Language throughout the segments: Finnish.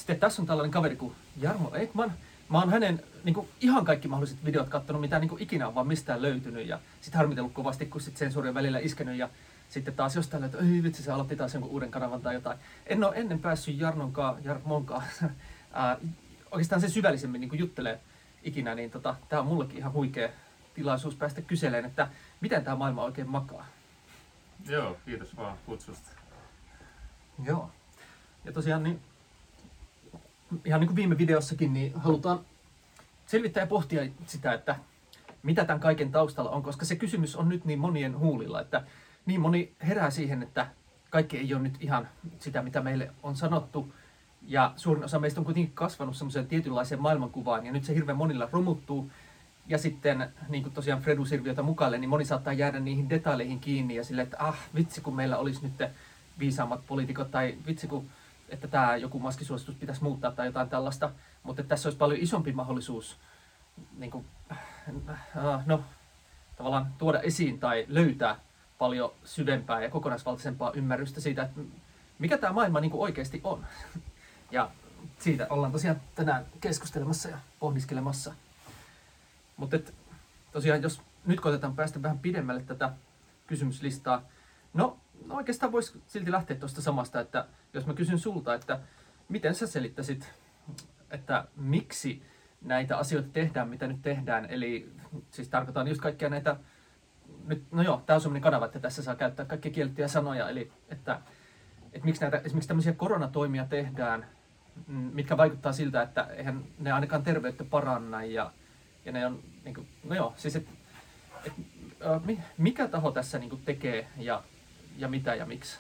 sitten tässä on tällainen kaveri kuin Jarmo Ekman. Mä oon hänen niin kuin, ihan kaikki mahdolliset videot kattonut, mitä niin kuin, ikinä on vaan mistään löytynyt. Ja sitten harmitellut kovasti, kun sitten sensuuri on välillä iskenyt. Ja sitten taas jostain, että ei vitsi, se aloitti taas jonkun uuden kanavan tai jotain. En ole ennen päässyt Jarmonkaan oikeastaan sen syvällisemmin niin kuin juttelee ikinä. Niin tää on mullekin ihan huikea tilaisuus päästä kyseleen, että miten tämä maailma oikein makaa. Joo, kiitos vaan kutsusta. Joo. Ja tosiaan niin, ihan niin kuin viime videossakin, niin halutaan selvittää ja pohtia sitä, että mitä tämän kaiken taustalla on, koska se kysymys on nyt niin monien huulilla, että niin moni herää siihen, että kaikki ei ole nyt ihan sitä, mitä meille on sanottu, ja suurin osa meistä on kuitenkin kasvanut semmoiseen tietynlaiseen maailmankuvaan, ja nyt se hirveän monilla romuttuu, ja sitten niin kuin tosiaan Fredus-hirviötä mukaille, niin moni saattaa jäädä niihin detaileihin kiinni, ja silleen, että vitsi kun meillä olisi nyt viisaammat poliitikot, tai vitsi kun että tämä joku maskisuositus pitäisi muuttaa tai jotain tällaista, mutta tässä olisi paljon isompi mahdollisuus niin kuin, tavallaan tuoda esiin tai löytää paljon syvempää ja kokonaisvaltaisempaa ymmärrystä siitä, että mikä tämä maailma niin kuin oikeasti on. Ja siitä ollaan tosiaan tänään keskustelemassa ja pohdiskelemassa. Mutta tosiaan, jos nyt koitetaan päästä vähän pidemmälle tätä kysymyslistaa, no oikeastaan voisi silti lähteä tuosta samasta, että jos mä kysyn sulta, että miten sä selittäisit, että miksi näitä asioita tehdään, mitä nyt tehdään, eli siis tarkoitan just kaikkia näitä, nyt, no joo, tää on sellainen kanava, että tässä saa käyttää kaikkia kiellettyjä sanoja, eli että miksi näitä esimerkiksi tämmöisiä koronatoimia tehdään, mitkä vaikuttaa siltä, että eihän ne ainakaan terveyttä paranna, ja ne on, niin kuin, no joo, siis mikä taho tässä niin kuin tekee, ja mitä ja miksi?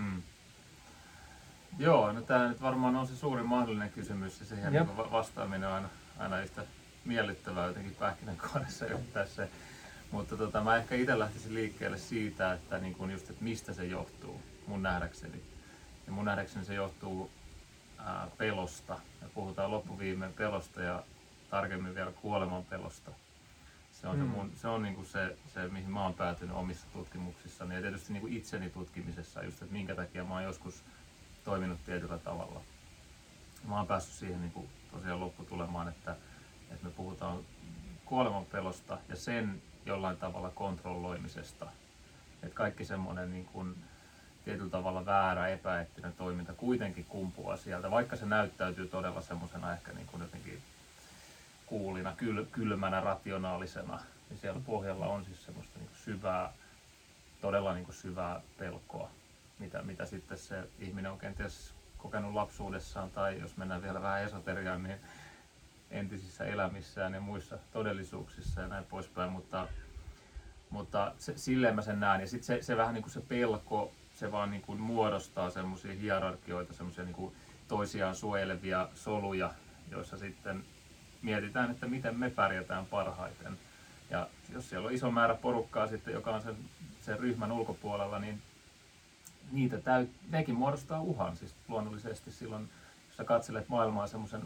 Joo, no tämä nyt varmaan on se suurin mahdollinen kysymys, ja siihen niin vastaaminen on aina yhtä miellyttävää jotenkin pähkinänkuoressa yrittää se. Mutta mä ehkä itse lähtisin liikkeelle siitä, että, niin kun just, että mistä se johtuu mun nähdäkseni. Ja mun nähdäkseni se johtuu pelosta. Ja puhutaan loppuviimeen pelosta ja tarkemmin vielä kuoleman pelosta. Se on niin kuin se, mihin mä oon päätynyt omissa tutkimuksissani ja tietysti niin kuin itseni tutkimisessa, just, että minkä takia mä oon joskus toiminut tietyllä tavalla. Mä oon päässyt siihen niin kuin tosiaan lopputulemaan, että me puhutaan kuoleman pelosta ja sen jollain tavalla kontrolloimisesta. Että kaikki semmoinen niin kuin tietyllä tavalla väärä, epäeettinen toiminta kuitenkin kumpuaa sieltä, vaikka se näyttäytyy todella semmoisena ehkä niin kuin jotenkin kuulina, kylmänä, rationaalisena, niin siellä pohjalla on siis semmoista niin kuin syvää, todella niin kuin syvää pelkoa, mitä sitten se ihminen on kenties kokenut lapsuudessaan, tai jos mennään vielä vähän esoteriaan, niin entisissä elämissään ja muissa todellisuuksissa ja näin poispäin, mutta silleen mä sen näen, ja sitten se vähän niin kuin se pelko, se vaan niin kuin muodostaa semmoisia hierarkioita, semmoisia niin kuin toisiaan suojelevia soluja, joissa sitten mietitään, että miten me pärjätään parhaiten. Ja jos siellä on iso määrä porukkaa sitten, joka on sen ryhmän ulkopuolella, niin nekin muodostaa uhan. Siis luonnollisesti silloin, jos sä katselet maailmaa semmoisen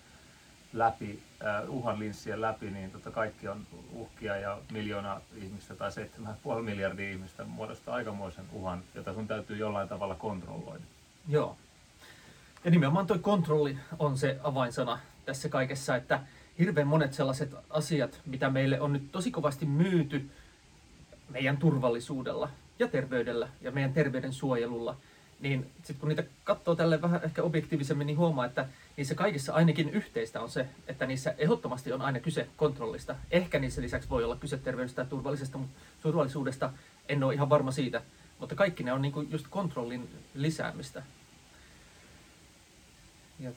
uhan linssien läpi, niin kaikki on uhkia ja 1 miljoona ihmistä tai 7,5 miljardia ihmistä muodostaa aikamoisen uhan, jota sun täytyy jollain tavalla kontrolloida. Joo. Ja nimenomaan tuo kontrolli on se avainsana tässä kaikessa, että hirveän monet sellaiset asiat, mitä meille on nyt tosi kovasti myyty meidän turvallisuudella ja terveydellä ja meidän terveyden suojelulla, niin sitten kun niitä katsoo tälle vähän ehkä objektiivisemmin, niin huomaa, että niissä kaikissa ainakin yhteistä on se, että niissä ehdottomasti on aina kyse kontrollista. Ehkä niissä lisäksi voi olla kyse terveydestä ja turvallisuudesta, en ole ihan varma siitä, mutta kaikki ne on niinku just kontrollin lisäämistä. Ja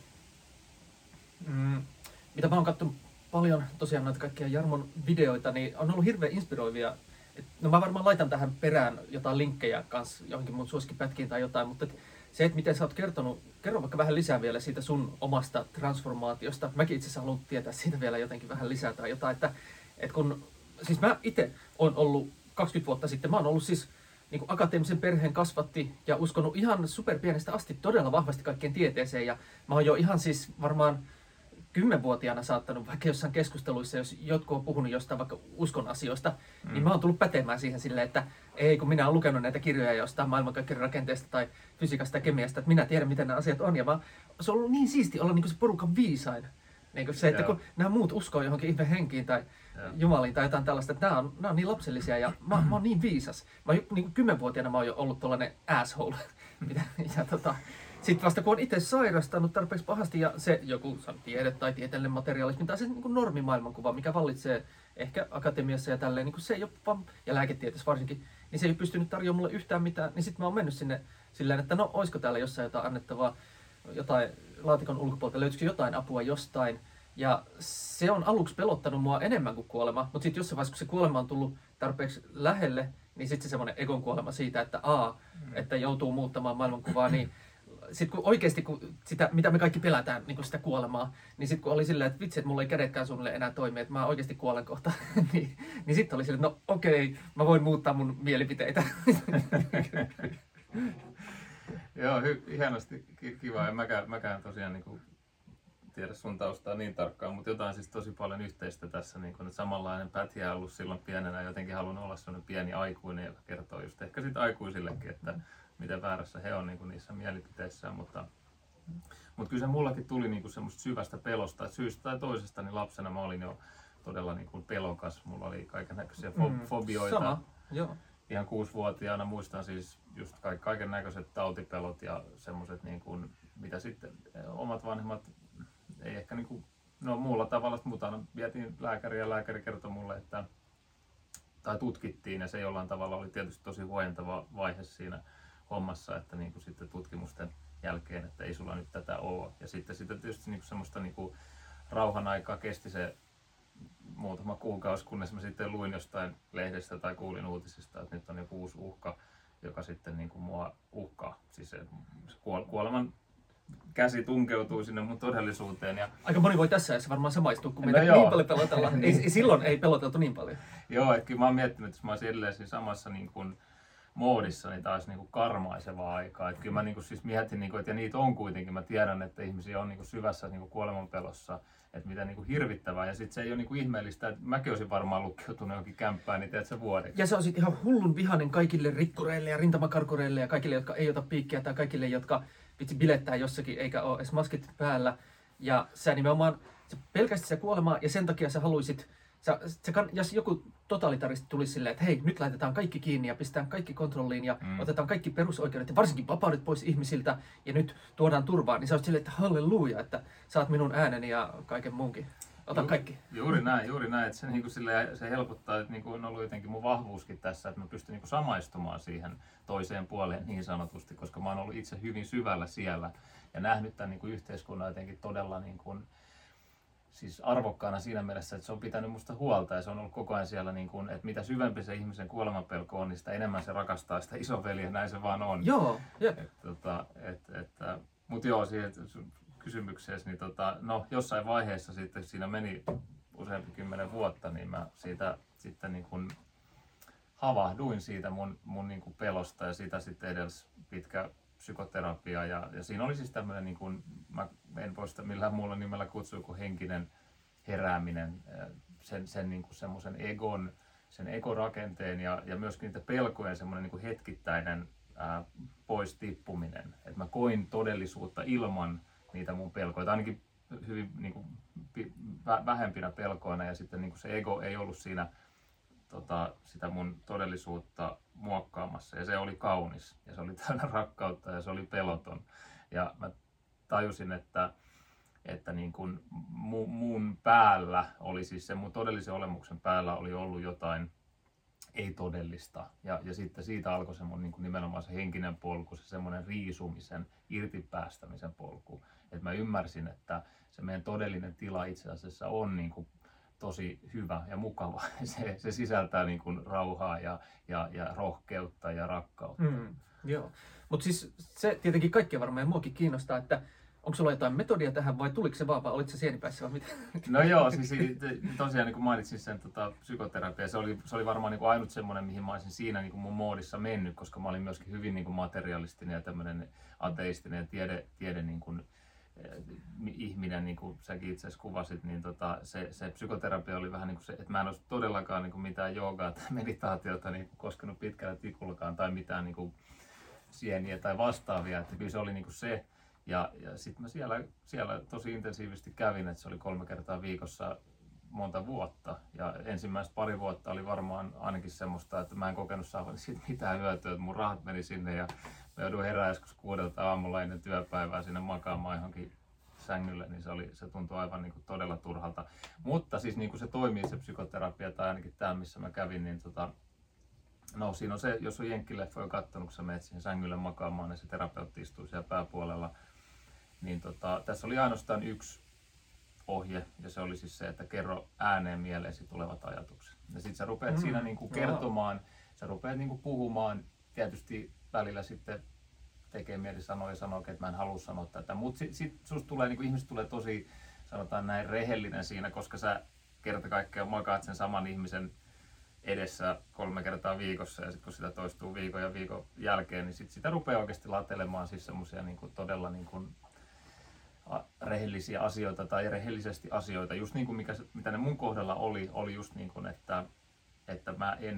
mitä mä oon katsonut paljon tosiaan noita kaikkia Jarmon videoita, niin on ollut hirveän inspiroivia. No mä varmaan laitan tähän perään jotain linkkejä kanssa johonkin mun suosikkipätkiin tai jotain, mutta se, että miten sä oot kertonut, kerro vaikka vähän lisää vielä siitä sun omasta transformaatiosta. Mäkin itse asiassa haluan tietää siitä vielä jotenkin vähän lisää tai jotain, että kun, siis mä itse oon ollut 20 vuotta sitten, mä oon ollut siis niin kuin akateemisen perheen kasvatti ja uskonut ihan superpienestä asti todella vahvasti kaikkeen tieteeseen ja mä oon jo ihan siis varmaan 10-vuotiaana saattanut vaikka jossain keskusteluissa, jos jotkut on puhunut jostain vaikka uskon asioista, niin mä oon tullut pätemään siihen silleen, että ei kun minä oon lukenut näitä kirjoja jostain maailmankaikkeuden rakenteesta tai fysiikasta ja kemiasta, että minä tiedän miten nämä asiat on ja mä se on ollut niin siisti olla niin se porukan viisain. Niin se, että kun nämä muut uskoo johonkin ihme henkiin tai jumaliin tai jotain tällaista, että nämä on niin lapsellisia ja mä oon niin viisas. Niin 10-vuotiaana mä oon jo ollut tuollainen asshole. Sitten vasta kun on itse sairastanut tarpeeksi pahasti ja se joku tiede tai tieteellinen materiaalismi tai se niin normimaailmankuva, mikä vallitsee ehkä akatemiassa ja tälleen, niin se ei ole vaan, ja lääketieteessä varsinkin, niin se ei pystynyt tarjoamaan mulle yhtään mitään, niin sitten mä oon mennyt sinne silleen, että no oisko täällä jossain jotain annettavaa, jotain laatikon ulkopuolelta, löytyisikö jotain apua jostain. Ja se on aluksi pelottanut mua enemmän kuin kuolema, mutta sitten jossain vaiheessa, kun se kuolema on tullut tarpeeksi lähelle, niin sitten se semmoinen egon kuolema siitä, että että joutuu muuttamaan maailmankuvaa, niin sitten kun oikeasti, sitä, mitä me kaikki pelätään, niin sitä kuolemaa, niin sitten kun oli silleen, että vitsi, että mulla ei kädetkään suunnilleen enää toimi, että mä oikeasti kuolen kohta, niin sitten oli silleen, että no okei, mä voin muuttaa mun mielipiteitä. Joo, hienosti kiva. Ja mäkään tosiaan niin tiedä sun taustaa niin tarkkaan, mutta jotain siis tosi paljon yhteistä tässä. Niin kun, että samanlainen pätjä on ollut silloin pienenä ja jotenkin halunnut olla sellainen pieni aikuinen, joka kertoo just ehkä sitten aikuisillekin, että miten väärässä he on niin niissä mielipiteissään. Mutta kyllä se mullakin tuli niin semmoista syvästä pelosta, että syystä tai toisesta niin lapsena mä olin jo todella niin pelokas. Mulla oli kaikennäköisiä fobioita. Sama, joo. Ihan 6-vuotiaana muistan siis just kaiken näköiset tautipelot ja semmoiset, niin kuin, mitä sitten omat vanhemmat ei ehkä niin kuin, no muulla tavalla mutana vietiin lääkäriin ja lääkäri kertoi mulle, että tai tutkittiin ja se jollain tavalla oli tietysti tosi huojentava vaihe siinä hommassa, että niin kuin sitten tutkimusten jälkeen, että ei sulla nyt tätä ole. Ja sitten tietysti niin kuin semmoista niin kuin rauhan aikaa kesti se muutama kuukausi, kunnes mä sitten luin jostain lehdestä tai kuulin uutisista, että nyt on joku uusi uhka, joka sitten niin kuin mua uhkaa. Siis se kuoleman käsi tunkeutuu sinne mun todellisuuteen. Ja aika moni voi tässä ajassa varmaan samaistua, kun meitä niin paljon pelotellaan. Silloin ei peloteltu niin paljon. Joo, että kyllä mä oon miettinyt, että jos mä olisin edelleen siinä samassa niin kuin moodissa, niin taas niin kuin karmaisevaa aikaa. Että kyllä mä niin kuin siis mietin, niin kuin, että ja niitä on kuitenkin. Mä tiedän, että ihmisiä on niin kuin syvässä niin kuin kuolemanpelossa, että mitä niin kuin hirvittävää. Ja sitten se ei ole niin kuin ihmeellistä, että mäkin olisin varmaan lukkeutunut johonkin kämppään, niin teet sä vuodeksi. Ja se on sitten ihan hullun vihainen kaikille rikkureille ja rintamakarkureille ja kaikille, jotka ei ota piikkiä tai kaikille, jotka vitsi bilettää jossakin eikä ole edes maskit päällä. Ja sä nimenomaan pelkästään se kuolemaa ja sen takia sä haluisit, jos joku totalitaristi tulisi silleen, että hei, nyt laitetaan kaikki kiinni ja pistetään kaikki kontrolliin ja otetaan kaikki perusoikeudet ja varsinkin vapaudet pois ihmisiltä ja nyt tuodaan turvaa, niin sä olisit silleen, että halleluja, että saat minun ääneni ja kaiken muunkin. Ota kaikki. Juuri näin, että se, niin kuin silleen, se helpottaa, että niin kuin on ollut jotenkin mun vahvuuskin tässä, että mä pystyn niin kuin samaistumaan siihen toiseen puoleen niin sanotusti, koska mä oon ollut itse hyvin syvällä siellä ja nähnyt tämän niin kuin yhteiskunnan jotenkin todella niin kuin, siis arvokkaana siinä mielessä, että se on pitänyt musta huolta ja se on ollut koko ajan siellä, niin kuin, että mitä syvempi se ihmisen kuolemanpelko on, niin sitä enemmän se rakastaa sitä isoveliä, näin se vaan on. Joo, jep. Mutta joo, siihen kysymykseesi, niin no jossain vaiheessa sitten siinä meni useampi 10 vuotta, niin mä siitä sitten niin kuin havahduin siitä mun niin kuin pelosta ja sitä sitten edelsi pitkä psykoterapia ja siinä oli siis tämmöinen, niin kuin, mä en voi sitä millään muulla nimellä kutsua kuin henkinen herääminen, sen niin kuin semmoisen egon, sen egorakenteen ja myöskin niitä pelkojen semmoinen niin kuin hetkittäinen pois tippuminen, että mä koin todellisuutta ilman niitä mun pelkoja, ainakin hyvin niin kuin, vähempinä pelkoina ja sitten niin kuin se ego ei ollut siinä sitä mun todellisuutta muokkaamassa ja se oli kaunis ja se oli täynnä rakkautta ja se oli peloton ja mä tajusin, että niin kuin mun päällä oli siis se mun todellisen olemuksen päällä oli ollut jotain ei-todellista ja sitten siitä alkoi se mun niin kuin nimenomaan se henkinen polku, se semmoinen riisumisen, irtipäästämisen polku, että mä ymmärsin, että se meidän todellinen tila itse asiassa on niin kuin tosi hyvä ja mukava. Se sisältää niin kuin rauhaa ja rohkeutta ja rakkautta. Joo, mutta siis se tietenkin kaikkia varmaan ja muakin kiinnostaa, että onko sulla jotain metodia tähän vai tuliko se vaan vai olit sä sienipäissä vai mitä? No joo, siis tosiaan niin kuin mainitsin sen psykoterapia, se oli varmaan niin kuin ainut semmoinen, mihin mä olisin siinä niin kuin mun moodissa mennyt, koska mä olin myöskin hyvin niin kuin materialistinen ja tämmöinen ateistinen ja tiede niin kuin, ihminen, niin kuin säkin itse asiassa kuvasit, niin se psykoterapia oli vähän niin kuin se, että mä en olisi todellakaan niin kuin mitään joogaa tai meditaatiota niin kuin koskenut pitkällä tikullakaan tai mitään niin kuin sieniä tai vastaavia, että kyllä se oli niin kuin se, Ja sitten mä siellä tosi intensiivisesti kävin, että se oli 3 kertaa viikossa monta vuotta. Ja ensimmäiset pari vuotta oli varmaan ainakin semmoista, että mä en kokenut saavani siitä mitään hyötyä, että mun rahat meni sinne ja mä joudun herää joskus 6 aamulla ennen työpäivää sinne makaamaan johonkin sängylle, niin se tuntui aivan niin kuin todella turhalta. Mutta siis niin kuin se toimii se psykoterapia tai ainakin tämä, missä mä kävin, niin no siinä on se, jos on jenkkileffoja kattonut, kun sä menet siihen sängylle makaamaan, niin se terapeutti istuu siellä pääpuolella. Niin tässä oli ainoastaan yksi ohje, ja se oli siis se, että kerro ääneen mieleesi tulevat ajatukset. Ja sit sä rupeat siinä niinku kertomaan, sä rupeat niinku puhumaan, tietysti välillä sitten tekee mieli sanoa ja sanoo, että mä en halua sanoa tätä, mutta sit susta tulee, niinku ihmiset tulee tosi, sanotaan näin, rehellinen siinä, koska sä kerta kaikkiaan makaat sen saman ihmisen edessä 3 kertaa viikossa, ja sitten kun sitä toistuu viikon ja viikon jälkeen, niin sit sitä rupeaa oikeasti latelemaan siis semmosia niinku todella niinku rehellisiä asioita tai rehellisesti asioita, just niin kuin mitä ne mun kohdalla oli just niin kuin, että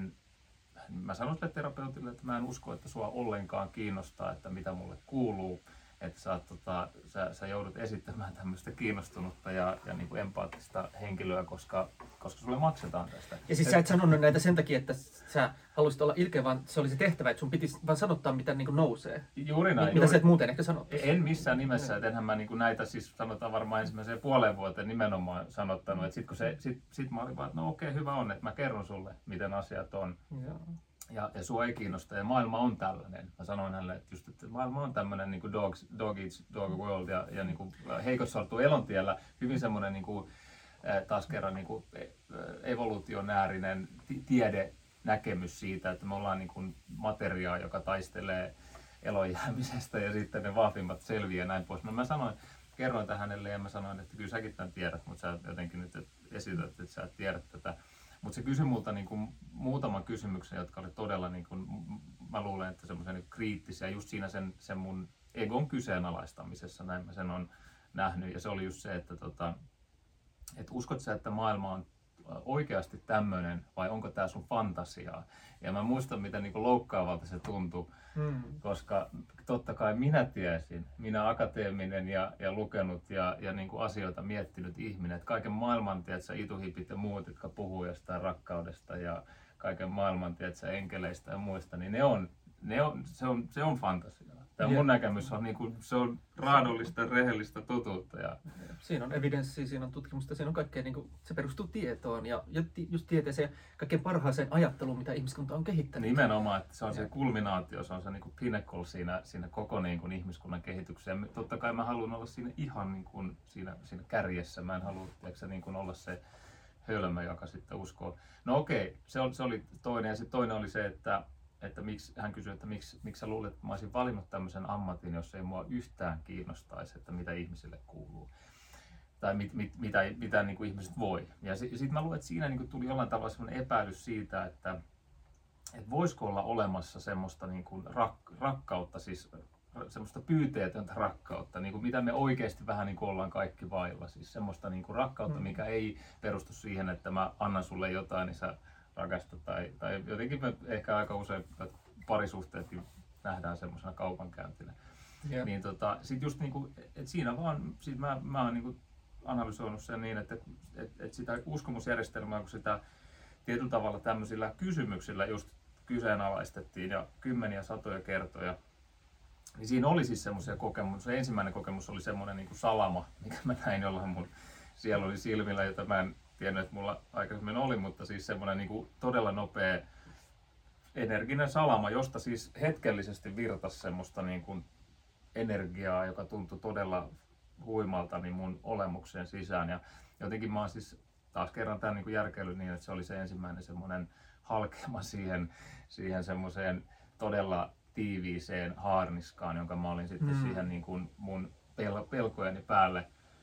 mä sanon sille terapeutille, että mä en usko, että sua ollenkaan kiinnostaa, että mitä mulle kuuluu, että sä joudut esittämään tämmöistä kiinnostunutta ja niin kuin empaattista henkilöä, koska sulle maksetaan tästä. Ja siis sä et sanonut näitä sen takia, että sä haluaisit olla ilkeä, vaan se oli se tehtävä, että sun piti vaan sanottaa, mitä niin kuin nousee. Juuri näin. Mitä sä et muuten ehkä sanottu. En missään nimessä, että enhän mä niin kuin näitä siis sanotaan varmaan ensimmäiseen puoleen vuoteen nimenomaan sanottanut, että sit mä olin vaan, että no okei, hyvä on, että mä kerron sulle, miten asiat on. Ja sua ei kiinnosta, ja maailma on tällainen. Mä sanoin hänelle, että maailma on tämmöinen niin kuin dog eats dog world, ja niin kuin heikossa sortuu elontiellä hyvin semmoinen niin kuin, taas kerran niin kuin evoluutionäärinen tiedenäkemys siitä, että me ollaan niin kuin materiaa, joka taistelee elonjäämisestä, ja sitten ne vahvimmat selviää ja näin pois. Mä kerroin tämän hänelle, ja mä sanoin, että kyllä säkin tämän tiedät, mutta sä jotenkin nyt esität, että sä et tiedä tätä. Mutta se kysyi multa niinku muutaman kysymyksen, jotka oli todella, niinku, mä luulen, että semmoisia niinku kriittisiä, just siinä sen mun egon kyseenalaistamisessa, näin mä sen on nähnyt. Ja se oli just se, että uskot sä, että maailma on oikeasti tämmöinen vai onko tää sun fantasiaa? Ja mä muistan, miten niinku loukkaavalta se tuntui, koska totta kai minä tiesin, minä akateeminen ja lukenut ja niinku asioita miettinyt ihminen, että kaiken maailman, tiedätkö, ituhipit ja muut, jotka puhuu jostain rakkaudesta ja kaiken maailman, tiedätkö, enkeleistä ja muista, niin se on fantasiaa. Tämä mun näkemys on, niinku, se on raadollista, rehellistä totuutta. Ja siinä on evidenssiä, siinä on tutkimusta, siinä on kaikkea, niinku, se perustuu tietoon ja just tieteeseen, kaikkein parhaaseen ajatteluun, mitä ihmiskunta on kehittänyt. Nimenomaan, että se on se kulminaatio, se on se niinku pinnacle siinä koko niinku ihmiskunnan kehityksessä. Ja totta kai mä haluan olla siinä ihan niinku, siinä kärjessä, mä en halua niinku, olla se hölmö, joka sitten uskoo. No okei, se oli toinen, ja sitten toinen oli se, että miksi, hän kysyi, että miksi sä luulet, että mä olisin valinnut tämmöisen ammatin, jos ei mua yhtään kiinnostaisi, että mitä ihmisille kuuluu. Tai mitä niin kuin ihmiset voi. Ja sitten mä luulen, että siinä niin kuin tuli jollain tavalla semmoinen epäilys siitä, että voisiko olla olemassa semmoista niin kuin rakkautta, siis semmoista pyyteetöntä rakkautta, niin kuin mitä me oikeasti vähän niin kuin ollaan kaikki vailla. Siis semmoista niin kuin rakkautta, mikä ei perustu siihen, että mä annan sulle jotain, niin sä rakasta tai jotenkin me ehkä aika usein parisuhteetkin nähdään semmoisena kaupankäyntinä. Yeah. Niin sit just niinku, että siinä vaan, sit mä oon niinku analysoinut sen niin, että sitä uskomusjärjestelmää, kun sitä tietyllä tavalla tämmöisillä kysymyksillä just kyseenalaistettiin ja kymmeniä satoja kertoja, niin siinä oli siis semmoisia kokemuksia. Se ensimmäinen kokemus oli semmoinen niinku salama, mikä mä näin jollain mun sieluni silmillä, jota mä en tiennyt, että mulla aikaisemmin oli, mutta siis semmoinen niin kuin todella nopea energinen salama, josta siis hetkellisesti virtasi semmoista niin kuin energiaa, joka tuntui todella huimalta niin mun olemuksen sisään. Ja jotenkin mä oon siis taas kerran tämän niin kuin järkeillyt niin, että se oli se ensimmäinen semmoinen halkeama siihen semmoiseen todella tiiviiseen haarniskaan, jonka mä olin sitten siihen niin kuin mun pelkojeni päälle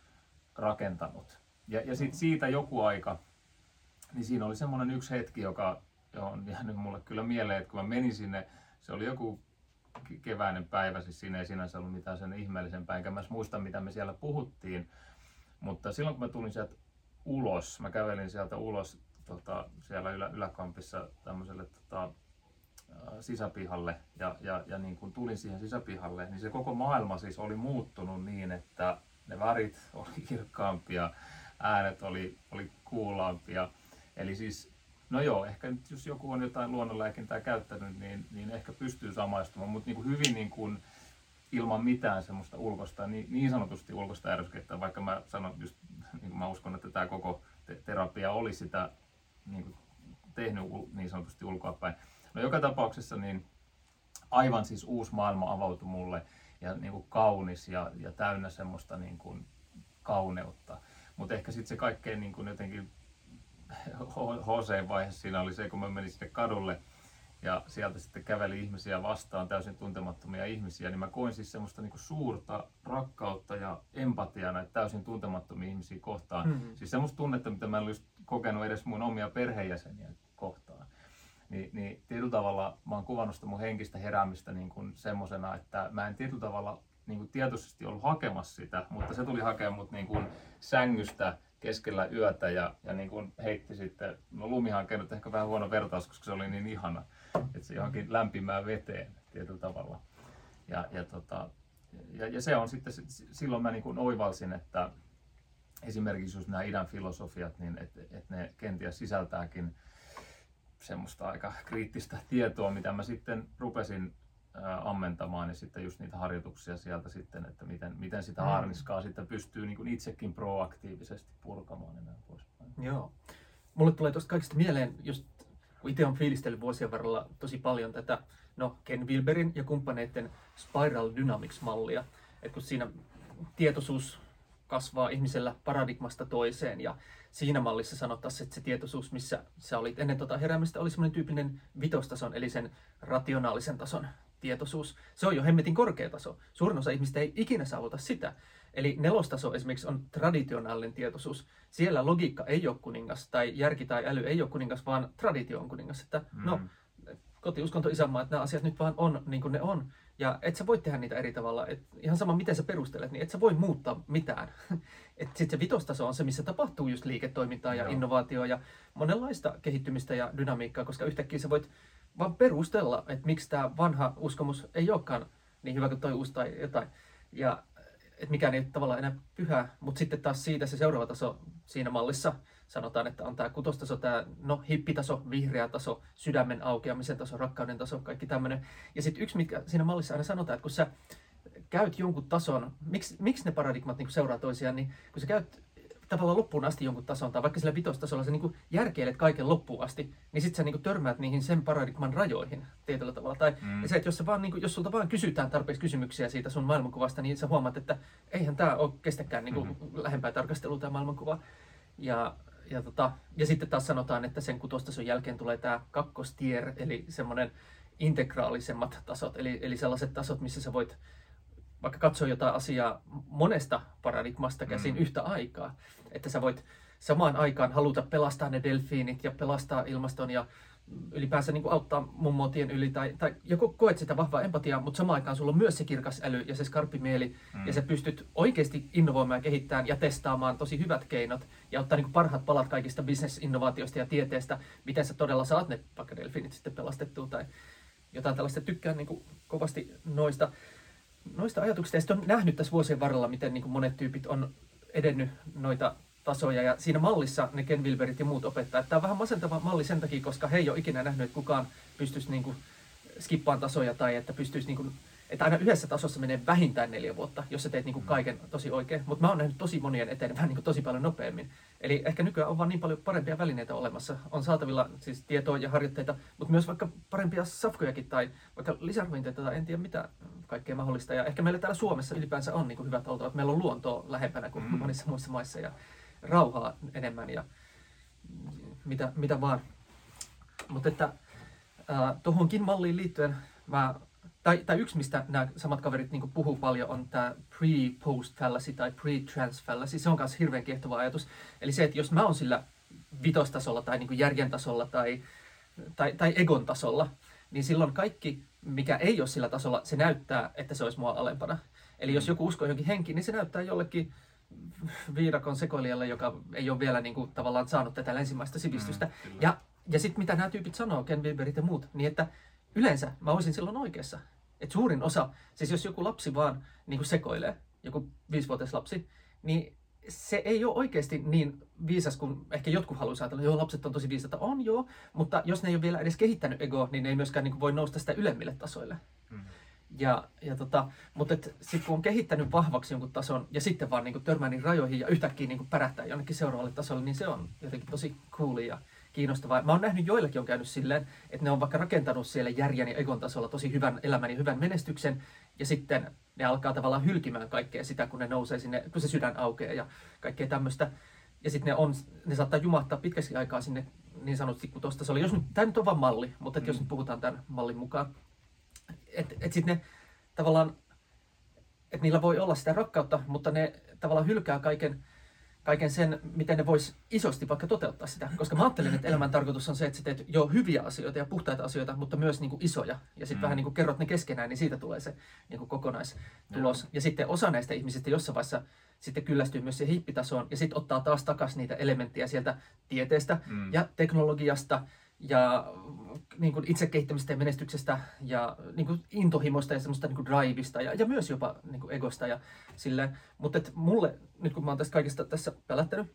rakentanut. Ja sitten siitä joku aika, niin siinä oli semmoinen yksi hetki, joka on jäänyt mulle kyllä mieleen, että kun mä menin sinne, se oli joku keväinen päivä, siis siinä ei sinänsä ollut mitään sen ihmeellisempää, enkä mä muista mitä me siellä puhuttiin, mutta silloin kun mä tulin sieltä ulos, mä kävelin sieltä ulos siellä yläkampissa tämmöiselle sisäpihalle ja niin kun tulin siihen sisäpihalle, niin se koko maailma siis oli muuttunut niin, että ne värit oli kirkkaampia, äänet oli kuulaampia. Eli siis, no joo, ehkä nyt jos joku on jotain luonnonlääkintää käyttänyt, niin ehkä pystyy samaistumaan, mutta niin kuin hyvin niin kuin ilman mitään semmoista ulkosta, niin sanotusti ulkosta ärsykkettä, vaikka mä sanon just, niin kuin mä uskon, että tämä koko terapia oli sitä niin kuin tehnyt niin sanotusti ulkoapäin. No joka tapauksessa niin aivan siis uusi maailma avautui mulle ja niin kuin kaunis ja täynnä semmoista niin kuin kauneutta. Mutta ehkä sitten se kaikkein niin kuin jotenkin HC-vaihe siinä oli se, kun mä menin sinne kadulle ja sieltä sitten käveli ihmisiä vastaan, täysin tuntemattomia ihmisiä, niin mä koin siis semmoista niin kuin suurta rakkautta ja empatiaa näitä täysin tuntemattomia ihmisiä kohtaan. Mm-hmm. Siis semmoista tunnetta, mitä mä en olisi kokenut edes mun omia perheenjäseniä kohtaan. Niin tietyllä tavalla mä oon kuvannut sitä mun henkistä heräämistä niin kuin semmosena, että mä en tietyllä tavalla niin kuin tietoisesti ollut hakemassa sitä, mutta se tuli hakemaan mut niin kuin sängystä keskellä yötä ja niin kuin heitti sitten, no lumihanke nyt ehkä vähän huono vertaus, koska se oli niin ihana, että se johonkin lämpimään veteen tietyllä tavalla. Ja se on sitten, silloin mä niin kuin oivalsin, että esimerkiksi just nämä idän filosofiat, niin että ne kenties sisältääkin semmoista aika kriittistä tietoa, mitä mä sitten rupesin ammentamaan, ja sitten just niitä harjoituksia sieltä sitten, että miten sitä harniskaa sitten pystyy niin kuin itsekin proaktiivisesti purkamaan ja näin poispäin. Joo. Mulle tulee tuosta kaikista mieleen, just kun itse olen fiilistellyt vuosien varrella tosi paljon tätä Ken Wilberin ja kumppaneiden Spiral Dynamics-mallia, että kun siinä tietoisuus kasvaa ihmisellä paradigmasta toiseen, ja siinä mallissa sanottaisiin, että se tietoisuus, missä sä olit ennen heräämistä, oli semmoinen tyypillinen vitostason, eli sen rationaalisen tason tietoisuus. Se on jo hemmetin korkea taso. Suurin osa ihmistä ei ikinä saavuta sitä. Eli nelostaso esimerkiksi on traditionaalinen tietoisuus. Siellä logiikka ei ole kuningas, tai järki tai äly ei ole kuningas, vaan traditio on kuningas. Että koti, uskonto, isänmaa, että nämä asiat nyt vaan on niin kuin ne on. Ja et sä voi tehdä niitä eri tavalla. Et ihan sama, miten sä perustelet, niin et sä voi muuttaa mitään. Sitten se vitostaso on se, missä tapahtuu just liiketoimintaa ja innovaatioa ja monenlaista kehittymistä ja dynamiikkaa, koska yhtäkkiä sä voit vaan perustella, että miksi tämä vanha uskomus ei olekaan niin hyvä kuin toi uusi tai jotain. Ja että mikään ei ole tavallaan enää pyhää, mutta sitten taas siitä se seuraava taso siinä mallissa sanotaan, että on tämä kutostaso, tämä hippitaso, vihreä taso, sydämen aukeamisen taso, rakkauden taso, kaikki tämmöinen. Ja sitten yksi, mikä siinä mallissa aina sanotaan, että kun sä käyt jonkun tason, miksi ne paradigmat niin seuraa toisiaan, niin kun sä käyt tavallaan loppuun asti jonkun tason, tai vaikka sillä vitostasolla sä niin järkeilet kaiken loppuun asti, niin sitten sä niin törmäät niihin sen paradigman rajoihin tietyllä tavalla. Tai se, että jos, sä vaan, niin kuin, jos sulta vaan kysytään tarpeeksi kysymyksiä siitä sun maailmankuvasta, niin sä huomaat, että eihän tämä ole kestäkään niin lähempää tarkastelua tämä maailmankuva. Ja sitten taas sanotaan, että sen kutostason jälkeen tulee tämä kakkostier, eli semmoinen integraalisemmat tasot, eli sellaiset tasot, missä sä voit vaikka katsoa jotain asiaa monesta paradigmasta käsin yhtä aikaa. Että sä voit samaan aikaan haluta pelastaa ne delfiinit ja pelastaa ilmaston ja ylipäänsä niin kuin auttaa mummotien yli. Tai joko koet sitä vahvaa empatiaa, mutta samaan aikaan sulla on myös se kirkas äly ja se skarppi mieli. Ja sä pystyt oikeasti innovoimaan, kehittämään ja testaamaan tosi hyvät keinot. Ja ottaa niin kuin parhaat palat kaikista business-innovaatioista ja tieteestä, miten sä todella saat ne vaikka delfiinit sitten pelastettua. Tai jotain tällaista. Tykkään niin kuin kovasti noista ajatuksista. Ja sitten on nähnyt tässä vuosien varrella, miten niin kuin monet tyypit on edennyt noita tasoja. Ja siinä mallissa ne Ken Wilberit ja muut opettaa. Tämä on vähän masentava malli sen takia, koska he ei ole ikinä nähnyt, että kukaan pystyisi niin kuin skippaan tasoja tai että pystyisi niin kuin, että aina yhdessä tasossa menee vähintään 4 vuotta, jos sä teet niin kuin kaiken tosi oikein. Mutta mä oon nähnyt tosi monien etenevän niin kuin tosi paljon nopeammin. Eli ehkä nykyään on vaan niin paljon parempia välineitä olemassa. On saatavilla siis tietoa ja harjoitteita, mutta myös vaikka parempia safkojakin tai vaikka lisäravinteita tai en tiedä mitä kaikkea mahdollista. Ja ehkä meillä täällä Suomessa ylipäänsä on niin kuin hyvät oltavat. Meillä on luontoa lähempänä kuin monissa muissa maissa ja rauhaa enemmän ja mitä vaan. Mutta että tuohonkin malliin liittyen tai yksi, mistä nämä samat kaverit niin puhuu paljon, on tämä pre-post fallacy tai pre-trans fallacy. Se on myös hirveän kiehtova ajatus. Eli se, että jos mä oon sillä vitostasolla tai niin järjen tasolla tai egon tasolla, niin silloin kaikki, mikä ei ole sillä tasolla, se näyttää, että se olisi mua alempana. Eli jos joku uskoo johonkin henkiin, niin se näyttää jollekin viidakon sekoilijalle, joka ei ole vielä niin kuin, tavallaan saanut tätä länsimaista sivistystä. Ja sitten mitä nämä tyypit sanoo, Ken Wilberit ja muut, niin että yleensä mä olisin silloin oikeassa. Että suurin osa, siis jos joku lapsi vaan niin kuin sekoilee, joku 5-vuotias lapsi, niin se ei ole oikeasti niin viisas kuin ehkä jotkut haluaisi ajatella. Joo, lapset on tosi viisaita. On joo, mutta jos ne ei ole vielä edes kehittänyt egoa, niin ne ei myöskään niin kuin voi nousta sitä ylemmille tasoille. Mutta sitten kun on kehittänyt vahvaksi jonkun tason ja sitten vaan niin törmää niin rajoihin ja yhtäkkiä niin pärähtää jonnekin seuraavalle tasolle, niin se on jotenkin tosi coolia ja kiinnostavaa. Mä oon nähnyt joillakin on käynyt silleen, että ne on vaikka rakentanut siellä järjen ja egon tasolla tosi hyvän elämän ja hyvän menestyksen ja sitten ne alkaa tavallaan hylkimään kaikkea sitä, kun ne nousee sinne, kun se sydän aukeaa ja kaikkea tämmöistä. Ja sitten ne saattaa jumahtaa pitkästi aikaa sinne niin sanotusti, kun tuosta se oli. Tämä nyt on vaan malli, mutta jos nyt puhutaan tämän mallin mukaan, että sitten ne tavallaan, että niillä voi olla sitä rakkautta, mutta ne tavallaan hylkää kaiken sen, miten ne vois isosti vaikka toteuttaa sitä. Koska mä ajattelen, että elämän tarkoitus on se, että sä teet jo hyviä asioita ja puhtaita asioita, mutta myös niin kuin isoja. Ja sitten vähän niin kuin kerrot ne keskenään, niin siitä tulee se niin kuin kokonaistulos. Ja sitten osa näistä ihmisistä jossain vaiheessa sitten kyllästyy myös siihen hippitasoon ja sitten ottaa taas takaisin niitä elementtejä sieltä tieteestä ja teknologiasta ja niin kuin itsekehittämistä ja menestyksestä ja niin kuin intohimosta ja semmoista niin kuin drivista ja myös jopa niin kuin egosta ja silleen. Mutta mulle, nyt kun mä oon tästä kaikesta tässä pelättänyt,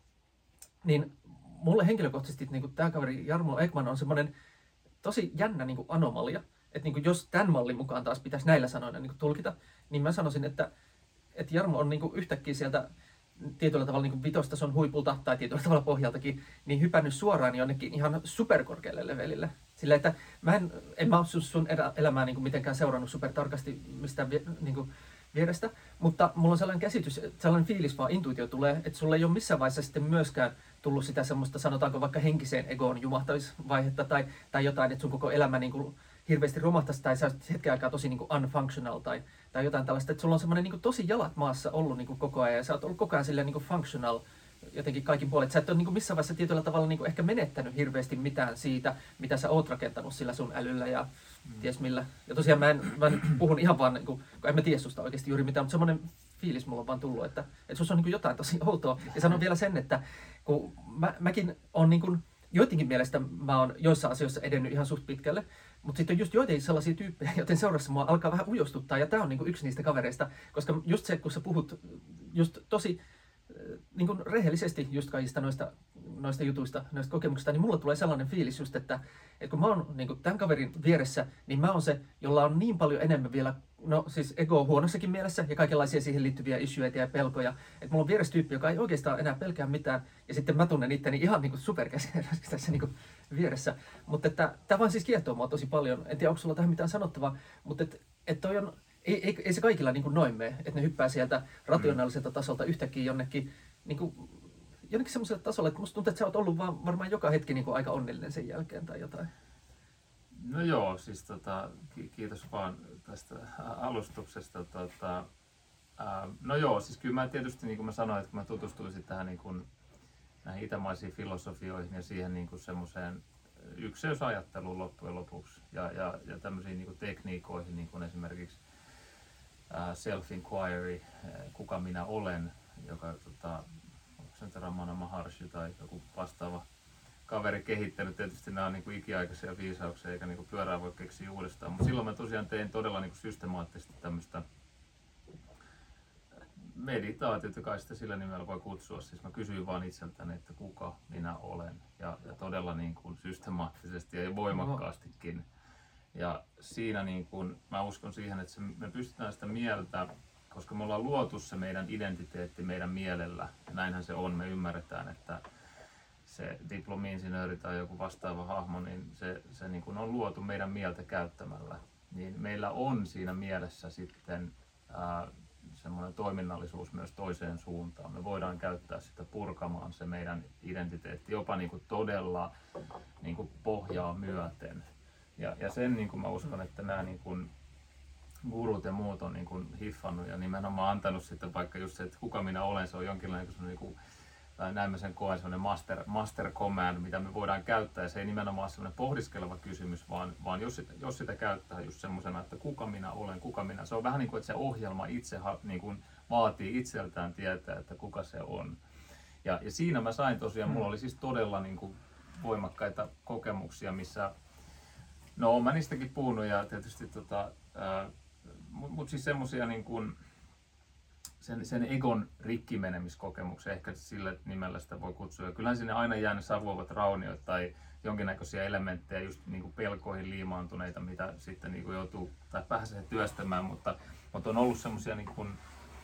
niin mulle henkilökohtaisesti niin kuin tämä kaveri Jarmo Ekman on semmoinen tosi jännä niin kuin anomalia. Että niin kuin jos tämän mallin mukaan taas pitäisi näillä sanoilla niin kuin tulkita, niin mä sanoisin, että Jarmo on niin kuin yhtäkkiä sieltä tietyllä tavalla niin kuin vitostason huipulta tai tietyllä tavalla pohjaltakin, niin hypännyt suoraan jonnekin ihan superkorkealle levelille. Sillä että en mä ole sun elämää niin kuin mitenkään seurannut supertarkasti mistään niin kuin vierestä, mutta mulla on sellainen käsitys, sellainen fiilis vaan intuitio tulee, että sulla ei ole missään vaiheessa sitten myöskään tullut sitä semmoista, sanotaanko vaikka henkiseen egoon jumahtamisvaihetta tai jotain, että sun koko elämä niin kuin hirveästi romahtaisi tai sä olisit hetken aikaa tosi niin kuin unfunctional tai jotain tällaista, että sulla on semmoinen niin kuin tosi jalat maassa ollut niin kuin koko ajan ja sä oot ollut koko ajan silleen niin kuin functional jotenkin kaikin puolin. Sä et ole niin kuin missään vaiheessa tietyllä tavalla niin kuin ehkä menettänyt hirveästi mitään siitä, mitä sä oot rakentanut sillä sun älyllä ja ties millä. Ja tosiaan mä nyt puhun ihan vaan, niin kuin, kun en mä tiedä susta oikeasti juuri mitään, mutta semmoinen fiilis mulla on vaan tullut, että sussa on niin kuin jotain tosi outoa. Ja sanon vielä sen, että kun mäkin on niin kuin, joidenkin mielestä mä oon joissain asioissa edennyt ihan suht pitkälle, mutta sitten on just joitakin sellaisia tyyppejä, joten seurassa mua alkaa vähän ujostuttaa, ja tämä on niinku yksi niistä kavereista, koska just se, kun sä puhut just tosi niin rehellisesti just kaikista noista jutuista, noista kokemuksista, niin mulla tulee sellainen fiilis just, että kun mä oon niin tämän kaverin vieressä, niin mä oon se, jolla on niin paljon enemmän vielä, no siis ego huonossakin mielessä ja kaikenlaisia siihen liittyviä issueita ja pelkoja, että mulla on vieressä tyyppi, joka ei oikeastaan enää pelkää mitään, ja sitten mä tunnen itteni ihan niin superkäsineräisesti tässä niin vieressä. Mutta tämä vaan siis kiehtoo mua tosi paljon. En tiedä, onko sulla tähän mitään sanottavaa, mutta toi on, ei se kaikilla niin noin mene, että ne hyppää sieltä rationaaliselta tasolta yhtäkkiä jonnekin semmoiselle tasolle, että musta tuntuu, että sä oot ollut varmaan joka hetki niin aika onnellinen sen jälkeen tai jotain. No joo, siis kiitos vaan tästä alustuksesta. No joo, siis kyllä mä tietysti, niin kuin mä sanoin, että kun mä tutustuisin tähän niin kuin, näihin itämaisiin filosofioihin ja siihen niin kuin semmoiseen ykseysajatteluun loppujen lopuksi ja tämmöisiin niin kuin tekniikoihin, niin kuin esimerkiksi self-inquiry, kuka minä olen, joka onko se nyt Ramana Maharshi tai joku vastaava kaveri kehittänyt. Tietysti nämä on niin kuin ikiaikaisia viisauksia eikä niin kuin pyörää voi keksiä uudestaan, mutta silloin mä tosiaan tein todella niin kuin systemaattisesti tämmöistä meditaatiota, kai sitä sillä nimellä voi kutsua. Siis mä kysyin vaan itseltäni, että kuka minä olen ja todella niin kuin systemaattisesti ja voimakkaastikin. Ja siinä niin kuin, mä uskon siihen, että me pystytään sitä mieltä, koska me ollaan luotu se meidän identiteetti meidän mielellä. Ja näinhän se on, me ymmärretään, että se diplomi-insinööri tai joku vastaava hahmo, niin se niin kuin on luotu meidän mieltä käyttämällä. Niin meillä on siinä mielessä sitten semmoinen toiminnallisuus myös toiseen suuntaan. Me voidaan käyttää sitä purkamaan se meidän identiteetti jopa niin kuin todella niin kuin pohjaa myöten. Ja sen niin kuin mä uskon, että nämä niin kuin gurut ja muut on niin kuin hiffannut ja nimenomaan antanut sitten vaikka just se, että kuka minä olen, se on jonkinlainen niin kuin, tai näin mä sen koen, semmoinen master command, mitä me voidaan käyttää, ja se ei nimenomaan ole semmoinen pohdiskeleva kysymys, vaan jos sitä käyttää just semmoisena, että kuka minä olen, kuka minä, se on vähän niin kuin, että se ohjelma itse niin kuin vaatii itseltään tietää, että kuka se on. Ja siinä mä sain tosiaan, mulla oli siis todella niin kuin voimakkaita kokemuksia, missä No oon mä niistäkin puhunut ja tietysti mut siis semmosia niin kuin sen egon rikkimenemiskokemuksen, ehkä sillä nimellä sitä voi kutsua. Ja kyllähän sinne aina jäänyt savuavat rauniot tai jonkinnäköisiä elementtejä, just niin kuin pelkoihin liimaantuneita, mitä sitten niin kuin joutuu tai pääsee työstämään, mutta on ollut semmoisia niin kuin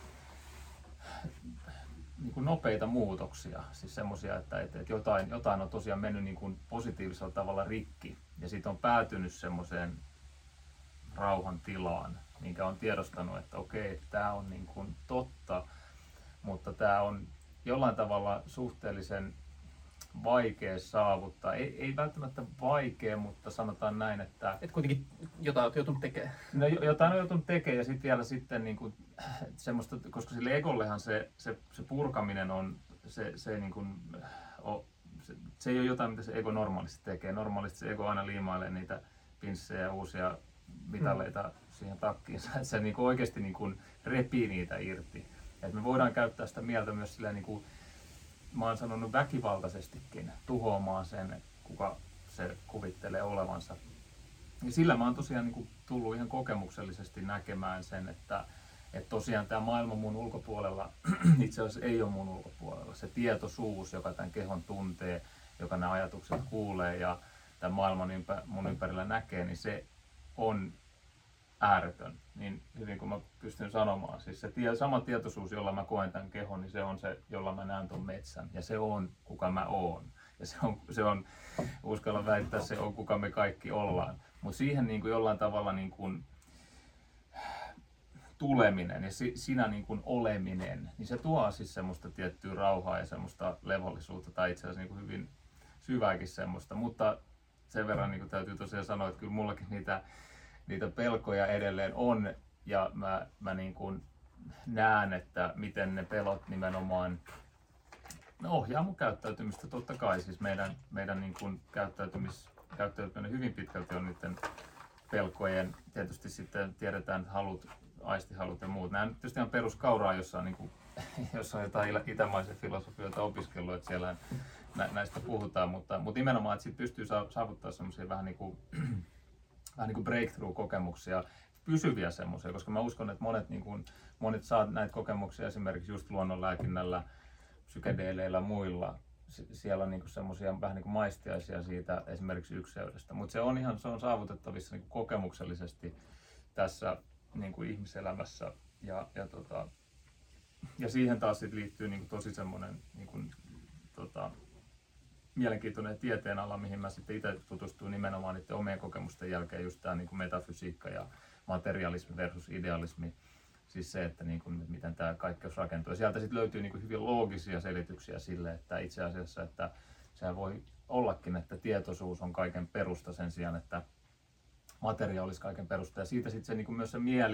nopeita muutoksia, siis semmoisia, että jotain on tosiaan mennyt niin kuin positiivisella tavalla rikki ja sitten on päätynyt semmoiseen rauhan tilaan, minkä on tiedostanut, että okei, tämä on niin kuin totta, mutta tämä on jollain tavalla suhteellisen vaikea saavuttaa. Ei välttämättä vaikea, mutta sanotaan näin, että Et kuitenkin jotain olet joutunut tekemään. no, jotain on joutunut tekemään ja sitten vielä sitten niin kuin, semmoista, koska sille egollehan se purkaminen on, se, niin kuin, se ei ole jotain, mitä se ego normaalisti tekee. Normaalisti se ego aina liimailee niitä pinssejä ja uusia mitaleita siihen takkiinsa, että se niin kuin oikeasti niin kuin repii niitä irti. Et me voidaan käyttää sitä mieltä myös silleen, niin kuin, mä oon sanonut väkivaltaisestikin, tuhoamaan sen, kuka se kuvittelee olevansa. Ja sillä mä oon tosiaan niin kuin tullut ihan kokemuksellisesti näkemään sen, että tosiaan tämä maailma mun ulkopuolella itse asiassa ei ole mun ulkopuolella. Se tietoisuus, joka tämän kehon tuntee, joka nämä ajatukset kuulee ja tämän maailman mun ympärillä näkee, niin se on ääretön, niin hyvin kuin mä pystyn sanomaan. Siis se sama tietoisuus, jolla mä koen tämän kehon, niin se on se, jolla mä näen ton metsän. Ja se on, kuka mä oon. Ja se on uskallan väittää, se on, kuka me kaikki ollaan. Mutta siihen niin kuin jollain tavalla niin kuin tuleminen ja siinä niin kuin oleminen, niin se tuo siis semmoista tiettyä rauhaa ja semmoista levollisuutta, tai itse asiassa niin kuin hyvin syvääkin semmoista. Mutta sen verran niin kuin täytyy tosiaan sanoa, että kyllä mullakin niitä pelkoja edelleen on, ja mä niin kuin näen, että miten ne pelot nimenomaan ohjaa mun käyttäytymistä. Totta kai siis meidän niin kuin käyttäytyminen hyvin pitkälti on niiden pelkojen, tietysti sitten tiedetään aistihalut ja muut. Nämä nyt tietysti on peruskauraa, jossa on, niin kuin, jossa on jotain itämaisen filosofioita opiskellut, että siellä näistä puhutaan, mutta nimenomaan, että sit pystyy saavuttaa semmoisia vähän niin kuin breakthrough-kokemuksia, pysyviä semmoisia, koska mä uskon, että monet saa näitä kokemuksia esimerkiksi just luonnonlääkinnällä, psykedeeleillä ja muilla. Siellä on niin semmoisia vähän niin kuin maistiaisia siitä esimerkiksi ykseydestä, mutta se on saavutettavissa niin kuin kokemuksellisesti tässä niin kuin ihmiselämässä ja siihen taas sit liittyy niin kuin tosi semmoinen niin kuin, mielenkiintoinen tieteenala, mihin mä sitten itse tutustuin nimenomaan niiden omien kokemusten jälkeen, just tämä niin kuin metafysiikka ja materialismi versus idealismi. Siis se, että niin kuin, miten tämä kaikkeus rakentuu. Ja sieltä sitten löytyy niin kuin hyvin loogisia selityksiä sille, että itse asiassa, että sehän voi ollakin, että tietoisuus on kaiken perusta sen sijaan, että materia olisi kaiken perusta. Ja siitä sitten se, niin kuin myös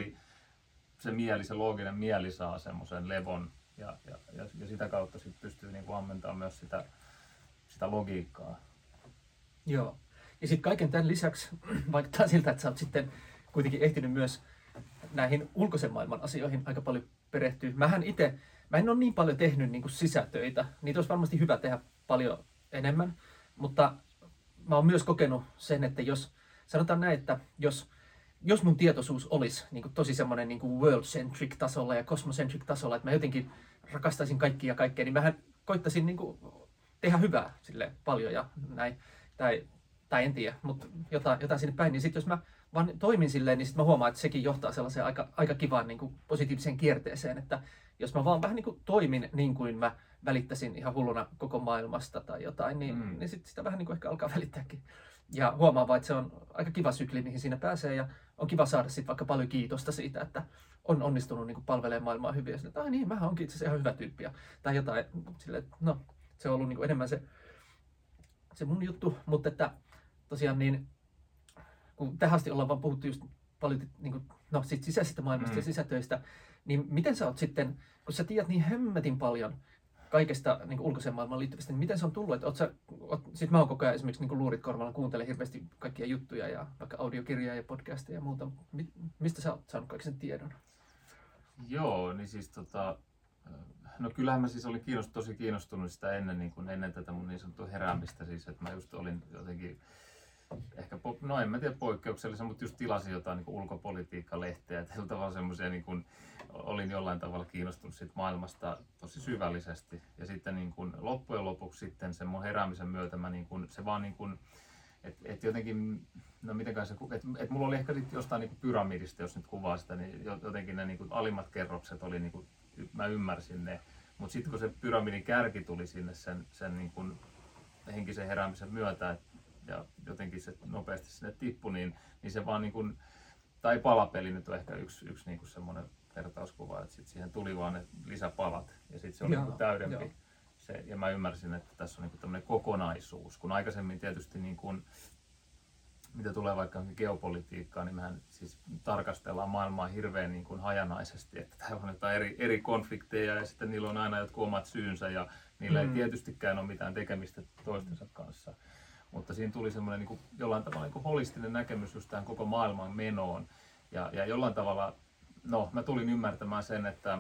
se looginen mieli saa semmoisen levon ja sitä kautta sitten pystyy niin kuin ammentamaan myös sitä logiikkaa. Joo. Ja sitten kaiken tämän lisäksi vaikuttaa siltä, että sä oot sitten kuitenkin ehtinyt myös näihin ulkoisen maailman asioihin aika paljon perehtyä. Mä en ole niin paljon tehnyt niin kuin sisätöitä. Niitä olisi varmasti hyvä tehdä paljon enemmän. Mutta mä oon myös kokenut sen, että sanotaan näin, että jos mun tietoisuus olisi niin kuin tosi semmoinen niin kuin world-centric tasolla ja cosmocentric tasolla, että mä jotenkin rakastaisin kaikkia ja kaikkea, niin mähän koittaisin niin kuin tehdä hyvää sille paljon ja näin. Tai en tiedä, mutta jotain sinne päin. Niin sitten jos mä vaan toimin silleen, niin sitten mä huomaan, että sekin johtaa sellaiseen aika kivaan niin kuin positiiviseen kierteeseen, että jos mä vaan vähän niin kuin toimin niin kuin mä välittäisin ihan hulluna koko maailmasta tai jotain, niin sitten sitä vähän niin kuin ehkä alkaa välittääkin. Ja huomaa vaan, että se on aika kiva sykli, mihin siinä pääsee ja on kiva saada sitten vaikka paljon kiitosta siitä, että on onnistunut niin kuin palvelemaan maailmaa hyvin ja sille, että niin, mähän onkin itse asiassa ihan hyvä tyyppi tai jotain. Silleen, no, se on ollut niin kuin enemmän se mun juttu, mutta että tosiaan niin, kun tähän asti ollaan vaan puhuttu just paljon niin kuin, siitä sisäisestä maailmasta ja sisätöistä, niin miten sä oot sitten, kun sä tiedät niin hemmetin paljon kaikesta niin kuin ulkoiseen maailmaan liittyvistä, niin miten se on tullut, että sit mä oon koko ajan esimerkiksi niin kuin luurit korvalla, kuuntelen hirveästi kaikkia juttuja ja vaikka audiokirjaa ja podcasteja ja muuta. Mistä sä oot saanut kaiken sen tiedon? Joo, niin siis no kyllähän mä siis olin tosi kiinnostunut sitä ennen tätä mun niin sanottua heräämistä, siis että mä just olin jotenkin ehkä, no en mä tiedä poikkeuksellisen, mutta just tilasin jotain niin ulkopolitiikka-lehteä, että sillä tavalla semmoisia niin kuin, olin jollain tavalla kiinnostunut siitä maailmasta tosi syvällisesti. Ja sitten niin kuin, loppujen lopuksi sitten sen mun heräämisen myötä mä niin kuin, se vaan niin kuin, että jotenkin, no mitenkään se, että mulla oli ehkä sitten jostain niin kuin pyramidista, jos nyt kuvaa sitä, niin jotenkin ne niin kuin alimmat kerrokset oli, niin kuin, mä ymmärsin ne. Mutta sitten kun se pyramidin kärki tuli sinne sen niin kuin henkisen heräämisen myötä, ja jotenkin se nopeasti sinne tippui, niin se vaan niin kuin, tai palapeli nyt on ehkä yksi niin kuin semmoinen vertauskuva, että sitten siihen tuli vaan ne lisäpalat, ja sitten se oli niin kuin täydempi. Ja mä ymmärsin, että tässä on niin kuin tämmöinen kokonaisuus, kun aikaisemmin tietysti niin kuin, mitä tulee vaikka geopolitiikkaan, niin mehän siis tarkastellaan maailmaa hirveän niin kuin hajanaisesti, että täällä on jotain eri konflikteja ja sitten niillä on aina jotkut omat syynsä ja niillä ei tietystikään ole mitään tekemistä toistensa kanssa. Mutta siinä tuli semmoinen niin kuin, jollain tavalla niin kuin holistinen näkemys just tähän koko maailman menoon. Ja jollain tavalla, no mä tulin ymmärtämään sen, että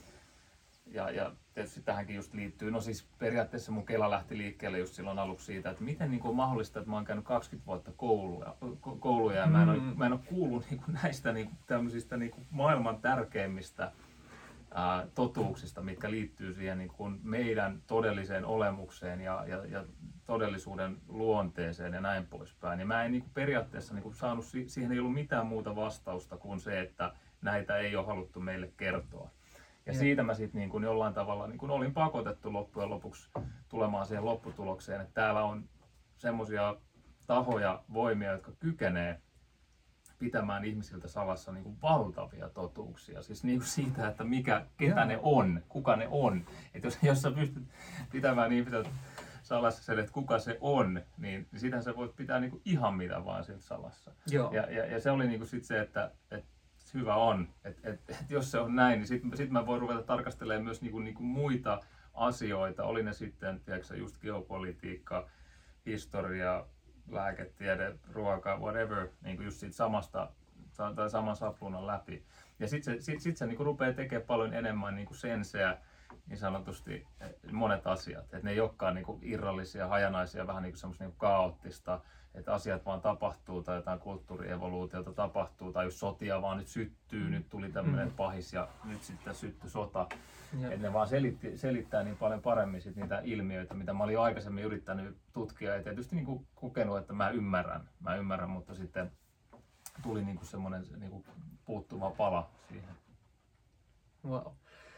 ja tietysti tähänkin just liittyy, no siis periaatteessa mun Kela lähti liikkeelle just silloin aluksi siitä, että miten niin kuin on mahdollista, että mä oon käynyt 20 vuotta kouluja ja mä en ole kuullut niin kuin näistä niin kuin tämmöisistä niin kuin maailman tärkeimmistä totuuksista, mitkä liittyy siihen niin kuin meidän todelliseen olemukseen ja todellisuuden luonteeseen ja näin poispäin. Ja mä en niin kuin periaatteessa niin kuin saanut, siihen ei ollut mitään muuta vastausta kuin se, että näitä ei ole haluttu meille kertoa. Ja siitä mä sitten niin jollain tavalla niin olin pakotettu loppujen lopuksi tulemaan siihen lopputulokseen, että täällä on semmoisia tahoja, voimia, jotka kykenee pitämään ihmisiltä salassa niin kuin valtavia totuuksia. Siis niin kuin siitä, että ketä ne on, kuka ne on. Että jos sä pystyt pitämään ihmisiltä salassa sen, että kuka se on, niin sitähän sä voit pitää niin kuin ihan mitä vaan siltä salassa. Ja se oli niin kuin sit se, että hyvä on, että jos se on näin, niin sit mä voin ruveta tarkastelemaan myös niinku muita asioita, oli ne sitten tiedätkö, just geopolitiikka, historia, lääketiede, ruoka, whatever, niinku just siitä saman sapluunan läpi. Ja sit se niinku rupeaa tekemään paljon enemmän niinku senseä, niin sanotusti monet asiat, että ne ei olekaan niinku irrallisia, hajanaisia, vähän niinku semmoista niinku kaoottista, että asiat vaan tapahtuu tai jotain kulttuurievoluutiota tapahtuu tai jos sotia vaan nyt syttyy, nyt tuli tämmöinen pahis ja nyt sitten syttyi sota. Että ne vaan selittää niin paljon paremmin sit niitä ilmiöitä, mitä mä olin jo aikaisemmin yrittänyt tutkia ja tietysti niinku kokenut, että mä ymmärrän, mutta sitten tuli niinku semmoinen niinku puuttuva pala siihen. Wow.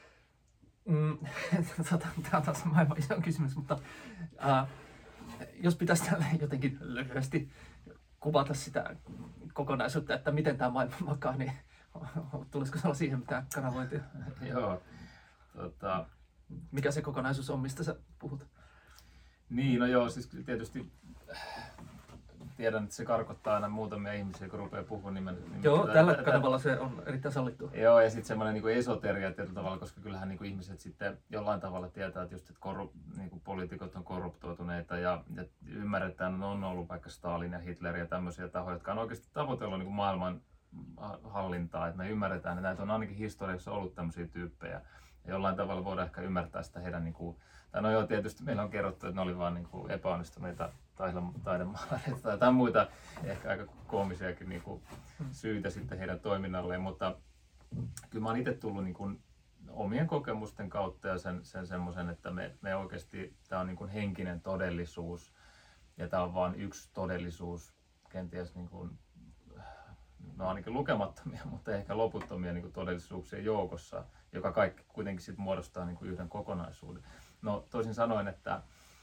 Tämä on taas maailman iso kysymys, mutta jos pitäisi jotenkin lyhyesti kuvata sitä kokonaisuutta, että miten tämä maailma makaa, niin tulisiko sinulla siihen mitään kanavointia? Joo. Mikä se kokonaisuus on, mistä sä puhut? Niin, no joo, siis tietysti tiedän, että se karkottaa aina muutamia ihmisiä, kun rupeaa puhumaan nimen. Joo, tällä kanavalla se on erittäin sallittua. Joo, ja sitten semmoinen niin esoteria tietyllä tavalla, koska kyllähän niin ihmiset sitten jollain tavalla tietää, että just että niin poliitikot on korruptoituneita ja ymmärretään, että on ollut vaikka Stalin ja Hitler ja tämmöisiä tahoja, jotka on oikeasti tavoitellut niin maailman hallintaa, että me ymmärretään, että näitä on ainakin historiassa ollut tämmöisiä tyyppejä. Ja jollain tavalla voidaan ehkä ymmärtää sitä heidän, niin kuin, tai no joo, tietysti meillä on kerrottu, että ne oli vaan niin kuin epäonnistuneita taidemaalareita tai jotain muita ehkä aika koomisiakin niin kuin syitä sitten heidän toiminnalleen, mutta kyllä mä oon itse tullut niin kuin omien kokemusten kautta ja sen semmoisen, että me oikeasti, tämä on niin kuin henkinen todellisuus ja tämä on vain yksi todellisuus, kenties niin kuin, no ainakin lukemattomia, mutta ehkä loputtomia niin kuin todellisuuksien joukossa, joka kaikki kuitenkin sit muodostaa niin kuin yhden kokonaisuuden. No toisin sanoen, että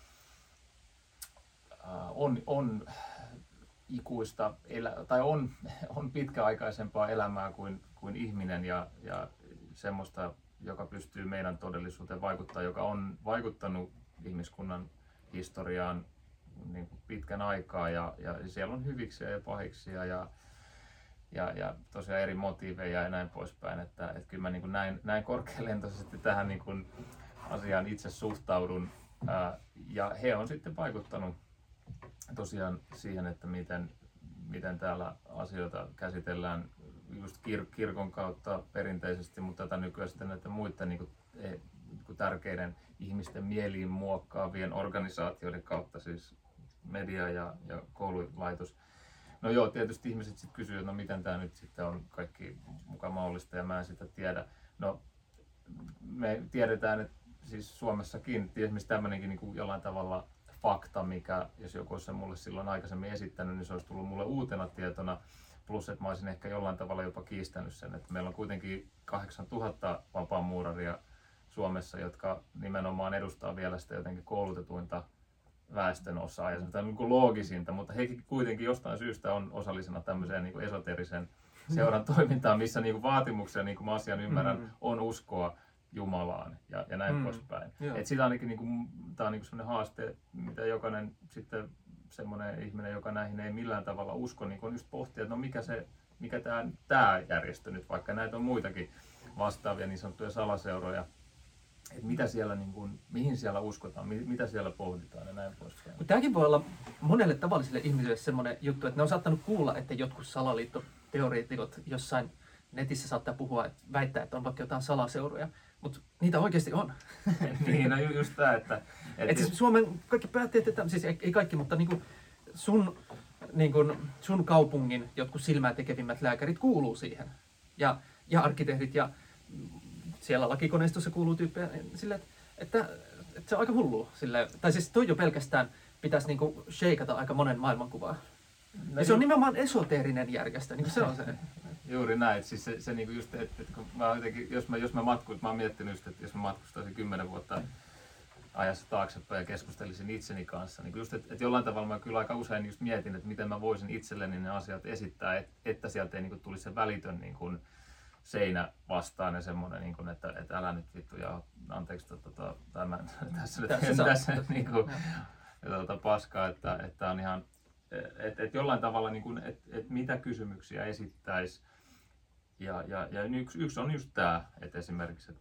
on ikuista tai on pitkäaikaisempaa elämää kuin ihminen ja semmoista, joka pystyy meidän todellisuuteen vaikuttaa, joka on vaikuttanut ihmiskunnan historiaan niin kuin pitkän aikaa ja siellä on hyviksiä ja pahiksia ja tosiaan eri motiiveja ja näin poispäin, että kyllä mä niin kuin näin korkealentoisesti tähän niin kuin asiaan itse suhtaudun ja he on sitten vaikuttanut tosiaan siihen, että miten täällä asioita käsitellään just kirkon kautta perinteisesti, mutta tätä nykyään sitten näiden muiden niin kuin tärkeiden ihmisten mieliin muokkaavien organisaatioiden kautta, siis media ja koululaitos. No joo, tietysti ihmiset sitten kysyy, että no miten tämä nyt sitten on kaikki mukaan mahdollista ja mä en sitä tiedä. No me tiedetään, että siis Suomessakin esimerkiksi tämmöinenkin niin kuin jollain tavalla fakta, mikä jos joku olisi mulle silloin aikaisemmin esittänyt, niin se olisi tullut mulle uutena tietona. Plus, että mä olisin ehkä jollain tavalla jopa kiistänyt sen, että meillä on kuitenkin 8000 vapaamuuraria Suomessa, jotka nimenomaan edustaa vielä sitä jotenkin koulutetuinta väestönosaa ja semmoista niin kuin loogisinta, mutta hekin kuitenkin jostain syystä on osallisena tämmöiseen niin kuin esoterisen seuran toimintaan, missä niin kuin vaatimuksia, niin kuin mä asian ymmärrän, on uskoa Jumalaan ja näin poispäin. Et sitä ainakin niin kuin, tää on niin kuin semmoinen haaste, mitä jokainen sitten semmoinen ihminen, joka näihin ei millään tavalla usko, niin on just pohtia, että no mikä tämä järjestö nyt, vaikka näitä on muitakin vastaavia niin sanottuja salaseuroja, että mitä siellä, niin kuin, mihin siellä uskotaan, mitä siellä pohditaan ja näin poispäin. Tämäkin voi olla monelle tavalliselle ihmiselle semmoinen juttu, että ne on saattanut kuulla, että jotkut salaliittoteoreetikot jossain netissä saattaa puhua, että väittää, että on vaikka jotain salaseuroja, mutta niitä oikeasti on. Niin, no just tämä, että siis Suomen kaikki päättäjät, että, siis ei kaikki, mutta niin sun kaupungin jotkut silmää tekevimmät lääkärit kuuluu siihen. Ja arkkitehdit ja siellä lakikoneistossa kuuluu tyyppejä silleen, että se on aika hullua. Silleen, tai siis toi jo pelkästään pitäisi niinku shakeata aika monen maailmankuvaa. Ja se on nimenomaan esoteerinen järjestö, niin se on se. Juuri näin, siis se niinku just, että kun mä jotenkin, jos mä oon miettinyt just, että jos mä matkustaisin 10 vuotta ajassa taaksepäin ja keskustelisin itseni kanssa, niin just, että jollain tavalla mä kyllä aika usein just mietin, että miten mä voisin itselleni ne asiat esittää, että sieltä ei niinku tulisi se välitön niinku seinä vastaan ja semmoinen, niinku, että älä nyt vittu ja anteeksi tässä niinku, paskaa, että on ihan, että jollain tavalla niinku, että mitä kysymyksiä esittäisi. Ja yksi on just tämä, että esimerkiksi,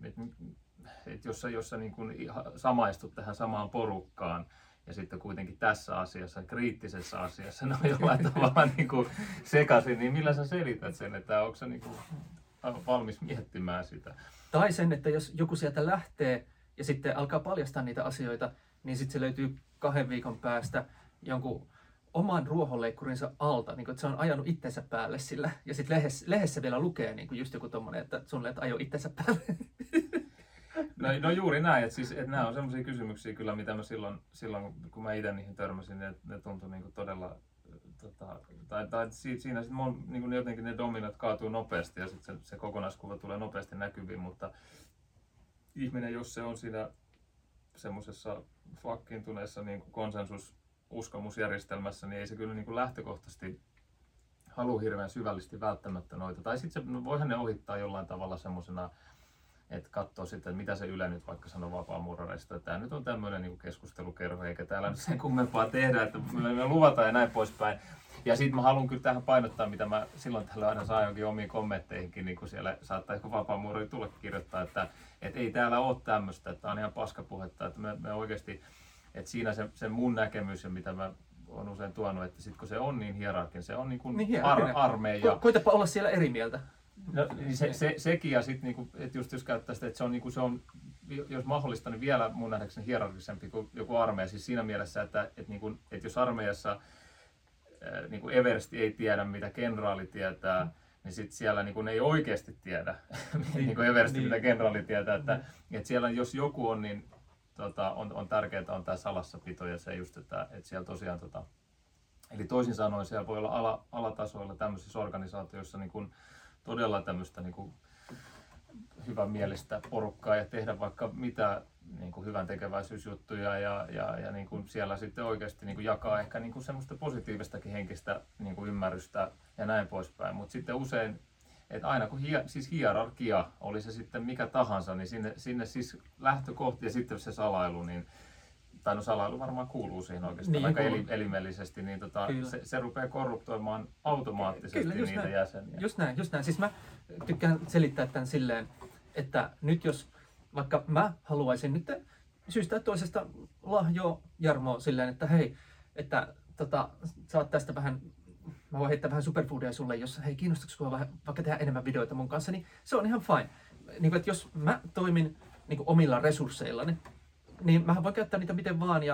että jos sä niin kuin samaistut tähän samaan porukkaan ja sitten kuitenkin tässä asiassa, kriittisessä asiassa, ne on jollain tavalla niin kuin sekaisin, niin millä sä selität sen, että onko sä niin kuin valmis miettimään sitä? Tai sen, että jos joku sieltä lähtee ja sitten alkaa paljastaa niitä asioita, niin sitten se löytyy 2 viikon päästä jonkun oman ruohonleikkurinsa alta, niin kuin, että se on ajanut itsensä päälle sillä. Ja sitten lehdessä vielä lukee niin kuin just joku tommonen, että suunnilleen, että ajo itsensä päälle. No juuri näin, että, siis, että nämä on sellaisia kysymyksiä kyllä, mitä mä silloin kun mä itse niihin törmäsin, niin ne tuntui niin kuin todella, tai siinä sitten niin kuin jotenkin ne dominat kaatuu nopeasti ja sitten se kokonaiskuva tulee nopeasti näkyviin, mutta ihminen, jos se on siinä semmoisessa vakiintuneessa niin kuin konsensususkomusjärjestelmässä, niin ei se kyllä niin kuin lähtökohtaisesti halua hirveän syvällisesti välttämättä noita. Tai sitten voihan ne ohittaa jollain tavalla semmoisena, että katsoo sitten, mitä se Yle nyt vaikka sanoo vapaamuurareista. Tämä nyt on tämmöinen niin kuin keskustelukerho, eikä täällä nyt sen kummempaa tehdä, että me luvataan ja näin poispäin. Ja sitten mä haluan kyllä tähän painottaa, mitä mä silloin tällöin aina saan jonkin omiin kommentteihinkin, niin kun siellä saattaa joku vapaamuurari tulla kirjoittaa, että ei täällä ole tämmöistä, että on ihan paskapuhetta, että me oikeasti, että siinä se mun näkemys ja mitä mä oon usein tuonut, että sit kun se on niin hierarkkinen, se on niin kuin armeija. Koitapa olla siellä eri mieltä. No, niin sekin ja sitten niinku, että just jos käyttää sitä, että se on jos mahdollista, niin vielä mun nähdäkseni hierarkisempi kuin joku armeija. Siis siinä mielessä, että jos armeijassa niinku eversti ei tiedä, mitä kenraali tietää, niin sitten siellä niinku, ne ei oikeasti tiedä, niin kuin eversti mitä kenraali tietää. Että siellä jos joku on, niin on tärkeää on tämä salassapito ja se just, että siellä tosiaan eli toisin sanoen siellä voi olla alatasoilla tämmöisissä organisaatioissa niin kuin todella tämmöistä niin kuin hyvänmielistä porukkaa ja tehdä vaikka mitä niin kuin hyvän tekeväisyysjuttuja ja niin kuin siellä sitten oikeasti niin kuin jakaa ehkä niin kuin semmoista positiivistakin henkistä niin kuin ymmärrystä ja näin poispäin. Mutta sitten usein, että aina kun siis hierarkia oli se sitten mikä tahansa, niin sinne siis lähtökohti ja sitten se salailu, niin tai no salailu varmaan kuuluu siihen oikeastaan niin, aika elimellisesti, niin se rupeaa korruptoimaan automaattisesti kyllä, niitä näin. Jäseniä. Just näin. Siis mä tykkään selittää tämän silleen, että nyt jos vaikka mä haluaisin nyt syystä toisesta lahjoa Jarmoa silleen, että hei, että saat tästä vähän, mä voin heittää vähän superfoodia sulle, jos hei kiinnostatko vaikka tehdä enemmän videoita mun kanssa, niin se on ihan fine. Niin kuin, että jos mä toimin niin kuin omilla resursseillani, niin mähän voin käyttää niitä miten vaan ja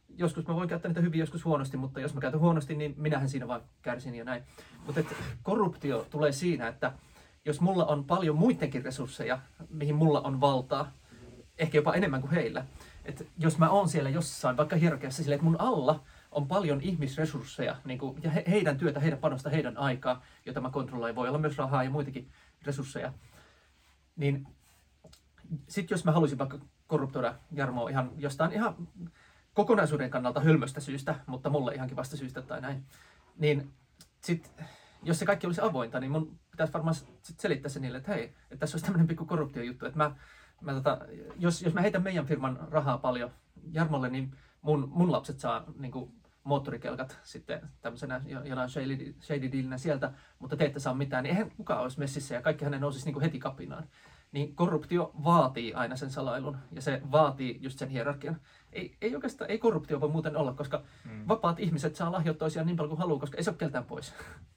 joskus mä voin käyttää niitä hyvin, joskus huonosti, mutta jos mä käytän huonosti, niin minähän siinä vaan kärsin ja näin. Mutta korruptio tulee siinä, että jos mulla on paljon muidenkin resursseja, mihin mulla on valtaa, ehkä jopa enemmän kuin heillä. Että jos mä oon siellä jossain, vaikka hierarkiassa silleen, että mun alla on paljon ihmisresursseja, niin kuin, ja heidän työtä, heidän panosta, heidän aikaa, jota mä kontrolloin, voi olla myös rahaa ja muitakin resursseja, niin sitten jos mä haluaisin vaikka korruptoida Jarmoa ihan jostain ihan kokonaisuuden kannalta hölmöstä syystä, mutta mulle ihan kivasta syystä tai näin, niin sit, jos se kaikki olisi avointa, niin mun pitäisi varmaan sit selittää se niille, että hei, että tässä olisi tämmöinen pikku korruptiojuttu, että jos mä heitän meidän firman rahaa paljon Jarmolle, niin mun lapset saa niin kuin moottorikelkat sitten tämmöisenä jonain shady dealinä sieltä, mutta te ette saa mitään, niin eihän kukaan olisi messissä ja kaikki hänen nousisi niin kuin heti kapinaan. Niin korruptio vaatii aina sen salailun ja se vaatii just sen hierarkian. Ei korruptio voi muuten olla, koska vapaat ihmiset saa lahjoa toisiaan niin paljon kuin haluaa, koska ei se ole keltään pois.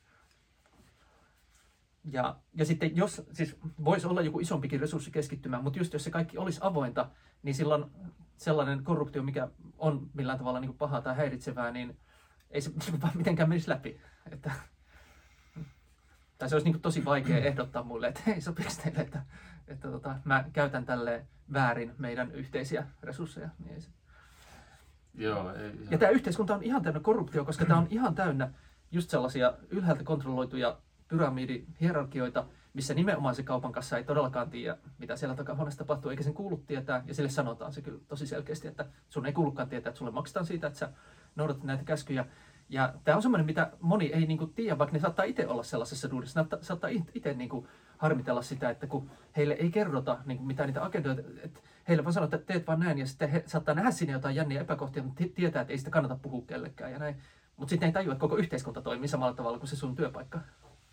Ja sitten jos, siis voisi olla joku isompikin resurssikeskittymä, mutta just jos se kaikki olisi avointa, niin silloin sellainen korruptio, mikä on millään tavalla niin kuin pahaa tai häiritsevää, niin ei se vaan mitenkään menisi läpi. Tai se olisi niin kuin tosi vaikea ehdottaa muille, että hei, sopiiko teille, että mä käytän tälleen väärin meidän yhteisiä resursseja. Niin ei se. Joo, ja tämä yhteiskunta on ihan täynnä korruptio, koska tämä on ihan täynnä just sellaisia ylhäältä kontrolloituja pyramidihierarkioita, missä nimenomaan se kaupan kassa ei todellakaan tiedä, mitä siellä takahuoneessa tapahtuu, eikä sen kuulu tietää, ja sille sanotaan se kyllä tosi selkeästi, että sun ei kuulukaan tietää, että sulle maksetaan siitä, että sä noudatat näitä käskyjä. Ja tämä on semmoinen, mitä moni ei niinku tiedä, vaikka ne saattaa itse olla sellaisessa duudissa, ne saattaa itse niinku harmitella sitä, että kun heille ei kerrota niinku mitään niitä agendoita, että heille vaan sanotaan, että teet vaan näin, ja sitten he saattaa nähdä siinä jotain jänniä epäkohtia, mutta tietää, että ei sitä kannata puhua kellekään ja näin. Mutta sitten ei tajua, että koko yhteiskunta toimii samalla tavalla kuin se sun työpaikka.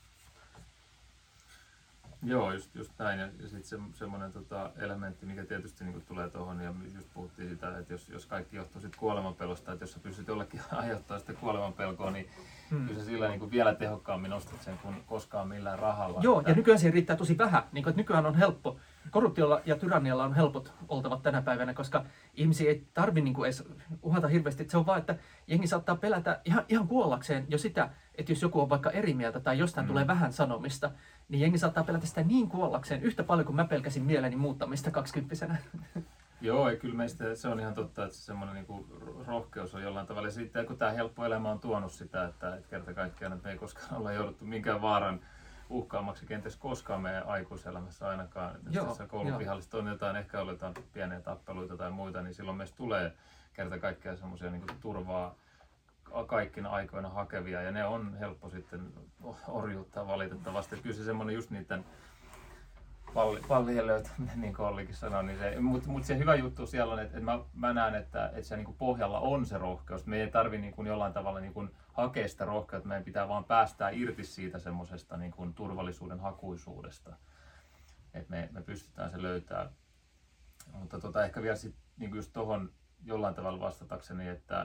Joo, just näin. Ja sitten semmoinen elementti, mikä tietysti niin tulee tuohon, ja just puhuttiin sitä, että jos kaikki johtuu sitten kuolemanpelosta, että jos sä pystyt jollekin aiheuttamaan sitä kuolemanpelkoa, niin kyllä sä sillä niin vielä tehokkaammin nostat sen kuin koskaan millään rahalla. Joo, ja nykyään siihen riittää tosi vähän. Niin että nykyään on helppo. Korruptiolla ja tyrannialla on helpot oltavat tänä päivänä, koska ihmisiä ei tarvitse niin edes uhata hirveästi. Se on vaan, että jengi saattaa pelätä ihan kuollakseen jo sitä, että jos joku on vaikka eri mieltä tai jostain tulee vähän sanomista, niin jengi saattaa pelätä sitä niin kuollakseen yhtä paljon kuin mä pelkäsin mieleni muuttamista 20-vuotiaana. Joo, ja kyllä meistä se on ihan totta, että semmoinen niin rohkeus on jollain tavalla. Ja sitten kun tämä helppo elämä on tuonut sitä, että kerta kaikkiaan, että me ei koskaan olla jouduttu minkään vaaran uhkaamaksi kenties koskaan meidän aikuiselämässä ainakaan. Jos tässä koulupihallista on jotain, ehkä on jotain pieniä tappeluita tai muita, niin silloin meistä tulee kerta kaikkiaan semmoisia niin turvaa kaikkina aikoina hakevia, ja ne on helppo sitten orjuuttaa valitettavasti. Kyllä se semmoinen just niiden pallien löytä, niin kuin Ollikin sanoi, niin mutta se hyvä juttu siellä on, että mä näen, että se niin kuin pohjalla on se rohkeus. Me ei tarvitse niin kuin jollain tavalla niin kuin hakea sitä rohkeutta, meidän pitää vaan päästää irti siitä semmoisesta niin kuin turvallisuuden hakuisuudesta. Että me pystytään se löytämään. Mutta ehkä vielä sitten niin kuin just tuohon jollain tavalla vastatakseni,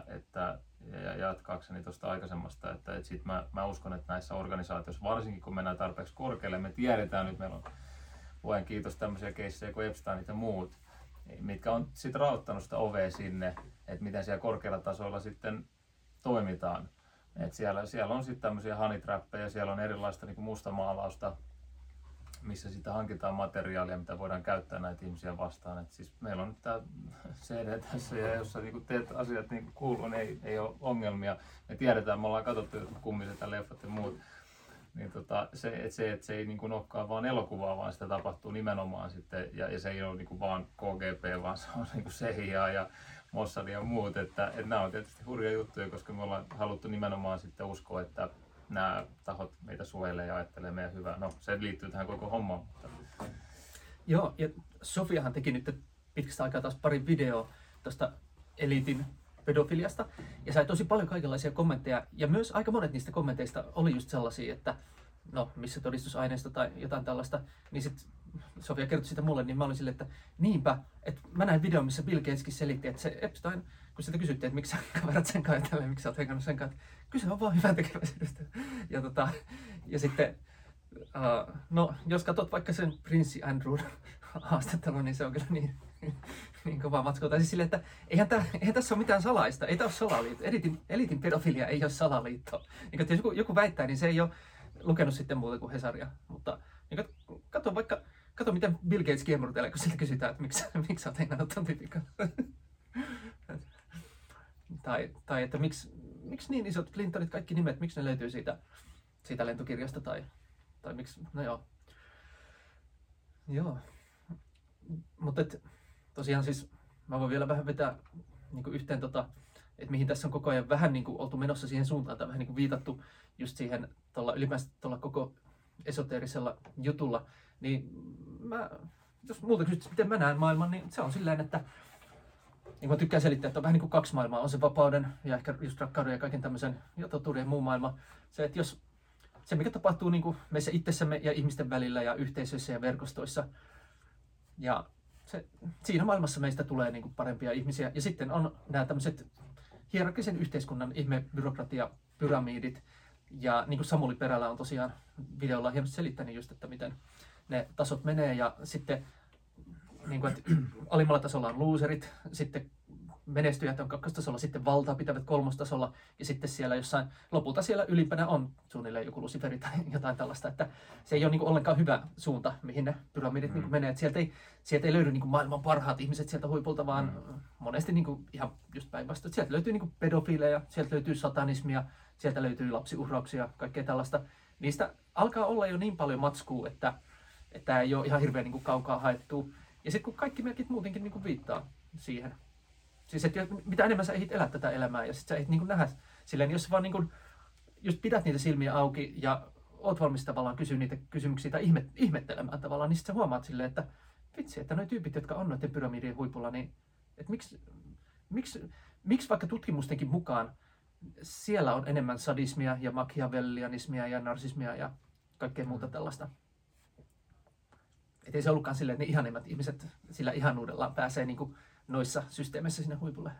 ja jatkaakseni tuosta aikaisemmasta, että sit mä uskon, että näissä organisaatioissa, varsinkin kun mennään tarpeeksi korkealle, me tiedetään nyt, meillä on luojan kiitos tämmöisiä keissejä kuin Epsteinit ja muut, mitkä on sitten raottanut sitä ovea sinne, että miten siellä korkealla tasolla sitten toimitaan. Et siellä on sitten tämmöisiä honeytrappeja, siellä on erilaista niin kuin mustamaalausta, missä sitä hankitaan materiaalia, mitä voidaan käyttää näitä ihmisiä vastaan. Et siis meillä on nyt tämä CD tässä, ja jos sä niin teet asiat niin kuin kuuluu, niin ei ole ongelmia. Me tiedetään, me ollaan katsottu jotkut Kummiset ja leffat ja muut. Niin se ei niin kuin olekaan vaan elokuvaa, vaan sitä tapahtuu nimenomaan sitten, ja se ei ole niin kuin vaan KGB, vaan se on niin kuin CIA ja Mossad ja muut. Että nämä on tietysti hurja juttuja, koska me ollaan haluttu nimenomaan sitten uskoa, että nämä tahot meitä suojelee ja ajattelee meidän hyvää. No, se liittyy tähän koko hommaan. Mutta... Joo, ja Sofiahan teki nyt pitkästä aikaa taas pari videoa tuosta eliitin pedofiliasta, ja sai tosi paljon kaikenlaisia kommentteja, ja myös aika monet niistä kommenteista oli just sellaisia, että no, missä todistusaineisto tai jotain tällaista, niin sitten Sofia kertoi sitä mulle, niin mä olin silleen, että niinpä, että mä näin videon, missä Bill Gateskin selitti, että se Epstein, kun sitä kysyttiin, että miksi sä kaverat sen kanssa tällä, miksi sä oot hengannut sen kanssa, kyse on vaan hyvän tekeväisyydestä. Ja sitten, no, jos katsot vaikka sen prinssi Andrewn haastattelun, niin se on kyllä niin kovaa matskua. Tai siis silleen, että eihän tässä ole mitään salaista, ei tämä ole salaliitto. Eliitin pedofilia ei ole salaliitto. Niin, että jos joku väittää, niin se ei ole lukenut sitten muuta kuin Hesaria. Mutta niin, kato miten Bill Gates kiemurtelee, kun siltä kysytään, että miksi sä oot hengannut ton typikan. tai että miksi niin isot Clintonit, kaikki nimet, miksi ne löytyy siitä lentokirjasta tai miksi, no joo. Joo. Mutta tosiaan siis mä voin vielä vähän vetää niin yhteen, että mihin tässä on koko ajan vähän niin oltu menossa siihen suuntaan, tai vähän niin viitattu just siihen ylipäänsä tuolla koko esoteerisella jutulla, niin jos multa kysyt, miten mä näen maailman, niin se on silleen, että niin mä tykkään selittää, että on vähän niin kuin kaksi maailmaa. On se vapauden ja ehkä just rakkauden ja kaiken tämmöisen ja totuuden ja muu maailma. Se, että jos se, mikä tapahtuu niin kuin meissä itsessämme ja ihmisten välillä ja yhteisöissä ja verkostoissa, ja siinä maailmassa meistä tulee niin kuin parempia ihmisiä. Ja sitten on nämä tämmöiset hierarkkisen yhteiskunnan ihmebyrokratia, pyramidit. Ja niin kuin Samuli Perälä on tosiaan videolla hienosti selittänyt just, että miten ne tasot menee. Ja sitten niin kuin, että alimmalla tasolla on loserit, sitten menestyjät on kakkostasolla, sitten valtaa pitävät kolmostasolla ja sitten siellä jossain, lopulta siellä ylimpänä on suunnilleen joku Luciferi tai jotain tällaista, että se ei ole niin kuin ollenkaan hyvä suunta, mihin ne pyramidit niin kuin menee. Että sieltä ei löydy niin kuin maailman parhaat ihmiset sieltä huipulta, vaan monesti niin kuin ihan just päinvastoin. Sieltä löytyy niin kuin pedofiileja, sieltä löytyy satanismia, sieltä löytyy lapsiuhrauksia, kaikkea tällaista. Niistä alkaa olla jo niin paljon matskua, että ei ole ihan hirveän niin kuin kaukaa haettua. Ja sitten kun kaikki merkit muutenkin niin kuin viittaa siihen. Siis että mitä enemmän sä ehdit elää tätä elämää ja sit sä ehdit niin kuin nähdä silleen, jos sä vaan niin kuin, just pidät niitä silmiä auki ja oot valmis tavallaan kysyä niitä kysymyksiä tai ihmettelemään tavallaan, niin sit sä huomaat silleen, että vitsi, että noi tyypit, jotka on noiden pyramidien huipulla, niin että miksi vaikka tutkimustenkin mukaan siellä on enemmän sadismia ja machiavellianismia ja narsismia ja kaikkea muuta tällaista. Että ei se ollutkaan silleen, että ne ihanimmat ihmiset sillä ihanuudellaan pääsee niin kuin noissa systeemeissä sinne huipulle.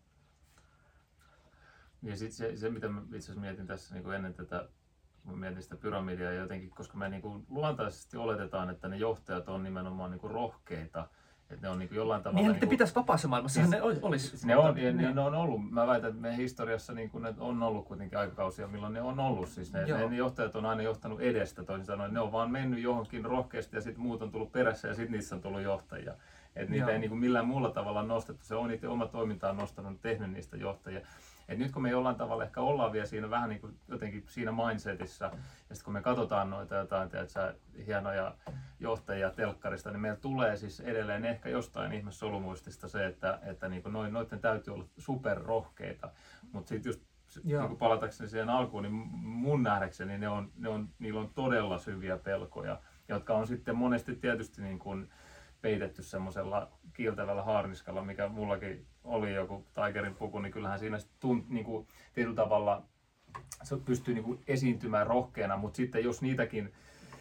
Ja sitten se, mitä mä itse asiassa mietin tässä niin kuin ennen tätä, kun mietin sitä pyramidia jotenkin, koska me niin kuin luontaisesti oletetaan, että ne johtajat on nimenomaan niin kuin rohkeita. Että ne on niin jollain tavalla... Niin, että pitäisi vapaassa maailmassa, ne olisi. Ne on ollut. Mä väitän, että meidän historiassa niin ne on ollut kuitenkin aikakausia, milloin ne on ollut. Siis ne johtajat on aina johtanut edestä, toisin sanoen. Ne on vaan mennyt johonkin rohkeasti ja sitten muut on tullut perässä ja sitten niissä on tullut johtajia. Että niitä ei niin kuin millään muulla tavalla nostettu. Se on niiden oma toimintaan nostanut, tehnyt niistä johtajia. Et nyt kun me jollain tavalla ehkä ollaan vielä siinä vähän niin kuin jotenkin siinä mindsetissä, ja sitten kun me katsotaan noita jotain hienoja johtajia telkkarista, niin meillä tulee siis edelleen ehkä jostain ihme solumuistista se, että niin kuin noiden täytyy olla superrohkeita. Mutta sitten just niin kuin palatakseni siihen alkuun, niin mun nähdäkseni niillä on todella syviä pelkoja, jotka on sitten monesti tietysti niin kuin peitetty semmoisella kiiltävällä haarniskalla, mikä mullakin oli joku Tigerin puku, niin kyllähän siinä niin tietyllä tavalla se pystyy niin kuin esiintymään rohkeana, mutta sitten jos niitäkin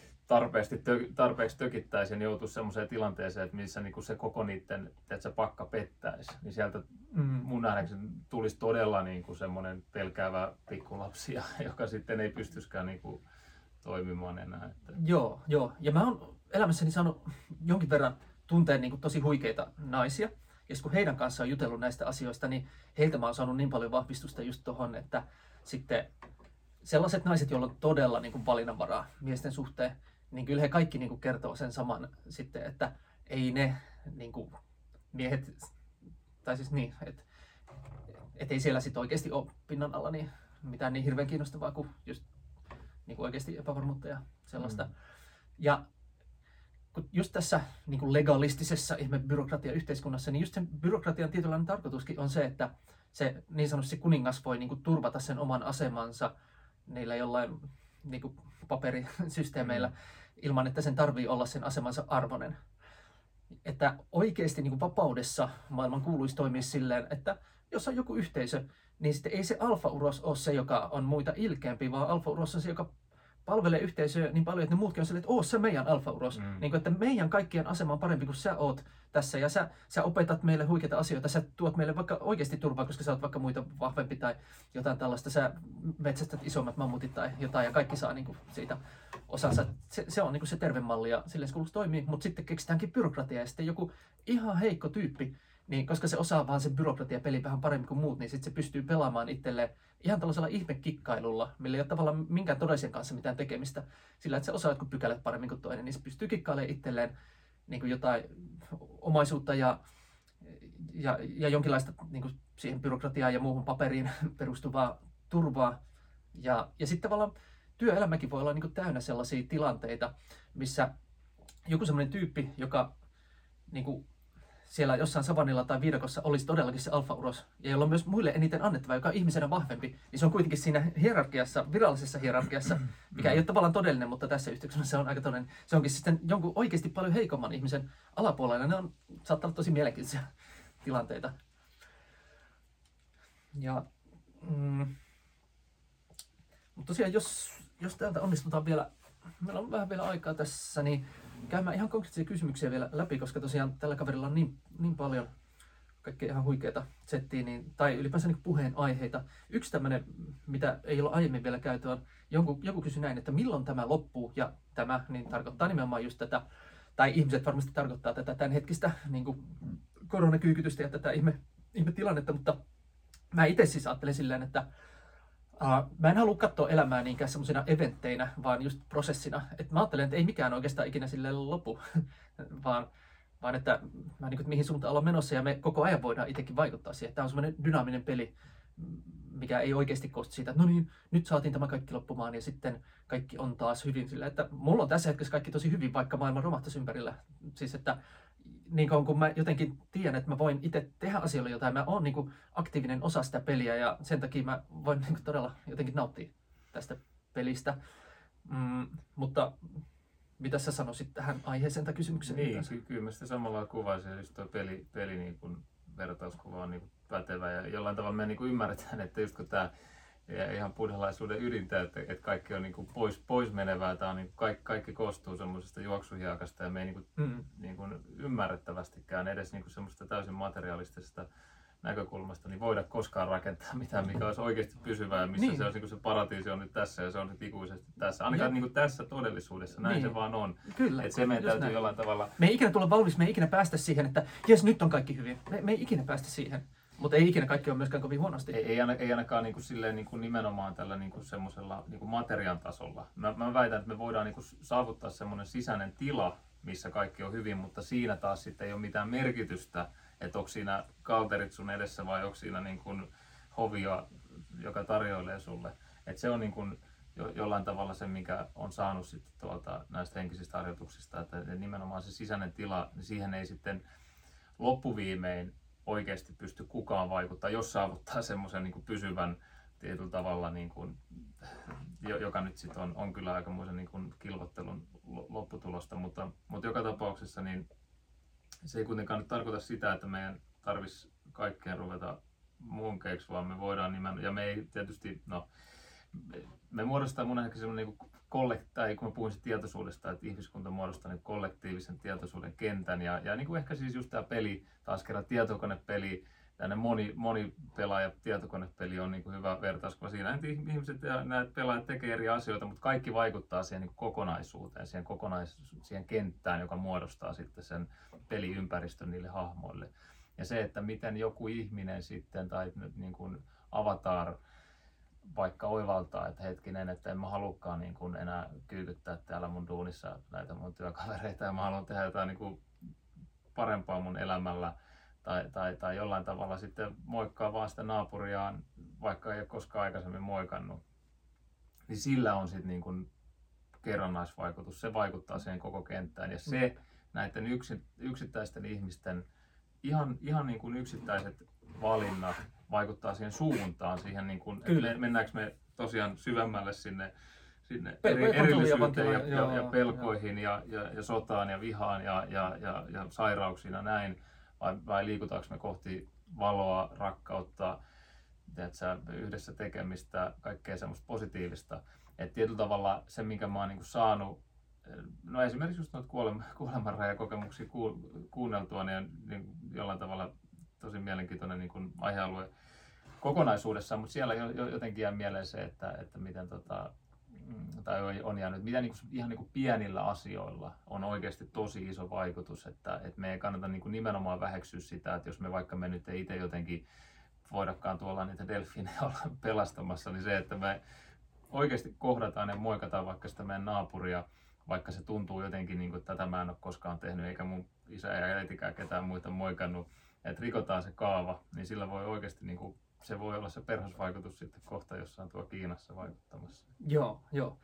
tarpeeksi tökittäisiin, niin joutuisi semmoiseen tilanteeseen, että missä niin kuin se koko niiden pakka pettäisi, niin sieltä mun nähdäkseni tulisi todella niin kuin semmoinen pelkäävä pikkulapsi, joka sitten ei pystyisikään niin kuin toimimaan enää. Että... Joo, ja mä oon elämässäni saanut jonkin verran tunteen niin kuin tosi huikeita naisia. Ja kun heidän kanssaan on jutellut näistä asioista, niin heiltä mä oon saanut niin paljon vahvistusta just tohon, että sitten sellaiset naiset, joilla on todella niin kuin valinnanvaraa miesten suhteen, niin kyllä he kaikki niin kuin kertoo sen saman sitten, että ei ne niin kuin miehet, tai siis niin, että ei siellä sitten oikeasti ole pinnan alla niin mitään niin hirveän kiinnostavaa kuin just niin kuin oikeasti epävarmuutta ja sellaista. Ja just tässä niin kuin legalistisessa byrokratia-yhteiskunnassa, niin just sen byrokratian tietynlainen tarkoituskin on se, että se niin sanotusti kuningas voi niin kuin turvata sen oman asemansa niillä jollain niin kuin paperisysteemeillä ilman, että sen tarvii olla sen asemansa arvoinen. Että oikeasti niin kuin vapaudessa maailman kuuluisi toimia silleen, että jos on joku yhteisö, niin sitten ei se alfa-uros ole se, joka on muita ilkeämpi, vaan alfa-uros on se, joka palvelee yhteisöä niin paljon, että ne muutkin on silleen, että oo se meidän alfa-uros. Niin kuin, että meidän kaikkien asema on parempi kuin sä oot tässä ja sä opetat meille huikeita asioita, sä tuot meille vaikka oikeasti turvaa, koska sä oot vaikka muita vahvempi tai jotain tällaista, sä metsästät isommat mammutit tai jotain ja kaikki saa niin kuin siitä osansa. Se on niin kuin se terve malli ja silleen se kuuluisi toimii, mutta sitten keksitäänkin byrokratia ja sitten joku ihan heikko tyyppi, niin koska se osaa vaan sen byrokratiapeli vähän paremmin kuin muut, niin sitten se pystyy pelaamaan itselleen ihan tällaisella ihmekikkailulla, millä ei ole tavallaan minkään todellisen kanssa mitään tekemistä. Sillä, että se osaa jotkut pykälät paremmin kuin toinen, niin se pystyy kikkailemaan itselleen niin kuin jotain omaisuutta ja jonkinlaista niin kuin siihen byrokratiaan ja muuhun paperiin perustuvaa turvaa. Ja sitten tavallaan työelämäkin voi olla niin kuin täynnä sellaisia tilanteita, missä joku semmoinen tyyppi, joka niin kuin siellä jossain savannilla tai viidakossa olisi todellakin se alfa-uros, ja jolla on myös muille eniten annettava, joka on ihmisenä vahvempi, niin se on kuitenkin siinä hierarkiassa, virallisessa hierarkiassa, mikä ei ole tavallaan todellinen, mutta tässä yhteydessä se on aika todellinen. Se onkin sitten jonkun oikeasti paljon heikomman ihmisen alapuolella. Ne on saattaa olla tosi mielenkiintoisia tilanteita. Ja, mutta tosiaan, jos täältä onnistutaan vielä, meillä on vähän vielä aikaa tässä, niin käymään ihan konkreettisia kysymyksiä vielä läpi, koska tosiaan tällä kaverilla on niin paljon kaikkea ihan huikeita settiä, tai ylipäänsä niin puheenaiheita. Yksi tämmöinen, mitä ei ole aiemmin vielä käyty, on joku kysyi näin, että milloin tämä loppuu, ja tämä niin tarkoittaa nimenomaan just tätä, tai ihmiset varmasti tarkoittaa tätä tämänhetkistä niin kuin koronakyykytystä ja tätä ihmetilannetta, mutta mä itse siis ajattelen silleen, että mä en halua katsoa elämää niinkään semmoisena eventteinä, vaan just prosessina. Et mä ajattelen, että ei mikään oikeastaan ikinä silleen lopu, vaan että mihin suuntaan ollaan menossa ja me koko ajan voidaan itsekin vaikuttaa siihen. Tämä on semmoinen dynaaminen peli, mikä ei oikeasti koostu siitä, että no niin, nyt saatiin tämä kaikki loppumaan ja sitten kaikki on taas hyvin. Sillä, että mulla on tässä hetkessä kaikki tosi hyvin, vaikka maailma romahtaisi ympärillä. Siis että niin kauan kun mä jotenkin tiedän, että mä voin itse tehdä asioille jotain, mä oon niin aktiivinen osa sitä peliä ja sen takia mä voin niin todella jotenkin nauttia tästä pelistä. Mutta mitä sä sanoisit tähän aiheeseen tai kysymykseen? Niin, kyllä mä sitä samalla kuvaisin, just tuo peli niin kuin vertauskuva on niin kuin pätevä ja jollain tavalla me niin kuin ymmärretään, että just kun tämä ihan buddhalaisuuden ydintä, että kaikki on niin kuin pois menevää, tämä on niin kuin kaikki koostuu semmoisesta juoksuhiekasta ja me ei niin kuin ymmärrettävästikään edes niin kuin semmoista täysin materialistisesta näkökulmasta niin voida koskaan rakentaa mitään, mikä olisi oikeasti pysyvää ja missä se olisi niin kuin se paratiisi on nyt tässä ja se on nyt ikuisesti tässä. Ainakaan niin kuin tässä todellisuudessa, näin se vaan on. Kyllä, että se meidän täytyy näin jollain tavalla... Me ei ikinä tulla valmis, me ei ikinä päästä siihen, että jes, nyt on kaikki hyvin. Me ei ikinä päästä siihen. Mutta ei ikinä kaikki ole myöskään kovin huonosti. Ei ainakaan niin kuin silleen, niin kuin nimenomaan tällä niin kuin semmoisella niin kuin materian tasolla. Mä väitän, että me voidaan niin kuin saavuttaa semmoinen sisäinen tila, missä kaikki on hyvin, mutta siinä taas sitten ei ole mitään merkitystä, että onko siinä kalterit sun edessä vai onko siinä niin kuin hovia, joka tarjoilee sulle. Että se on niin kuin jollain tavalla se, mikä on saanut sitten tuolta näistä henkisistä harjoituksista, että nimenomaan se sisäinen tila, niin siihen ei sitten loppuviimein oikeasti pysty kukaan vaikuttaa, jos saavuttaa semmoisen niin kuin pysyvän tietyllä tavalla, niin kuin, joka nyt sitten on kyllä aikamoisen niin kuin kilvottelun lopputulosta, mutta joka tapauksessa niin se ei kuitenkaan nyt tarkoita sitä, että meidän tarvitsisi kaikkeen ruveta munkeiksi, vaan me voidaan nimenomaan, ja me ei tietysti, me muodostaa mun ehkä semmoinen niin tai kun mä puhuin tietoisuudesta, että ihmiskunta muodostaa niin kollektiivisen tietoisuuden kentän ja niin kuin ehkä siis just tämä peli, taas kerran tietokonepeli, tämmöinen monipelaaja tietokonepeli on niin kuin hyvä vertauskuva siinä, että ihmiset ja nämä pelaajat tekee eri asioita, mutta kaikki vaikuttaa siihen niin kokonaisuuteen, siihen kenttään, joka muodostaa sitten sen peliympäristön niille hahmoille. Ja se, että miten joku ihminen sitten tai niin kuin avatar vaikka oivaltaa, että hetkinen, että en mä halukkaan niin kuin enää kyykyttää täällä mun duunissa näitä mun työkavereita ja mä haluan tehdä jotain niin kuin parempaa mun elämällä tai jollain tavalla sitten moikkaa vaan sitä naapuriaan, vaikka ei ole koskaan aikaisemmin moikannut. Niin sillä on sitten niin kuin kerrannaisvaikutus, se vaikuttaa siihen koko kenttään ja se näiden yksittäisten ihmisten ihan niin kuin yksittäiset valinnat vaikuttaa siihen suuntaan, siihen niin kuin, että mennäänkö me tosiaan syvemmälle sinne erillisyyteen ja pelkoihin ja sotaan ja vihaan ja sairauksiin ja näin, vai liikutaanko me kohti valoa, rakkautta, yhdessä tekemistä, kaikkea semmoista positiivista. Et tietyllä tavalla se, minkä mä oon niin kuin saanut, no esimerkiksi just noita kuolemanrajakokemuksia kuunneltua, niin jollain tavalla tosi mielenkiintoinen niin kuin aihealue kokonaisuudessaan, mutta siellä jotenkin jää mieleen se, että miten tai on jäänyt, mitä niin kuin, ihan niin kuin pienillä asioilla on oikeasti tosi iso vaikutus, että me ei kannata niin kuin nimenomaan väheksyä sitä, että jos me nyt ei itse jotenkin voidakaan tuolla niitä delfiinejä olla pelastamassa, niin se, että me oikeasti kohdataan ja moikataan vaikka sitä meidän naapuria, vaikka se tuntuu jotenkin, niin kuin, että tätä mä en ole koskaan tehnyt, eikä mun isä ja äitikään ketään muita moikannut, että rikotaan se kaava, niin sillä voi oikeasti, niin kuin, se voi olla se perhosvaikutus sitten kohta jossain tuo Kiinassa vaikuttamassa. Joo.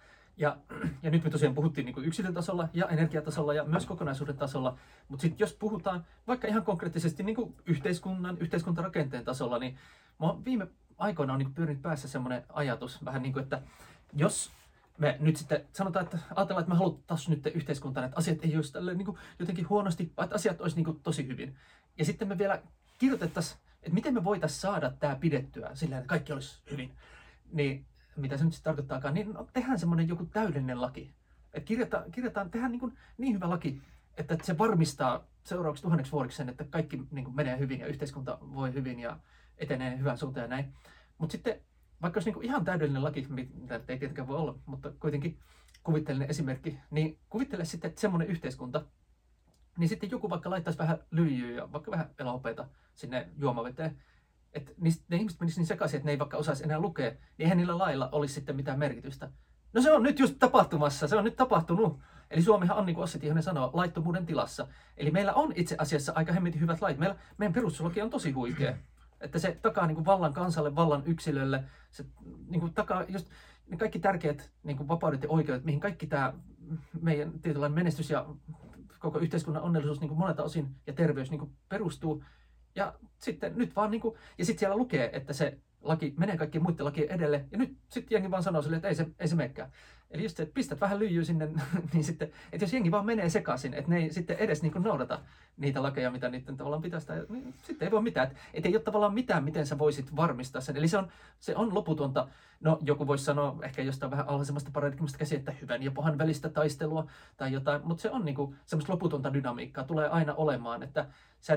Ja nyt me tosiaan puhuttiin niin kuin yksilötasolla ja energiatasolla ja myös kokonaisuuden tasolla, mutta sitten jos puhutaan vaikka ihan konkreettisesti niin kuin yhteiskuntarakenteen tasolla, niin viime aikoina on niin kuin pyörinyt päässä semmoinen ajatus vähän niin kuin, että jos me nyt sitten sanotaan, että ajatellaan, että me haluttaisiin nyt yhteiskuntaan, että asiat ei olisi tälleen niin kuin jotenkin huonosti, vaan että asiat olisi niin kuin tosi hyvin. Ja sitten me vielä kirjoitettaisiin, että miten me voitaisiin saada tämä pidettyä sillä, että kaikki olisi hyvin. Niin mitä se nyt sitten tarkoittaakaan, niin tehdään semmoinen joku täydellinen laki. Että tehdään niin hyvä laki, että se varmistaa seuraavaksi 1000 vuodeksi sen, että kaikki niin kuin menee hyvin ja yhteiskunta voi hyvin ja etenee hyvään suuntaan ja näin. Mutta sitten vaikka olisi niin kuin ihan täydellinen laki, mitä ei tietenkään voi olla, mutta kuitenkin kuvitteellinen esimerkki, niin kuvittele sitten, että semmoinen yhteiskunta, niin sitten joku vaikka laittaisi vähän lyijyä ja vaikka vähän elohopeata sinne juomaveteen, että ne ihmiset menisivät niin sekaisin, että ne ei vaikka osaisi enää lukea, niin eihän niillä lailla olisi sitten mitään merkitystä. No se on nyt just tapahtumassa, se on nyt tapahtunut. Eli Suomihan on, niin kuin Ossi Tihonen sanoo, laittomuuden tilassa. Eli meillä on itse asiassa aika hemmetin hyvät lait. Meidän perustuslaki on tosi huikea. Että se takaa niin kuin vallan kansalle, vallan yksilölle. Se niin kuin takaa just ne kaikki tärkeät niin kuin vapaudet ja oikeudet, mihin kaikki tämä meidän tietynlainen menestys ja koko yhteiskunnan onnellisuus niin kuin monelta osin ja terveys niin kuin perustuu. Ja sitten nyt vaan niinku, ja sitten siellä lukee, että se laki menee kaikkien muiden lakien edelle, ja nyt sitten jengi vaan sanoo sille, että ei se menekään. Eli just se, että pistät vähän lyijyä sinne, niin sitten, että jos jengi vaan menee sekaisin, että ne ei sitten edes niinku noudata niitä lakeja, mitä niiden tavallaan pitäisi, niin sitten ei voi mitään. Että ei ole tavallaan mitään, miten sä voisit varmistaa sen. Eli se on loputonta, no joku voisi sanoa ehkä jostain vähän alhaisemmasta paradigmasta käsi, että hyvän ja pahan välistä taistelua tai jotain, mutta se on niinku semmoista loputonta dynamiikkaa, tulee aina olemaan, että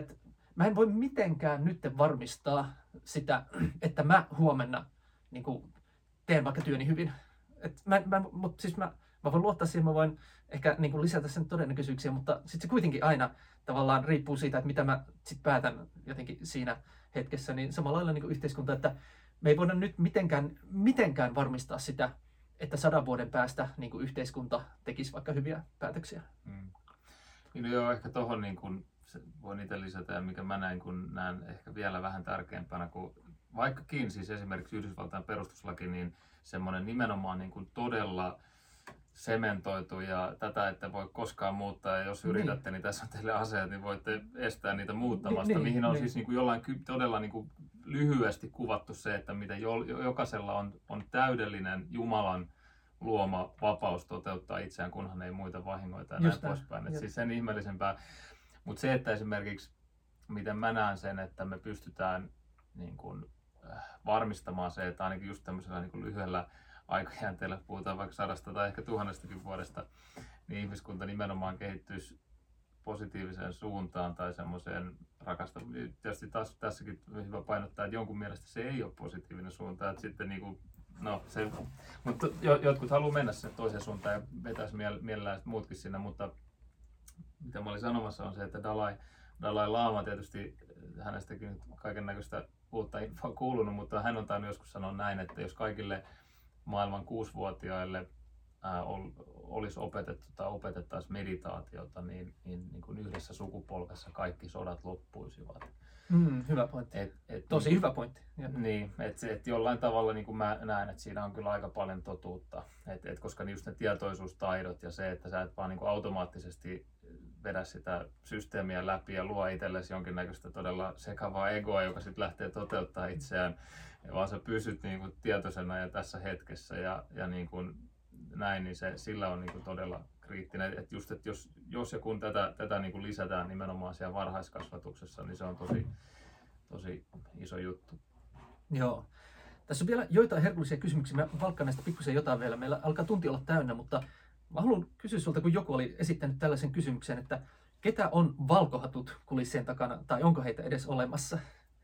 mä en voi mitenkään nyt varmistaa sitä, että mä huomenna niin kuin, teen vaikka työni hyvin. Mutta siis mä voin luottaa siihen, mä voin ehkä niin kuin, lisätä sen todennäköisyyksiä, mutta sitten se kuitenkin aina tavallaan riippuu siitä, että mitä mä sit päätän jotenkin siinä hetkessä. Niin samalla lailla niin kuin yhteiskunta, että me ei voida nyt mitenkään varmistaa sitä, että 100 vuoden päästä niin kuin yhteiskunta tekisi vaikka hyviä päätöksiä. Niin joo, ehkä tuohon niin kun voin itse lisätä, ja mikä mä näen ehkä vielä vähän tärkeämpänä, kuin vaikkakin siis esimerkiksi Yhdysvaltain perustuslaki, niin semmoinen nimenomaan niin kuin todella sementoitu ja tätä ette voi koskaan muuttaa, ja jos yritätte, niin tässä on teille aseet, niin voitte estää niitä muuttamasta, mihin on siis niin kuin jollain todella niin kuin lyhyesti kuvattu se, että miten jokaisella on täydellinen Jumalan luoma vapaus toteuttaa itseään, kunhan ei muita vahingoita ja näin poispäin. Siis sen ihmeellisempää. Mutta se, että esimerkiksi, miten mä näen sen, että me pystytään niin kun, varmistamaan se, että ainakin just tämmöisellä niin kun lyhyellä aikajänteellä, puhutaan vaikka 100 tai ehkä 1000 vuodesta, niin ihmiskunta nimenomaan kehittyisi positiiviseen suuntaan tai semmoiseen rakastavuuteen. Tietysti taas tässäkin on hyvä painottaa, että jonkun mielestä se ei ole positiivinen suunta, että sitten niin kuin, mutta jotkut haluaa mennä sen toiseen suuntaan ja vetäisi mielellään muutkin sinne, mutta mitä mä olin sanomassa on se, että Dalai Lama tietysti, hänestäkin nyt kaiken näköistä uutta infoa kuulunut, mutta hän on tainnut joskus sanoa näin, että jos kaikille maailman 6-vuotiaille olisi opetettu tai opetettaisiin meditaatiota, niin kuin yhdessä sukupolvessa kaikki sodat loppuisivat. Hyvä pointti. Tosi hyvä pointti. Niin, että jollain tavalla niin kuin mä näen, että siinä on kyllä aika paljon totuutta. Koska just ne tietoisuustaidot ja se, että sä et vaan niin kuin automaattisesti vedä sitä systeemiä läpi ja luo itsellesi jonkinnäköistä todella sekavaa egoa, joka sitten lähtee toteuttaa itseään, vaan sä pysyt niin kuin tietoisena ja tässä hetkessä ja niin kuin näin, niin sillä on niin kuin todella kriittinen. Että just, että jos ja kun tätä niin kuin lisätään nimenomaan siellä varhaiskasvatuksessa, niin se on tosi iso juttu. Joo. Tässä on vielä joitain herkullisia kysymyksiä. Mä valkkaan näistä pikkusen jotain vielä. Meillä alkaa tunti olla täynnä, mutta mä haluan kysyä sulta, kun joku oli esittänyt tällaisen kysymyksen, että ketä on valkohatut kulissien takana, tai onko heitä edes olemassa?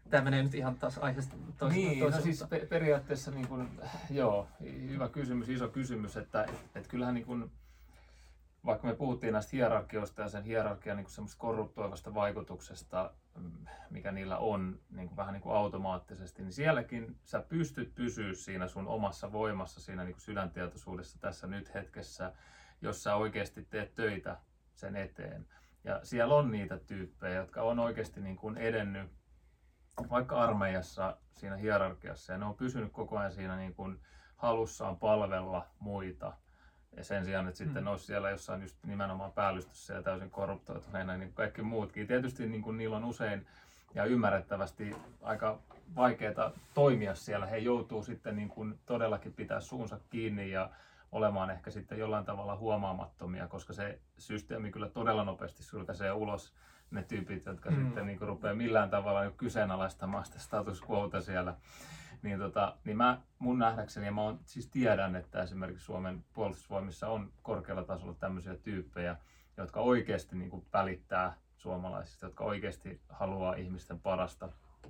Tämä menee nyt ihan taas aiheesta Niin, toiseen. no siis periaatteessa niin kuin, joo, hyvä kysymys, iso kysymys, että kyllähän niin kuin, vaikka me puhuttiin näistä hierarkioista ja sen hierarkian niin semmoista korruptoivasta vaikutuksesta, mikä niillä on niin kuin vähän niin kuin automaattisesti, niin sielläkin sä pystyt pysyä siinä sun omassa voimassa, siinä niin kuin sydäntietoisuudessa tässä nyt hetkessä, jos sä oikeasti teet töitä sen eteen. Ja siellä on niitä tyyppejä, jotka on oikeasti niin kuin edennyt vaikka armeijassa siinä hierarkiassa, ja ne on pysynyt koko ajan siinä niin kuin halussaan palvella muita. Ja sen sijaan, että sitten olisi siellä jossain just nimenomaan päällystössä ja täysin korruptoituneena, niin kaikki muutkin. Tietysti niin kuin niillä on usein ja ymmärrettävästi aika vaikeaa toimia siellä. He joutuu sitten niin kuin todellakin pitää suunsa kiinni ja olemaan ehkä sitten jollain tavalla huomaamattomia, koska se systeemi kyllä todella nopeasti sulkaisee ulos ne tyypit, jotka sitten niin kuin rupeaa millään tavalla niin kyseenalaistamaan sitä status quota siellä. Niin mun nähdäkseni, ja siis tiedän, että esimerkiksi Suomen puolustusvoimissa on korkealla tasolla tämmöisiä tyyppejä, jotka oikeasti niin kuin välittää suomalaisista, jotka oikeasti haluaa ihmisten parasta.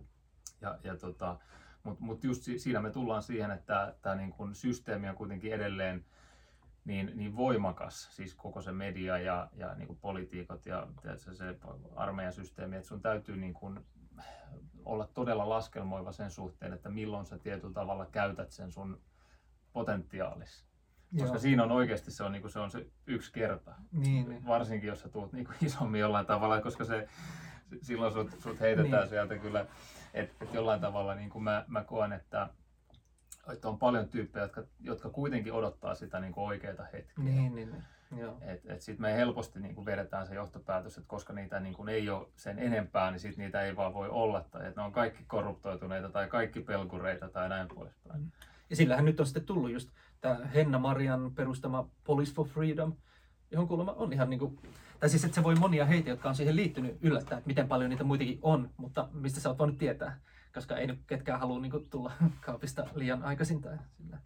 Mutta just siinä me tullaan siihen, että tämä niin kuin systeemi on kuitenkin edelleen niin voimakas, siis koko se media ja niin kuin politiikot ja se armeijan systeemi, että sun täytyy niin kuin olla todella laskelmoiva sen suhteen, että milloin sä tietyllä tavalla käytät sen sun potentiaalis. Koska siinä on oikeasti se on se yksi kerta. Niin. Varsinkin jos sä tuut niin kuin isommin jollain tavalla, koska silloin sut heitetään sieltä kyllä. Että jollain tavalla niin kuin mä koen, että on paljon tyyppejä, jotka kuitenkin odottaa sitä niin kuin oikeaa hetkeä. Niin. Sitten me helposti niin kuin vedetään se johtopäätös, että koska niitä niin kuin ei ole sen enempää, niin sit niitä ei vaan voi olla. Tai että ne on kaikki korruptoituneita tai kaikki pelkureita tai näin poispäin. Ja sillähän nyt on sitten tullut just tämä Henna-Marian perustama Police for Freedom, johon kuulemma on ihan niin kuin, tai siis että se voi monia heitä, jotka on siihen liittynyt, yllättää, että miten paljon niitä muitakin on, mutta mistä sä oot voinut tietää, koska ei nyt ketkään halua niin kuin tulla kaapista liian aikaisin tai sillä.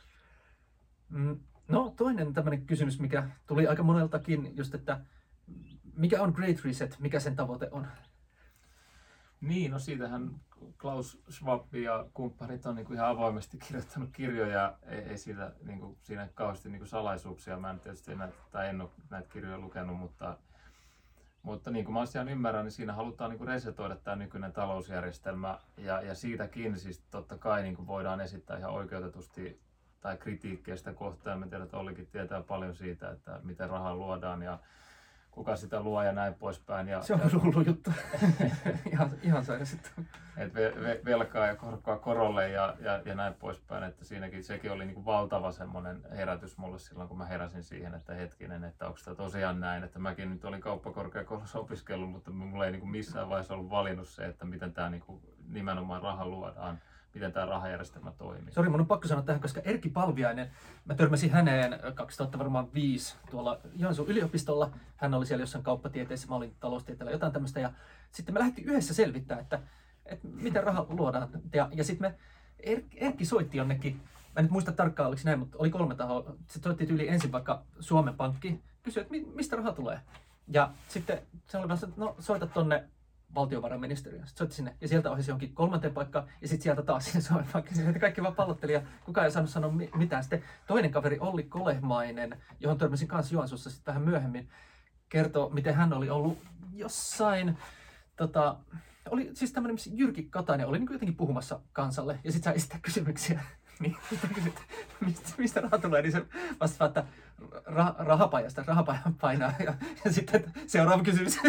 No toinen tämmöinen kysymys, mikä tuli aika moneltakin, just että mikä on Great Reset, mikä sen tavoite on? Niin, no siitähän Klaus Schwab ja kumppanit on niin kuin ihan avoimesti kirjoittanut kirjoja, ei siitä, niin kuin, siinä kauheasti niin kuin salaisuuksia, mä en tietysti en ole näitä kirjoja lukenut, mutta niin kuin mä asian ymmärrän, niin siinä halutaan niin kuin resetoida tämä nykyinen talousjärjestelmä ja siitäkin siis totta kai niin kuin voidaan esittää ihan oikeutetusti tai kritiikkiä sitä kohtaan. Mä tiedän, että Ollikin tietää paljon siitä, että miten rahaa luodaan ja kuka sitä luo ja näin poispäin. Se on hullu juttu. ihan sairasta. Velkaa ja korkoa korolle ja näin poispäin. Että siinäkin sekin oli niin kuin valtava semmoinen herätys mulle silloin, kun mä heräsin siihen, että hetkinen, että onko tämä tosiaan näin. Että mäkin nyt olin kauppakorkeakoulussa opiskellut, mutta mulla ei niin kuin missään vaiheessa ollut valinnut se, että miten tämä niin kuin nimenomaan raha luodaan. Miten tämä rahajärjestelmä toimii. Sori, mun on pakko sanoa tähän, koska Erkki Palviainen, mä törmäsin häneen 2005 tuolla Joensuun yliopistolla. Hän oli siellä jossain kauppatieteessä, mä olin taloustieteellä, jotain tämmöistä. Ja sitten me lähdettiin yhdessä selvittämään, että miten raha luodaan. Ja sitten Erkki soitti jonnekin, mä en nyt muista tarkkaan oliko näin, mutta oli 3 tahoa. Se soitti tyyliin ensin vaikka Suomen Pankki, kysyi, että mistä raha tulee. Ja sitten se oli vaan, että no soita tonne valtiovarainministeriöön. Sitten soitti sinne ja sieltä ohjasi johonkin 3. paikkaan ja sitten sieltä taas sinne Suomen Pankkiin. Kaikki vaan pallotteli ja kukaan ei saanut sanoa mitään. Sitten toinen kaveri Olli Kolehmainen, johon törmäsin kanssa Joensuussa sitten vähän myöhemmin, kertoo, miten hän oli ollut jossain, oli siis tämmöinen, missä Jyrki Katainen oli niin kuin jotenkin puhumassa kansalle ja sitten sai esittää kysymyksiä. Niin, kysyt, mistä raha tulee, niin se vastaa, että rahapajasta, rahapaja painaa ja sitten seuraava kysymys.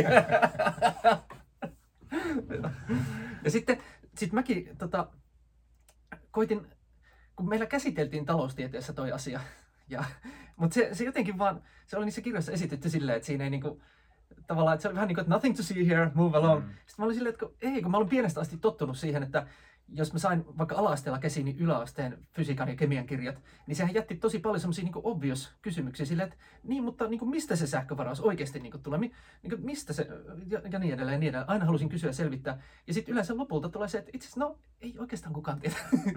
Ja sitten mäkin koitin, kun meillä käsiteltiin taloustieteessä toi asia, mutta se jotenkin vaan, se oli niissä kirjoissa esitetty silleen, että siinä ei niinku, tavallaan, että se oli vähän niin kuin, että nothing to see here, move along. Sitten mä olin silleen, että kun mä olin pienestä asti tottunut siihen, että jos mä sain vaikka ala-asteella käsiini yläasteen fysiikan ja kemian kirjat, niin sehän jätti tosi paljon semmoisia niin obvious kysymyksiä silleen, että niin, mutta niin mistä se sähkövaraus oikeasti niin tulee, mistä se, ja niin edelleen, ja niin edelleen. Aina halusin kysyä ja selvittää. Ja sitten yleensä lopulta tulee se, että itse asiassa, no, ei oikeastaan kukaan tiedä.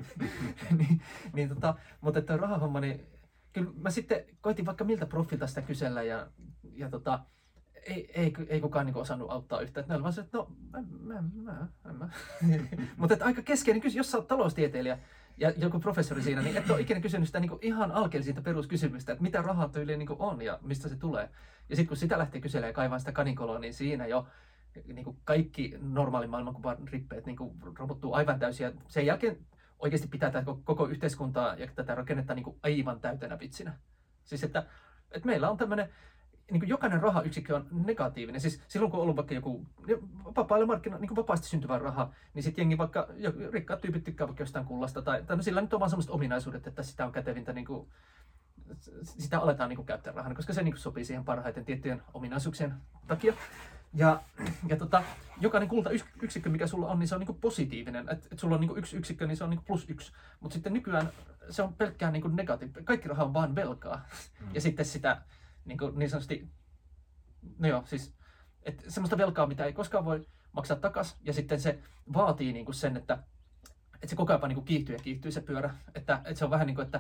Mutta että rahahomma, niin kyllä mä sitten koitin vaikka miltä profilta sitä kysellä, ja ei kukaan niin osannut auttaa yhtään. Että ne oli vaan se, että no, en mä. Mutta aika keskeinen kysymys, jos sä oot taloustieteilijä ja joku professori siinä, niin et ole ikinä kysynyt sitä niin ihan alkeellisinta peruskysymystä, että mitä rahaa tyyliin niin on ja mistä se tulee. Ja sitten kun sitä lähtee kyselemään ja kaivaan sitä kaninkoloa, niin siinä jo niin kaikki normaalin maailmankuvan rippeet niin romuttuu aivan täysin. Ja sen jälkeen oikeasti pitää tätä koko yhteiskuntaa ja tätä rakennetta niin aivan täytenä vitsinä. Siis että meillä on tämmöinen, niin jokainen rahayksikkö on negatiivinen. Siis silloin kun on ollut vaikka joku vapaille markkinoilla, niin vapaasti syntyvä raha, niin sitten jengi vaikka, rikkaat tyypit tykkää vaikka jostain kullasta, tai no sillä nyt on vaan sellaiset ominaisuudet, että sitä on kätevintä, niin kuin, sitä aletaan niin käyttää rahana, koska se niin sopii siihen parhaiten tiettyjen ominaisuuksien takia. Ja jokainen kultayksikkö, mikä sulla on, niin se on niin positiivinen. Et sulla on niin yksi yksikkö, niin se on niin +1. Mutta sitten nykyään se on pelkkää niin negatiivinen. Kaikki raha on vaan velkaa. Ja sitten sitä niin sanotusti, no joo, siis semmoista velkaa, mitä ei koskaan voi maksaa takaisin. Ja sitten se vaatii niin sen, että se koko ajan niin kiihtyy se pyörä. Että se on vähän niin kuin,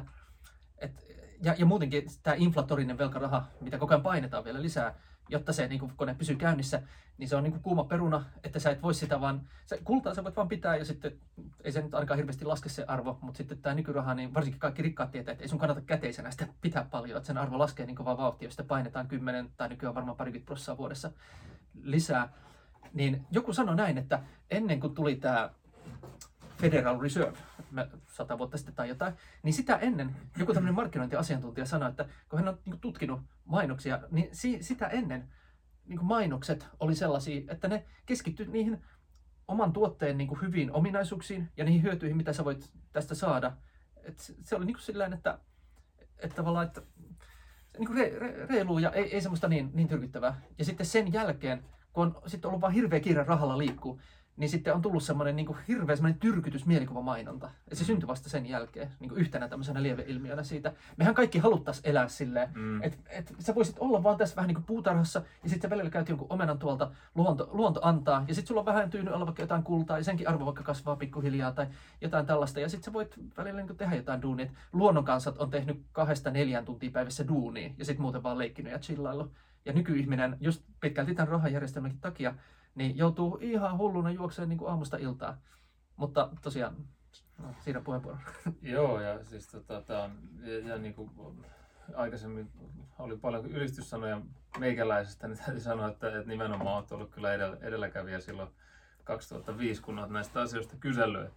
ja muutenkin tämä inflatorinen velkaraha, mitä koko ajan painetaan vielä lisää, jotta se niin kone pysyy käynnissä, niin se on niin kuuma peruna, että sä et voi sitä vaan, kultaa sä voit vaan pitää ja sitten ei se nyt ainakaan hirveästi laske se arvo, mutta sitten tämä nykyraha, niin varsinkin kaikki rikkaat tietää, että ei sun kannata käteisenä sitä pitää paljon, että sen arvo laskee niin kovaa vauhtia, jos sitä painetaan 10 tai nykyään varmaan 20% vuodessa lisää. Niin joku sanoi näin, että ennen kuin tuli tämä Federal Reserve 100 vuotta sitten tai jotain, niin sitä ennen joku tämmöinen markkinointiasiantuntija sanoi, että kun hän on niin tutkinut mainoksia, niin sitä ennen niin mainokset oli sellaisia, että ne keskittyi niihin oman tuotteen niin hyviin ominaisuuksiin ja niihin hyötyihin, mitä sä voit tästä saada. Se oli niin sillä että tavallaan, että niin reilua ja ei semmoista niin tyrkyttävää. Ja sitten sen jälkeen, kun on sitten ollut vaan hirveä kiire rahalla liikkuu, niin sitten on tullut semmoinen niin hirveä semmoinen tyrkytys mielikuvamainonta. Ja se syntyi vasta sen jälkeen niin yhtenä tämmöisenä lieveilmiönä siitä. Mehän kaikki haluttaisiin elää silleen, että sä voisit olla vaan tässä vähän niin kuin puutarhassa, ja sitten sä välillä käyt jonkun omenan tuolta, luonto antaa, ja sitten sulla on vähän tyynyt olla vaikka jotain kultaa, ja senkin arvo vaikka kasvaa pikkuhiljaa tai jotain tällaista, ja sitten sä voit välillä niin tehdä jotain duunia. Luonnon kanssa on tehnyt 2-4 tuntia päivässä duunia, ja sitten muuten vaan leikkinyt ja chillaillut. Ja nykyihminen, just pitkälti tämän rahajärjestelmänkin takia, niin joutuu ihan hulluna juokseen niin kuin aamusta iltaan. Mutta tosiaan, siinä puheenvuoro. Joo, ja siis ja niin kuin aikaisemmin oli paljon ylistyssanoja meikäläisestä, niin täytyy sanoa, että nimenomaan olet ollut kyllä edelläkävijä silloin 2005, kun olet näistä asioista kysellyt.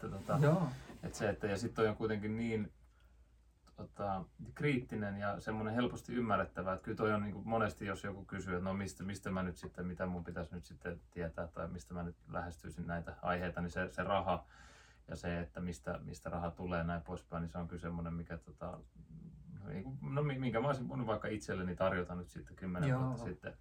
Ja sitten on kuitenkin niin kriittinen ja semmoinen helposti ymmärrettävä, että kyllä toi on niin kuin monesti, jos joku kysyy, että no mistä mä nyt sitten, mitä mun pitäisi nyt sitten tietää tai mistä mä nyt lähestyisin näitä aiheita, niin se raha ja se, että mistä raha tulee näin poispäin, niin se on kyllä semmoinen, mikä no minkä mä olisin voinut vaikka itselleni tarjota nyt sitten 10 vuotta sitten.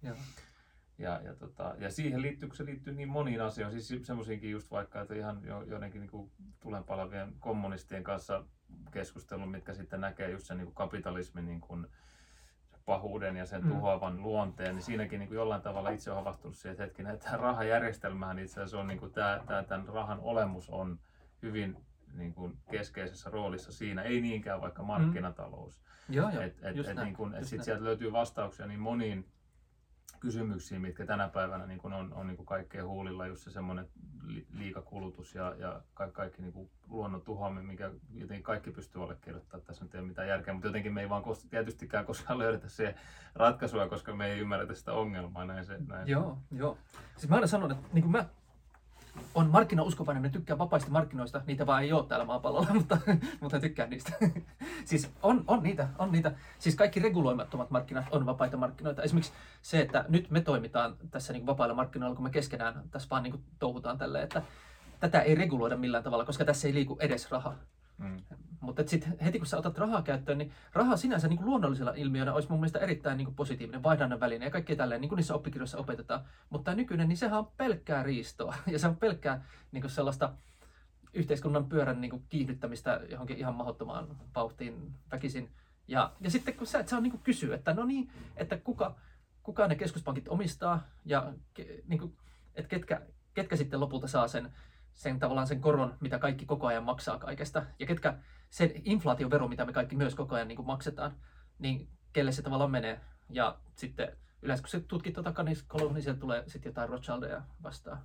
Ja siihen se liittyy niin moniin asioihin, siis semmoisiinkin just vaikka, että ihan joidenkin niin tulenpalavien kommunistien kanssa keskustelun, mitkä sitten näkee just sen niin kuin kapitalismin niin kuin pahuuden ja sen tuhoavan luonteen, niin siinäkin niin kuin jollain tavalla itse on havahtunut siihen, että hetkinen, että rahajärjestelmähän itse asiassa on niin kuin tämän rahan olemus on hyvin niin kuin keskeisessä roolissa siinä, ei niinkään vaikka markkinatalous. Että sitten sieltä löytyy vastauksia niin moniin kysymyksiin, mitkä tänä päivänä niin kun on niin kun kaikkeen huulilla, just se semmoinen liikakulutus ja kaikki niin kun luonnon tuhoaminen, mikä jotenkin kaikki pystyy allekirjoittamaan. Tässä nyt ei ole mitään järkeä, mutta jotenkin me ei vaan tietystikään koskaan löydetä siihen ratkaisua, koska me ei ymmärretä sitä ongelmaa. Näin. Joo. Siis mä aina sanon, että niin mä on markkinauskovainen, ne tykkää vapaista markkinoista, niitä vaan ei ole täällä maapallolla, mutta tykkään niistä. Siis on niitä. Siis kaikki reguloimattomat markkinat on vapaita markkinoita. Esimerkiksi se, että nyt me toimitaan tässä niin kuin vapailla markkinoilla, kun me keskenään tässä vaan niin kuin touhutaan tälleen, että tätä ei reguloida millään tavalla, koska tässä ei liiku edes raha. Mutta sitten heti kun sä otat rahaa käyttöön, niin raha sinänsä niin kuin luonnollisella ilmiönä olisi mun mielestä erittäin niin kuin positiivinen vaihdannan väline ja kaikkea tälleen, niin kuin niissä oppikirjoissa opetetaan. Mutta tämä nykyinen, niin sehän on pelkkää riistoa ja se on pelkkää niin kuin sellaista yhteiskunnan pyörän niin kuin kiihdyttämistä johonkin ihan mahdottomaan vauhtiin väkisin. Ja sitten kun sä et saa niin kuin kysyä, että no niin, että kuka ne keskuspankit omistaa ja niin kuin, että ketkä sitten lopulta saa sen tavallaan sen koron, mitä kaikki koko ajan maksaa kaikesta, ja ketkä sen inflaatiovero, mitä me kaikki myös koko ajan niin kuin maksetaan, niin kelle se tavallaan menee. Ja sitten yleensä kun sä tutkit tuota kaniskoloa, niin sieltä tulee sitten jotain Rothschildeja vastaan.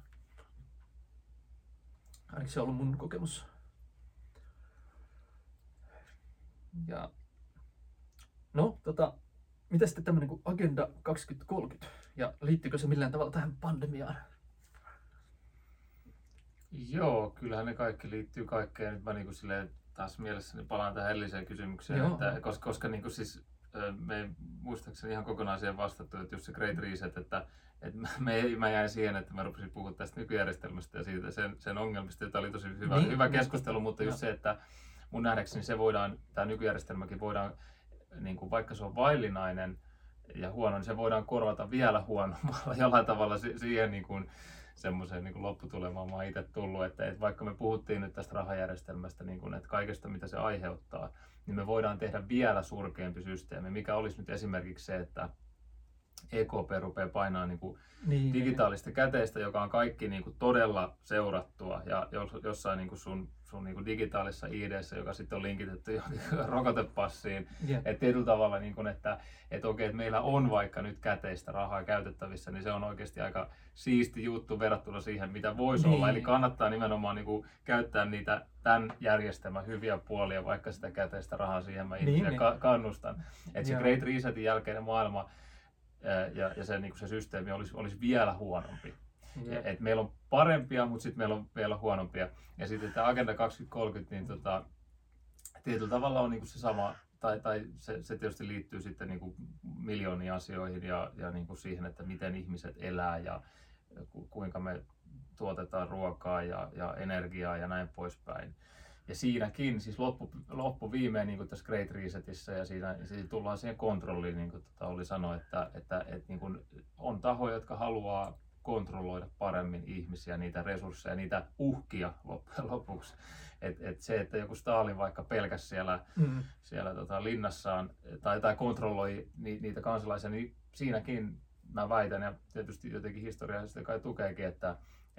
Ainakin se on ollut mun kokemus. Ja no, mitä sitten tämmöinen kuin Agenda 2030 ja liittyykö se millään tavalla tähän pandemiaan? Joo, kyllähän ne kaikki liittyy kaikkeen. Nyt mä niin kuin silleen taas mielessäni palaan tähän edelliseen kysymykseen, että, koska niin kuin siis me ei muistaakseni ihan kokonaan siihen vastattu, että just se Great Reset, että mä jäin siihen, että mä rupesin puhumaan tästä nykyjärjestelmästä ja siitä sen ongelmista, jota oli tosi hyvä keskustelu, mutta just se, että mun nähdäkseni tämä nykyjärjestelmäkin voidaan, niin kuin vaikka se on vaillinainen ja huono, niin se voidaan korvata vielä huonommalla jollain tavalla siihen niin kuin semmoiseen niin kuin lopputulemaan mä oon itse tullut, että vaikka me puhuttiin nyt tästä rahajärjestelmästä, niin kuin, että kaikesta mitä se aiheuttaa, niin me voidaan tehdä vielä surkeampi systeemi, mikä olisi nyt esimerkiksi se, että EKP rupeaa painaa niin kuin digitaalista käteistä, joka on kaikki niin kuin todella seurattua ja jossain niin kuin sun niin kuin digitaalisessa ID:ssä, joka sitten on linkitetty rokotepassiin. Että tietyllä tavalla, niin kuin, että okei, että meillä on vaikka nyt käteistä rahaa käytettävissä, niin se on oikeasti aika siisti juttu verrattuna siihen, mitä voisi olla. Eli kannattaa nimenomaan niin kuin käyttää niitä tämän järjestelmän hyviä puolia, vaikka sitä käteistä rahaa siihen mä ihmisiä kannustan. Että se Great Resetin jälkeinen maailma ja se, niin kuin se systeemi olisi vielä huonompi. Et meillä on parempia, mutta sitten meillä on vielä huonompia. Ja sitten tämä Agenda 2030, niin tietyllä tavalla on niin kuin se sama, tai se tietysti liittyy sitten niin kuin miljooniin asioihin ja niin kuin siihen, että miten ihmiset elää ja kuinka me tuotetaan ruokaa ja energiaa ja näin poispäin. Ja siinäkin, siis loppuviimein niin kuin tässä Great Resetissä ja siinä tullaan siihen kontrolliin, niin kuin Olli sanoi, että niin kuin on tahoja, jotka haluaa kontrolloida paremmin ihmisiä, niitä resursseja, niitä uhkia loppujen lopuksi. Se, että joku Stalin vaikka pelkäsi siellä linnassaan tai kontrolloi niitä kansalaisia, niin siinäkin mä väitän, ja tietysti jotenkin historiaa sitä kai tukeekin, että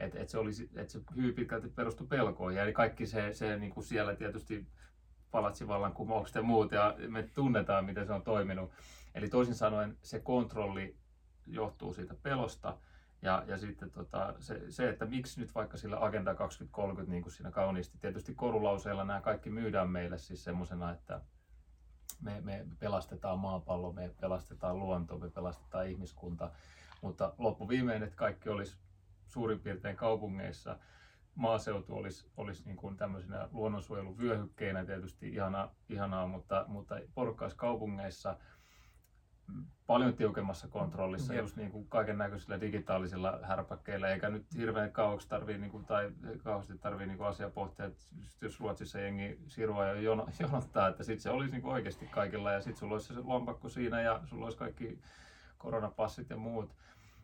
se hyvin pitkälti perustui pelkoihin. Eli kaikki se niin kuin siellä tietysti palatsivallankumoukset ja muut, ja me tunnetaan, miten se on toiminut. Eli toisin sanoen se kontrolli johtuu siitä pelosta. Ja sitten se, että miksi nyt vaikka sillä Agenda 2030, niin kuin siinä kauniisti, tietysti korulauseilla nämä kaikki myydään meille siis semmoisena, että me pelastetaan maapallo, me pelastetaan luonto, me pelastetaan ihmiskunta, mutta loppuviimein, että kaikki olisi suurin piirtein kaupungeissa, maaseutu olisi niin kuin tämmöisenä luonnonsuojeluvyöhykkeinä tietysti ihanaa, mutta porkkaiskaupungeissa paljon tiukemmassa kontrollissa, just niin kuin kaiken näköisillä digitaalisilla härpäkkeillä, eikä nyt hirveän kauaksi kauheasti tarvii niin kuin asiaa pohtia, että jos Ruotsissa jengi sirua ja jonottaa, että sitten se olisi niin kuin oikeasti kaikilla ja sitten sulla olisi se lompakko siinä ja sulla olisi kaikki koronapassit ja muut.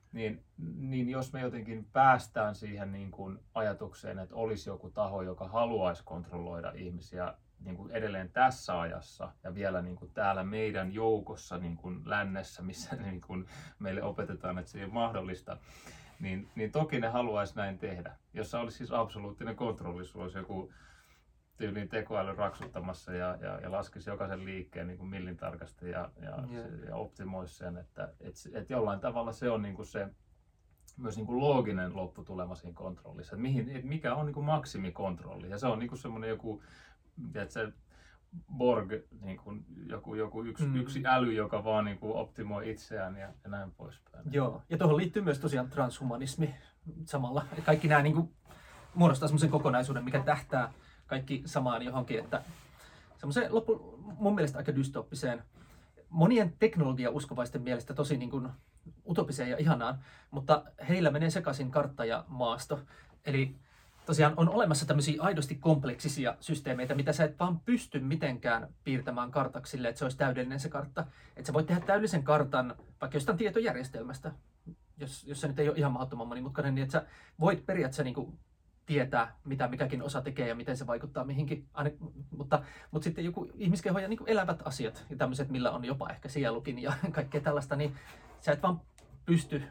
Niin jos me jotenkin päästään siihen niin kuin ajatukseen, että olisi joku taho, joka haluaisi kontrolloida ihmisiä niin kuin edelleen tässä ajassa ja vielä niin kuin täällä meidän joukossa niin kuin lännessä, missä niin kuin meille opetetaan, että se ei ole mahdollista, niin toki ne haluaisi näin tehdä. Jossa olisi siis absoluuttinen kontrolli, sulla olisi joku tyyliin tekoäly raksuttamassa ja laskisi jokaisen liikkeen niin kuin millin tarkasti ja optimoisi sen, että jollain tavalla se on niin kuin se myös niin kuin looginen lopputulema siinä kontrollissa, että mikä on niin kuin maksimikontrolli, ja se on niin kuin semmoinen joku, tiedätkö, Borg, niin kuin joku yksi äly, joka vaan niin kuin optimoi itseään ja näin poispäin. Joo, ja tuohon liittyy myös tosiaan transhumanismi samalla. Kaikki nämä niin kuin muodostaa semmoisen kokonaisuuden, mikä tähtää kaikki samaan johonkin, että semmoiseen mun mielestä aika dystoppiseen, monien teknologiauskovaisten mielestä tosi niin kuin utopiseen ja ihanaan, mutta heillä menee sekaisin kartta ja maasto. Eli tosiaan on olemassa tämmöisiä aidosti kompleksisia systeemeitä, mitä sä et vaan pysty mitenkään piirtämään kartaksi sille, että se olisi täydellinen se kartta. Että sä voit tehdä täydellisen kartan vaikka jostain tietojärjestelmästä, jos se nyt ei ole ihan mahdottoman monimutkainen, niin että sä voit periaatteessa niin kuin tietää, mitä mikäkin osa tekee ja miten se vaikuttaa mihinkin. Mutta sitten joku ihmiskeho ja niin kuin elävät asiat ja tämmöiset, millä on jopa ehkä sielukin ja kaikkea tällaista, niin sä et vaan pysty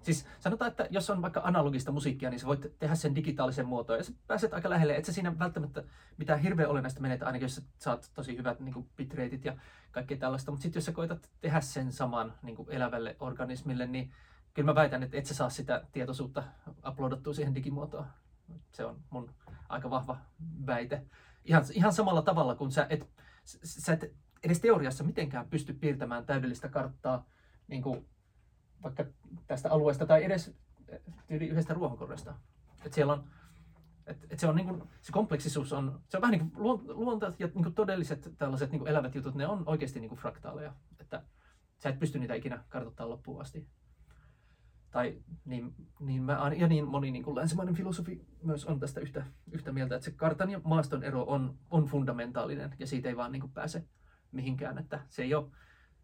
Siis sanotaan, että jos on vaikka analogista musiikkia, niin sä voit tehdä sen digitaalisen muotoon ja sä pääset aika lähelle. Et sä siinä välttämättä mitään hirveän olennaista menetä, ainakin jos sä saat tosi hyvät niin bitrateit ja kaikkea tällaista. Mutta sitten jos sä koetat tehdä sen saman niin elävälle organismille, niin kyllä mä väitän, että et sä saa sitä tietoisuutta uploadattua siihen digimuotoon. Se on mun aika vahva väite. Ihan samalla tavalla, kun sä et edes teoriassa mitenkään pysty piirtämään täydellistä karttaa niin kuin vaikka tästä alueesta tai edes yhdestä ruohonkorresta. Että siellä on, se on niin kuin, se kompleksisuus on, se on vähän niin kuin luonta ja niin kuin todelliset tällaiset niin kuin elävät jutut, ne on oikeasti niin kuin fraktaaleja. Että sä et pysty niitä ikinä kartoittamaan loppuun asti. Tai niin mä ja niin moni niin kuin länsimainen filosofi myös on tästä yhtä mieltä, että se kartan ja maaston ero on fundamentaalinen ja siitä ei vaan niin kuin pääse mihinkään, että se ei ole.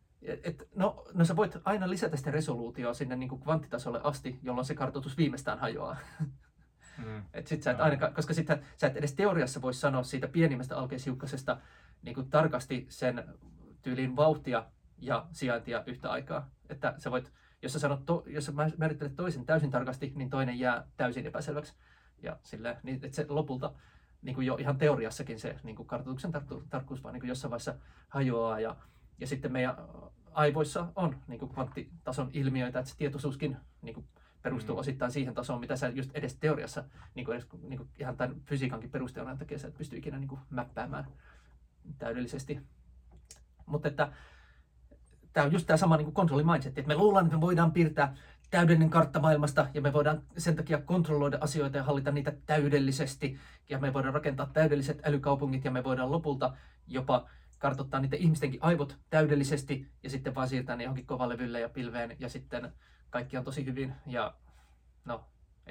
No sä voit aina lisätä sitä resoluutioa sinne niin kuin kvanttitasolle asti, jolloin se kartoitus viimeistään hajoaa. Et sit sä et ainakaan, koska sitten sä et edes teoriassa voi sanoa siitä pienimmästä alkeishiukkasesta niin kuin tarkasti sen tyylin vauhtia ja sijaintia yhtä aikaa. Että sä voit, jos sä määrittelet toisen täysin tarkasti, niin toinen jää täysin epäselväksi. Ja silleen, niin että se lopulta niin kuin jo ihan teoriassakin se niin kuin kartoituksen tarkkuus vaan niin kuin jossain vaiheessa hajoaa. Ja sitten meidän aivoissa on niin kuin kvanttitason ilmiöitä, että se tietoisuuskin niin kuin perustuu osittain siihen tasoon, mitä sä just edes teoriassa, niin kuin ihan tämän fysiikankin perusteella takia sä et pysty ikinä niin kuin mäppäämään täydellisesti. Mutta että tämä on just tämä sama niin kontrollimindset, että me luullaan, että me voidaan piirtää täydellinen kartta maailmasta ja me voidaan sen takia kontrolloida asioita ja hallita niitä täydellisesti ja me voidaan rakentaa täydelliset älykaupungit ja me voidaan lopulta jopa kartoittaa niiden ihmistenkin aivot täydellisesti ja sitten vaan siirtää ne johonkin kovalevylle ja pilveen ja sitten kaikki on tosi hyvin ja no,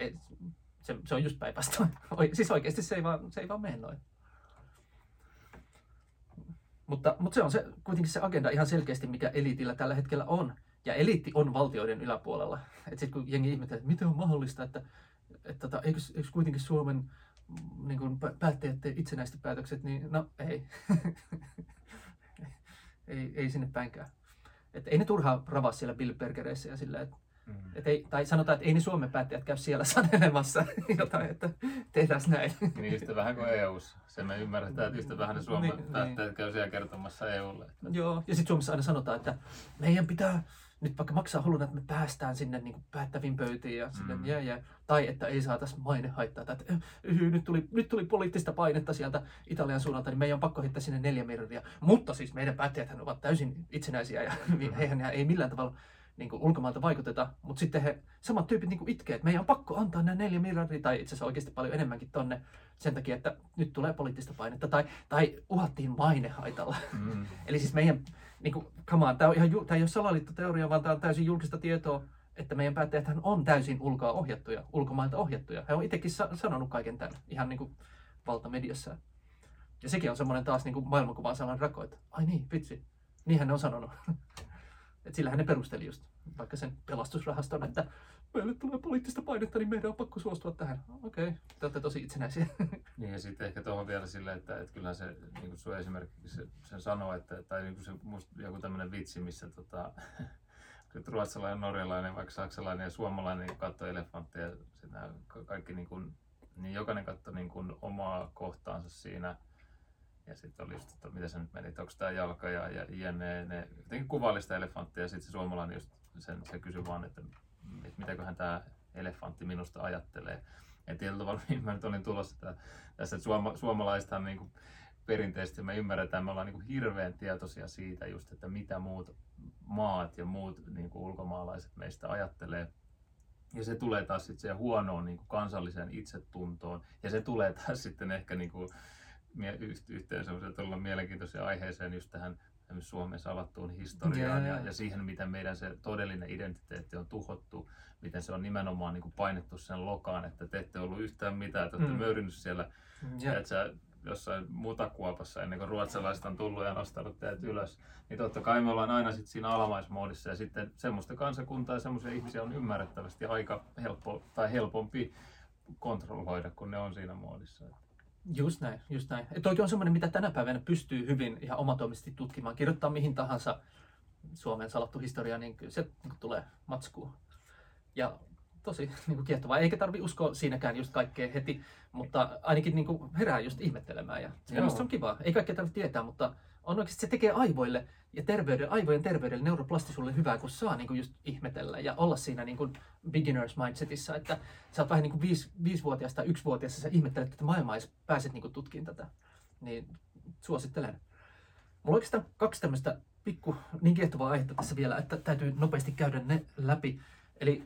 se on just päinvastoin. Siis oikeasti se ei vaan mene noin. Mutta se on kuitenkin se agenda ihan selkeästi, mikä eliitillä tällä hetkellä on. Ja eliitti on valtioiden yläpuolella. Et sit kun jengi ihmettelee, että miten on mahdollista, että eikö kuitenkin Suomen niin kun päättäjät tee itsenäisesti päätökset, niin no ei. ei sinne päinkään. Et ei ne turhaa ravaa siellä Bilderbergereissä ja sillä, tai sanotaan, että ei ne Suomen päättäjät käy siellä sanelemassa jotain, että tehdään näin. Niin yhtä vähän kuin EU:ssa. Se me ymmärretään, että yhtä vähän ne Suomen päättäjät käy siellä kertomassa EUlle. Joo, ja sitten Suomessa aina sanotaan, että meidän pitää nyt vaikka maksaa hulluna, että me päästään sinne niin kuin päättäviin pöytiin ja silleen, tai että ei saataisi mainehaittaa. Tai että nyt tuli poliittista painetta sieltä Italian suunnalta, niin meidän on pakko heittää sinne 4 miljardia. Mutta siis meidän päättäjäthän ovat täysin itsenäisiä ja heihän ei millään tavalla niin kuin ulkomailta vaikuteta, mutta sitten he samat tyypit niin kuin itkee, että meidän on pakko antaa nämä 4 miljardia, tai itse asiassa oikeasti paljon enemmänkin tonne sen takia, että nyt tulee poliittista painetta, tai uhattiin mainehaitalla. Eli siis meidän, niin kuin, come on, tämä ei ole salaliittoteoria, vaan tämä on täysin julkista tietoa, että meidän päättäjäthän on täysin ulkomailta ohjattuja. He on itsekin sanonut kaiken tämän, ihan niin kuin valtamediassa. Ja sekin on semmoinen taas niin kuin maailmankuvan salan rako, että ai niin, vitsi, niinhän ne on sanonut. Et sillähän ne perusteli just vaikka sen pelastusrahaston, että meille tulee poliittista painetta, niin meidän on pakko suostua tähän. Okei, te olette tosi itsenäisiä. Niin ja sitten ehkä tuohon vielä silleen, että kyllä se, niin kuin sun esimerkiksi sen sanoo, että, tai niin kuin se joku tämmöinen vitsi, missä ruotsalainen, norjalainen, vaikka saksalainen ja suomalainen niin katsoo elefantteja, kaikki niin jokainen katsoo niin kuin omaa kohtaansa siinä. Ja sitten oli just, että mitä se nyt meni, että onko tämä jalka ja jne. Ne jotenkin kuvaili sitä elefanttia ja sitten se suomalainen just se kysyi vaan, että mitäköhän tämä elefantti minusta ajattelee. Ja tietyllä tavalla mä nyt olin tulossa tässä, että suomalaisethan niin kuin perinteisesti me ymmärretään, me ollaan niin kuin hirveän tietoisia siitä just, että mitä muut maat ja muut niin kuin ulkomaalaiset meistä ajattelee. Ja se tulee taas sitten siihen huonoon niin kuin kansalliseen itsetuntoon ja se tulee taas sitten ehkä niin kuin yhteen semmoiseen todella mielenkiintoiseen aiheeseen just tähän Suomen salattuun historiaan ja siihen, miten meidän se todellinen identiteetti on tuhottu, miten se on nimenomaan niin kuin painettu sen lokaan, että te ette ollut yhtään mitään, että olette möyrinyt siellä jossain mutakuopassa ennen kuin ruotsalaiset on tullut ja nostanut teidät ylös, niin totta kai me ollaan aina sit siinä alamaismoodissa ja sitten semmoista kansakuntaa ja semmoisia ihmisiä on ymmärrettävästi aika helpompi kontrolloida, kun ne on siinä moodissa. Just näin. Että oikein on semmoinen, mitä tänä päivänä pystyy hyvin ihan omatoimisesti tutkimaan. Kirjoittaa mihin tahansa Suomen salattu historia, niin kyllä se tulee matskuun. Ja tosi niin kuin kiehtovaa. Eikä tarvi uskoa siinäkään just kaikkea heti, mutta ainakin niin kuin herää just ihmettelemään. Ja se on kivaa. Ei kaikkea tarvitse tietää, mutta on oikeasti se tekee aivoille ja aivojen terveydelle, neuroplastisuudelle hyvää, kun saa niin kuin just ihmetellä ja olla siinä niin kuin beginners mindsetissä, että sä oot vähän niin kuin 5-vuotias tai 1-vuotias ja sä ihmettelet tätä maailmaa ja pääset niin kuin tutkimaan tätä. Niin suosittelen. Mulla on oikeastaan 2 tämmöistä niin kiehtovaa aihetta tässä vielä, että täytyy nopeasti käydä ne läpi. Eli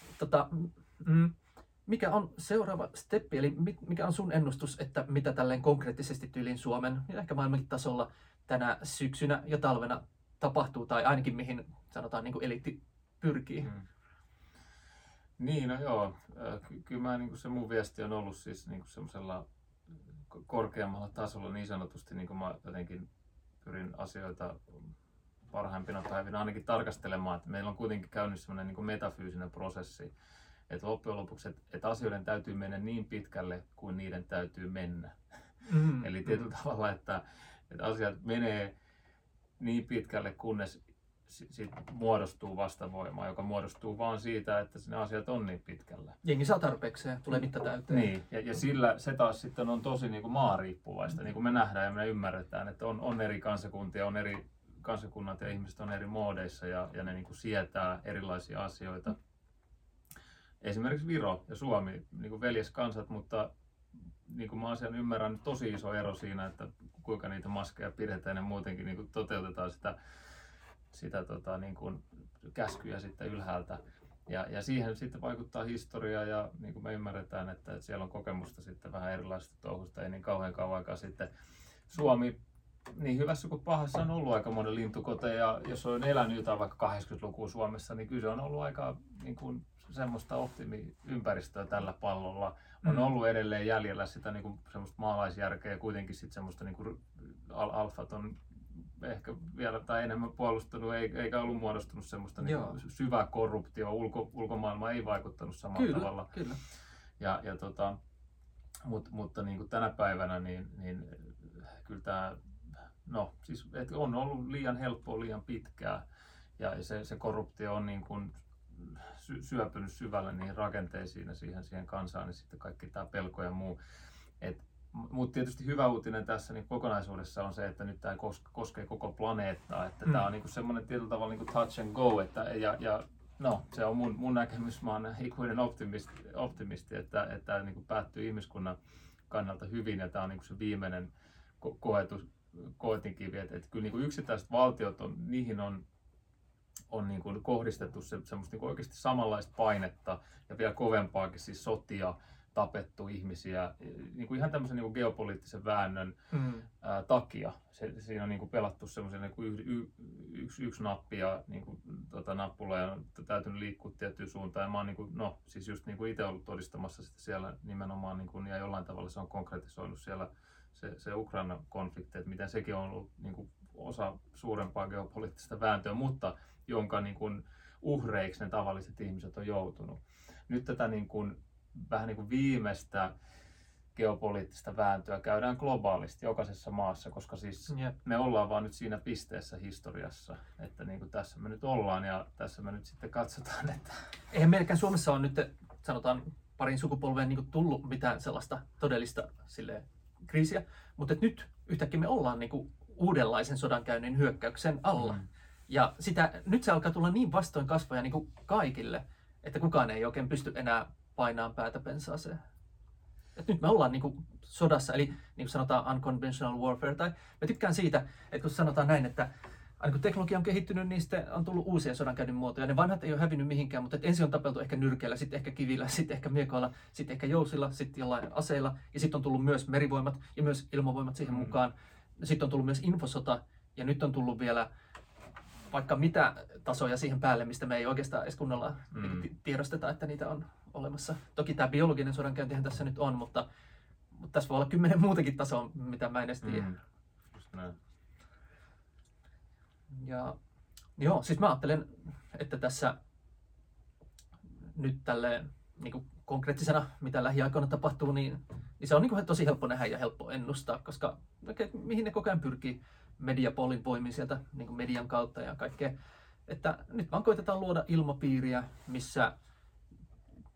mikä on seuraava steppi, eli mikä on sun ennustus, että mitä tälleen konkreettisesti tyyliin Suomen ja ehkä maailmankin tasolla tänä syksynä ja talvena tapahtuu, tai ainakin mihin sanotaan niin kuin eliitti pyrkii? Niin, no joo. Kyllä mä, niin kuin se mun viesti on ollut siis niin kuin semmoisella korkeammalla tasolla niin sanotusti, niin kuin mä jotenkin pyrin asioita parhaimpina päivinä ainakin tarkastelemaan, että meillä on kuitenkin käynyt semmoinen niin kuin metafyysinen prosessi, että loppujen lopuksi, että asioiden täytyy mennä niin pitkälle kuin niiden täytyy mennä. Eli tietyllä tavalla, että asiat menee niin pitkälle, kunnes siitä muodostuu vastavoima, joka muodostuu vaan siitä, että ne asiat on niin pitkällä. Jengi saa tarpeekseen, tulee mitta täyteen. Niin, ja sillä se taas sitten on tosi niin kuin maariippuvaista, niin kuin me nähdään ja me ymmärretään, että on eri kansakuntia, on eri kansakunnat ja ihmiset on eri moodeissa ja ne niin kuin sietää erilaisia asioita. Esimerkiksi Viro ja Suomi, niin kuin veljeskansat, mutta niin kuin mä asian ymmärrän, niin tosi iso ero siinä, että kuinka niitä maskeja pidetään ja muutenkin niin kuin toteutetaan sitä niin kuin käskyjä sitten ylhäältä. Ja siihen sitten vaikuttaa historia ja niin kuin me ymmärretään, että siellä on kokemusta sitten vähän erilaisista touhusta, ei niin kauhean kauan aikaa sitten. Suomi, niin hyvässä kuin pahassa, on ollut aika monen lintukote ja jos on elänyt jotain vaikka 80-lukua Suomessa, niin kyllä se on ollut aika niin kuin semmoista optimiympäristöä tällä pallolla. On ollut edelleen jäljellä sitä niin kuin semmoista maalaisjärkeä ja kuitenkin sitten semmoista niin kuin alfat on ehkä vielä tai enemmän puolustunut, eikä ollut muodostunut semmoista niin syvää korruptioa. Ulkomaailma ei vaikuttanut samalla tavalla. Kyllä. Mutta niin kuin tänä päivänä, niin kyllä tämä, siis, on ollut liian helppoa liian pitkää. Ja se korruptio on niin kuin syöpynyt syvälle niihin rakenteisiin ja siihen kansaan, niin sitten kaikki tämä pelko ja muu. Mutta tietysti hyvä uutinen tässä niin kokonaisuudessa on se, että nyt tämä koskee koko planeettaa. Että tämä on niinku semmoinen tietyllä tavalla niinku touch and go. Se on mun näkemys, mä oon ikuinen optimisti, että tämä niinku päättyy ihmiskunnan kannalta hyvin. Ja tämä on niinku se viimeinen koetinkivi. Että kyllä niinku yksittäiset valtiot niihin on niin kuin kohdistettu semmoista niin kuin oikeasti samanlaista painetta ja vielä kovempaakin siis sotia, tapettu ihmisiä niin kuin ihan tämmöisen niin kuin geopoliittisen väännön takia. Siinä on niin kuin pelattu semmoisen niin kuin yksi nappi ja niin kuin, nappula ja on täytynyt liikkua tiettyyn suuntaan. Ja mä oon niin kuin, siis just niin kuin itse ollut todistamassa sitä siellä nimenomaan niin kuin, ja jollain tavalla se on konkretisoinut siellä se Ukrainan konflikti, että miten sekin on ollut niin kuin osa suurempaa geopoliittista vääntöä, mutta jonka niin kuin uhreiksi ne tavalliset ihmiset on joutunut. Nyt tätä niin kuin, vähän niin kuin viimeistä geopoliittista vääntöä käydään globaalisti jokaisessa maassa, koska siis me ollaan vaan nyt siinä pisteessä historiassa, että niin kuin tässä me nyt ollaan ja tässä me nyt sitten katsotaan, että... Eihän meilläkään Suomessa on nyt, sanotaan, parin sukupolveen niin kuin tullut mitään sellaista todellista kriisiä, mutta nyt yhtäkkiä me ollaan niin kuin uudenlaisen sodankäynnin hyökkäyksen alla. Ja nyt se alkaa tulla niin vastoin kasvoja niin kuin kaikille, että kukaan ei oikein pysty enää painamaan päätä pensaaseen. Et nyt me ollaan niin kuin sodassa, eli niin kuin sanotaan unconventional warfare, tai mä tykkään siitä, että kun sanotaan näin, että aina kun teknologia on kehittynyt, niin sitten on tullut uusia sodankäynnin muotoja. Ne vanhat ei ole hävinnyt mihinkään, mutta ensin on tapeltu ehkä nyrkeillä, sitten ehkä kivillä, sitten ehkä miekoilla, sitten ehkä jousilla, sitten jollain aseilla. Ja sitten on tullut myös merivoimat ja myös ilmavoimat siihen mukaan. Sitten on tullut myös infosota ja nyt on tullut vielä vaikka mitä tasoja siihen päälle, mistä me ei oikeastaan edes kunnolla tiedosteta, että niitä on olemassa. Toki tämä biologinen sodankäyntihän tässä nyt on, mutta tässä voi olla 10 muutakin tasoa, mitä mä en edes tiedä. Ja joo, siis mä ajattelen, että tässä nyt tälleen niin kuin konkreettisena, mitä lähiaikoina tapahtuu, niin se on niin kuin tosi helppo nähdä ja helppo ennustaa, koska mihin ne koko ajan pyrkii mediapolin voimin sieltä niin kuin median kautta ja kaikkea. Että nyt vaan koitetaan luoda ilmapiiriä, missä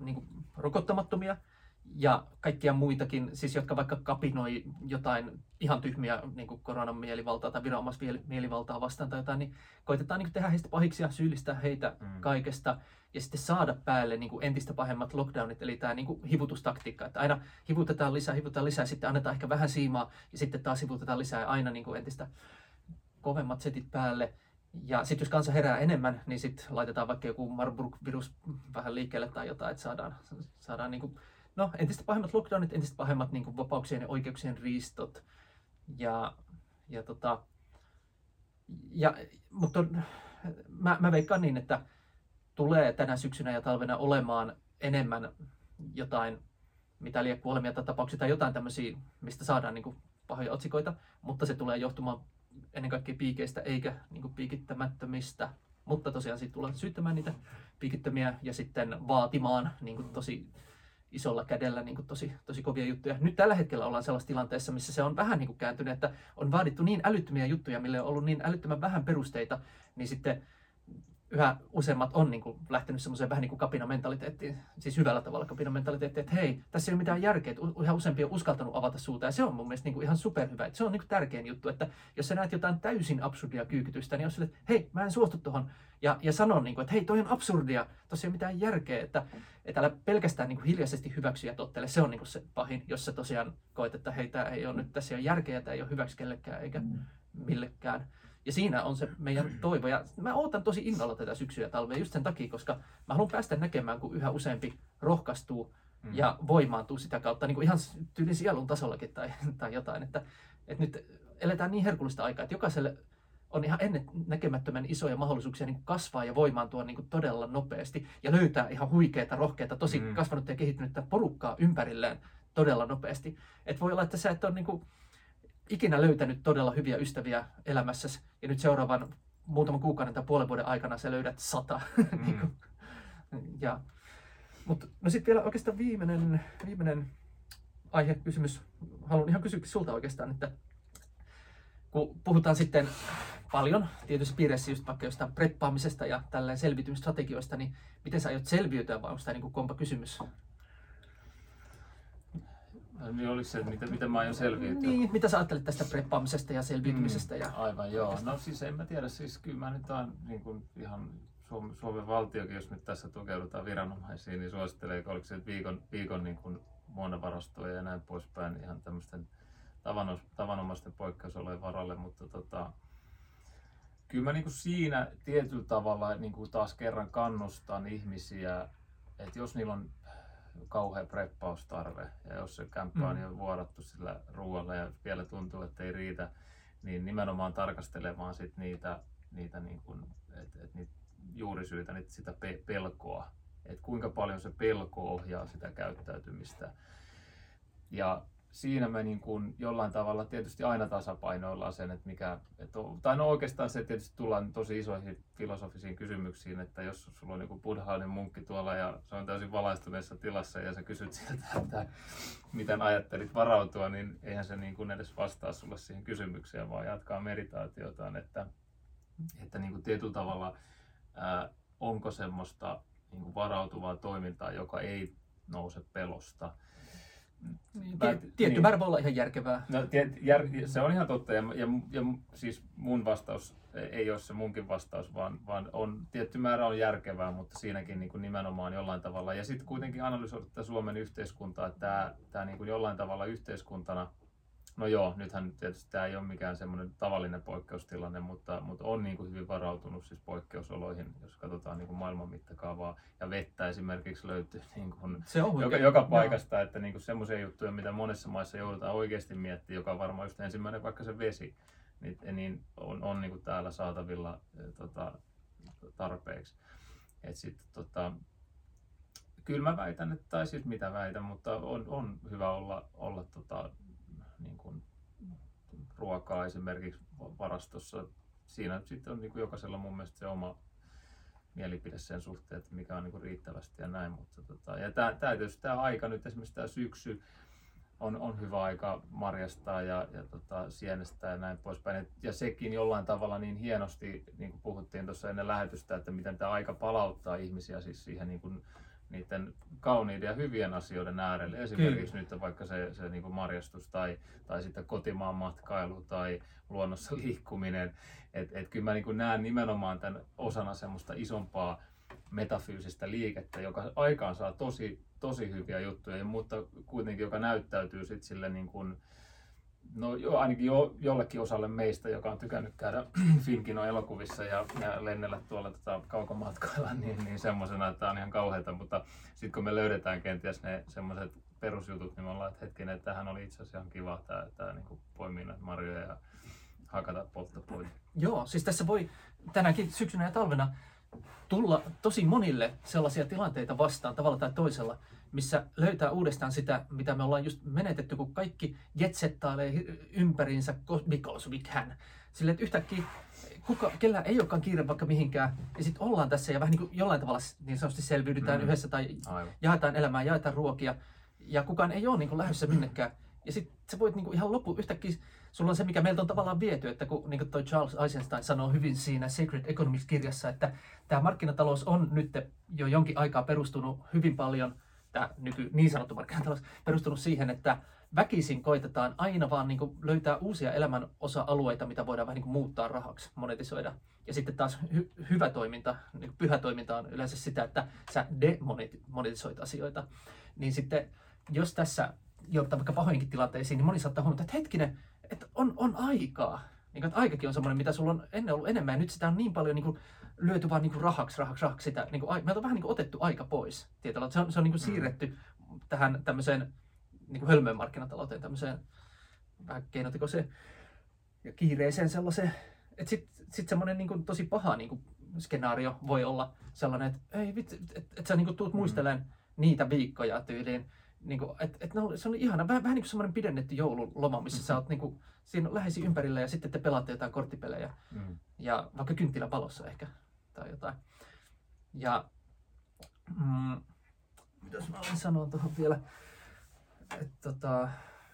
niin kuin rokottamattomia ja kaikkia muitakin, siis jotka vaikka kapinoi jotain ihan tyhmiä niin kuin koronan mielivaltaa tai viranomaismielivaltaa vastaan tai jotain, niin koitetaan niin kuin tehdä heistä pahiksi ja syyllistää heitä kaikesta ja sitten saada päälle niin kuin entistä pahemmat lockdownit, eli tämä niin kuin hivutustaktiikka, että aina hivutetaan lisää, sitten annetaan ehkä vähän siimaa ja sitten taas hivutetaan lisää ja aina niin kuin entistä kovemmat setit päälle. Ja sitten jos kansa herää enemmän, niin sitten laitetaan vaikka joku Marburg-virus vähän liikkeelle tai jotain, että saadaan niin kuin, entistä pahemmat lockdownit, entistä pahemmat niin kuin vapauksien ja oikeuksien riistot. Mutta mä veikkaan niin, että tulee tänä syksynä ja talvena olemaan enemmän jotain, mitä liian kuolemia tai tapauksia tai jotain tämmöisiä, mistä saadaan niin kuin pahoja otsikoita, mutta se tulee johtumaan ennen kaikkea piikeistä eikä niin kuin piikittämättömistä. Mutta tosiaan siitä tullaan syyttämään niitä piikittömiä ja sitten vaatimaan niin kuin tosi isolla kädellä niin kuin tosi kovia juttuja. Nyt tällä hetkellä ollaan sellaisessa tilanteessa, missä se on vähän niin kuin kääntynyt, että on vaadittu niin älyttömiä juttuja, mille on ollut niin älyttömän vähän perusteita, niin sitten yhä useammat on niin kuin lähtenyt semmoiseen vähän niin kuin kapinamentaliteettiin, siis hyvällä tavalla kapinamentaliteettiin, että hei, tässä ei ole mitään järkeä, että yhä useampi on uskaltanut avata suuta, ja se on mun mielestä niin kuin ihan superhyvä, että se on niin kuin tärkein juttu, että jos sä näet jotain täysin absurdia kyykytystä, niin on sille, että hei, mä en suostu tuohon, ja sanon, niin kuin, että hei, toi on absurdia, tossa ei ole mitään järkeä, että älä pelkästään niin kuin hiljaisesti hyväksy ja tottele, se on niin kuin se pahin, jos sä tosiaan koet, että hei, tää ei ole nyt tässä ei ole järkeä, tää ei ole hyväksi kellekään eikä millekään. Ja siinä on se meidän toivo. Ja mä ootan tosi innolla tätä syksyä ja talvea just sen takia, koska mä haluan päästä näkemään, kun yhä useampi rohkaistuu ja voimaantuu sitä kautta niin kuin ihan tyylin sielun tasollakin tai jotain. Että nyt eletään niin herkullista aikaa, että jokaiselle on ihan ennen näkemättömän isoja mahdollisuuksia niin kasvaa ja voimaantua niin todella nopeasti ja löytää ihan huikeita, rohkeita, tosi kasvanutta ja kehittynyttä porukkaa ympärilleen todella nopeasti. Että voi olla, että sä et ole niin kuin ikinä löytänyt todella hyviä ystäviä elämässäsi ja nyt seuraavan muutaman kuukauden tai puolen vuoden aikana sä löydät 100. Mutta no sitten vielä oikeastaan viimeinen aihekysymys. Haluan ihan kysyä sulta oikeastaan, että kun puhutaan sitten paljon tietyissä piireissä just vaikka jostain preppaamisesta ja tällainen selviytymisstrategioista, niin miten sä aiot selviytyä vai onko tämä niin kompa kysymys? Niin olisi se, että miten mä aion selviytyä. Niin, mitä sä ajattelet tästä preppaamisesta ja selviytymisestä? Aivan joo. No siis en mä tiedä, siis kyllä mä nyt on niin kuin ihan Suomen valtiokin, jos nyt tässä tukeudutaan viranomaisiin, niin suosittelee, oliko se viikon niin kuin muonavarastoja ja näin poispäin ihan tämmöisten tavanomaisten poikkeusolojen varalle, mutta kyllä mä niin kuin siinä tietyllä tavalla niin kuin taas kerran kannustan ihmisiä, että jos niillä on kauhea preppaustarve ja jos se kämppä on jo vuorattu sillä ruoalla ja vielä tuntuu, että ei riitä, niin nimenomaan tarkastelemaan sit niitä niin kuin, niitä juurisyitä, sitä pelkoa, että kuinka paljon se pelko ohjaa sitä käyttäytymistä. Ja siinä me niin kuin jollain tavalla tietysti aina tasapainoillaan sen, että oikeastaan se tietysti tullaan tosi isoihin filosofisiin kysymyksiin, että jos sulla on niin kuin buddhalainen munkki tuolla ja se on täysin valaistuneessa tilassa ja sä kysyt sieltä, että miten ajattelit varautua, niin eihän se niin kuin edes vastaa sulle siihen kysymykseen, vaan jatkaa meditaatiotaan, että niin kuin tietyllä tavalla onko semmoista niin kuin varautuvaa toimintaa, joka ei nouse pelosta. Tietty määrä voi olla ihan järkevää. No, se on ihan totta ja siis mun vastaus ei ole se munkin vastaus, vaan on, tietty määrä on järkevää, mutta siinäkin niin kuin nimenomaan jollain tavalla. Ja sitten kuitenkin analysoida tätä Suomen yhteiskuntaa, että tämä niin kuin jollain tavalla yhteiskuntana, no joo, nythän tietysti tämä ei ole mikään semmoinen tavallinen poikkeustilanne, mutta on niin kuin hyvin varautunut siis poikkeusoloihin, jos katsotaan niin kuin maailman mittakaavaa. Ja vettä esimerkiksi löytyy niin kuin joka paikasta, että niin kuin semmoisia juttuja, mitä monessa maissa joudutaan oikeasti miettimään, joka on varmaan just ensimmäinen vaikka se vesi, niin on niin kuin täällä saatavilla tarpeeksi. Et sitten kyllä mä väitän, tai siis mitä väitän, mutta on hyvä olla niin kuin ruokaa esimerkiksi varastossa. Siinä sitten on niin kuin jokaisella mun mielestä se oma mielipide sen suhteen, että mikä on niin kuin riittävästi ja näin. Ja tämä aika nyt, esimerkiksi tämä syksy, on hyvä aika marjastaa ja sienestää ja näin poispäin. Ja sekin jollain tavalla niin hienosti, niin kuin puhuttiin tuossa ennen lähetystä, että miten tämä aika palauttaa ihmisiä siis siihen niin kuin niiden kauniiden ja hyvien asioiden äärelle. Esimerkiksi nyt vaikka se niin kuin marjastus tai sitten kotimaan matkailu tai luonnossa liikkuminen. Et kyllä mä niin kuin näen nimenomaan tämän osana semmoista isompaa metafyysistä liikettä, joka aikaan saa tosi hyviä juttuja, mutta kuitenkin joka näyttäytyy sitten sille niin kuin, ainakin jollekin osalle meistä, joka on tykännyt käydä Finkino-elokuvissa ja lennellä tuolla kaukomatkailla, niin semmoisena, että tämä on ihan kauheata, mutta sitten kun me löydetään kenties ne semmoiset perusjutut, niin me ollaan, että hetkinen, että tämähän oli itse asiassa ihan kiva, tämä niin poimia näitä marjoja ja hakata polttopuita. Joo, siis tässä voi tänäkin syksynä ja talvena tulla tosi monille sellaisia tilanteita vastaan tavalla tai toisella, missä löytää uudestaan sitä, mitä me ollaan just menetetty, kun kaikki jetsettailee ympäriinsä because we can. Silleen, että yhtäkkiä kellä ei olekaan kiire vaikka mihinkään, ja sitten ollaan tässä ja vähän niin kuin jollain tavalla niin sanotusti selviydytään yhdessä tai jaetaan elämää, jaetaan ruokia, ja kukaan ei ole niin kuin lähdössä minnekään. Ja sitten sä voit niin kuin ihan yhtäkkiä, sulla on se, mikä meiltä on tavallaan viety, että kun niin kuin toi Charles Eisenstein sanoo hyvin siinä Sacred Economics-kirjassa, että tämä markkinatalous on nyt jo jonkin aikaa perustunut hyvin paljon, tämä niin sanottu markkinatalous, perustunut siihen, että väkisin koitetaan aina vaan niin kuin löytää uusia elämän osa-alueita, mitä voidaan vähän niin kuin muuttaa rahaksi, monetisoida. Ja sitten taas hyvä toiminta, niin kuin pyhä toiminta on yleensä sitä, että sä demonetisoit asioita. Niin sitten, jos tässä johtaa vaikka pahoinkin tilanteisiin, niin moni saattaa huomata, että hetkinen, että on aikaa. Niin, että aikakin on semmoinen, mitä sulla on ennen ollut enemmän, ja nyt sitä on niin paljon niin kuin, lyöty vaan niin kuin rahaksi sitä. Niin kuin, meiltä on vähän niin kuin otettu aika pois. Tietyllä. Se on niin kuin siirretty tähän tämmöiseen niin kuin hölmöön markkinatalouteen, tämmöiseen vähän keinotekoiseen ja kiireiseen sellaiseen. Että sit semmoinen niin kuin tosi paha niin kuin skenaario voi olla sellainen, että ei vitsi, että sä niin kuin tuut muistelemaan niitä viikkoja tyyliin. Niin kuin, se oli ihana, vähän niin kuin semmoinen pidennetty joululoma, missä sä oot niin kuin, siinä läheisi ympärillä ja sitten te pelaatte jotain korttipelejä. Ja vaikka kynttilän valossa ehkä tai jotain. Ja mitäs mä olin sanoa tuohon vielä, että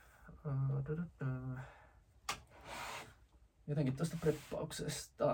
jotenkin tuosta preppauksesta.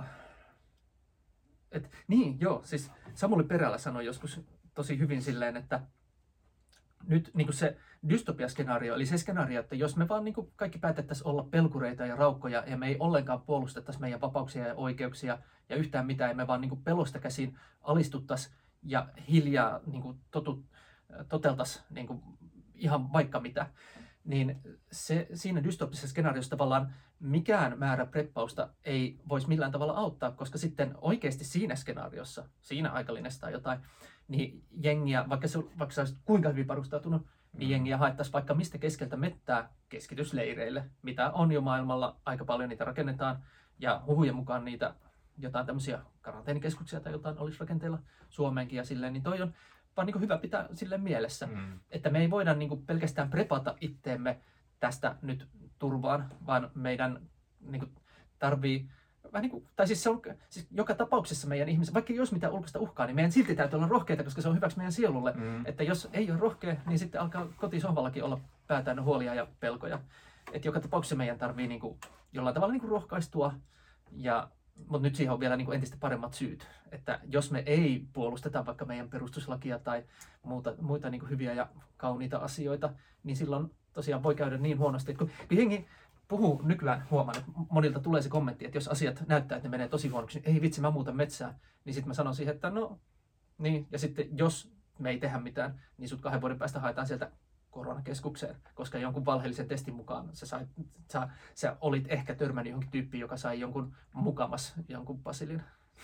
Niin, joo, siis Samuli Perälä sanoi joskus tosi hyvin silleen, että nyt niin kuin se dystopia-skenaario, eli se skenaario, että jos me vaan niin kuin kaikki päätettäisiin olla pelkureita ja raukkoja ja me ei ollenkaan puolustettaisi meidän vapauksia ja oikeuksia ja yhtään mitään, ja me vaan niin kuin pelosta käsin alistuttaisiin ja hiljaa niin kuin toteltaisiin niin kuin ihan vaikka mitä, niin siinä dystopisessa skenaariossa tavallaan mikään määrä preppausta ei voisi millään tavalla auttaa, koska sitten oikeasti siinä skenaariossa, siinä aikalinjassa tai jotain, niin jengiä, vaikka sä olisit kuinka hyvin varustautunut, niin jengiä haettaisiin vaikka mistä keskeltä mettää keskitysleireille, mitä on jo maailmalla aika paljon, niitä rakennetaan, ja huhujen mukaan niitä jotain tämmöisiä karanteenikeskuksia tai jotain olisi rakenteilla Suomeenkin ja silleen, niin toi on vaan niin kuin hyvä pitää silleen mielessä, että me ei voida niin kuin pelkästään prepata itteemme tästä nyt turvaan, vaan meidän niin kuin tarvii vähän niin kuin, tai siis se on siis joka tapauksessa meidän ihmisiä, vaikka jos mitään ulkoista uhkaa, niin meidän silti täytyy olla rohkeita, koska se on hyväksi meidän sielulle. Että jos ei ole rohkea, niin sitten alkaa kotisohvallakin olla päätäynnä huolia ja pelkoja. Että joka tapauksessa meidän tarvii niin kuin jollain tavalla niin kuin rohkaistua, mutta nyt siihen on vielä niin kuin entistä paremmat syyt. Että jos me ei puolusteta vaikka meidän perustuslakia tai muita niin kuin hyviä ja kauniita asioita, niin silloin tosiaan voi käydä niin huonosti, että kun jengi puhuu nykyään, huomaan, että monilta tulee se kommentti, että jos asiat näyttää, että ne menee tosi huonoksi, niin ei vitsi, mä muutan metsää, niin sitten mä sanon siihen, että no, niin, ja sitten jos me ei tehdä mitään, niin sut 2 vuoden päästä haetaan sieltä koronakeskukseen, koska jonkun valheellisen testin mukaan sä olit ehkä törmännyt johonkin tyyppiin, joka sai jonkun basilin.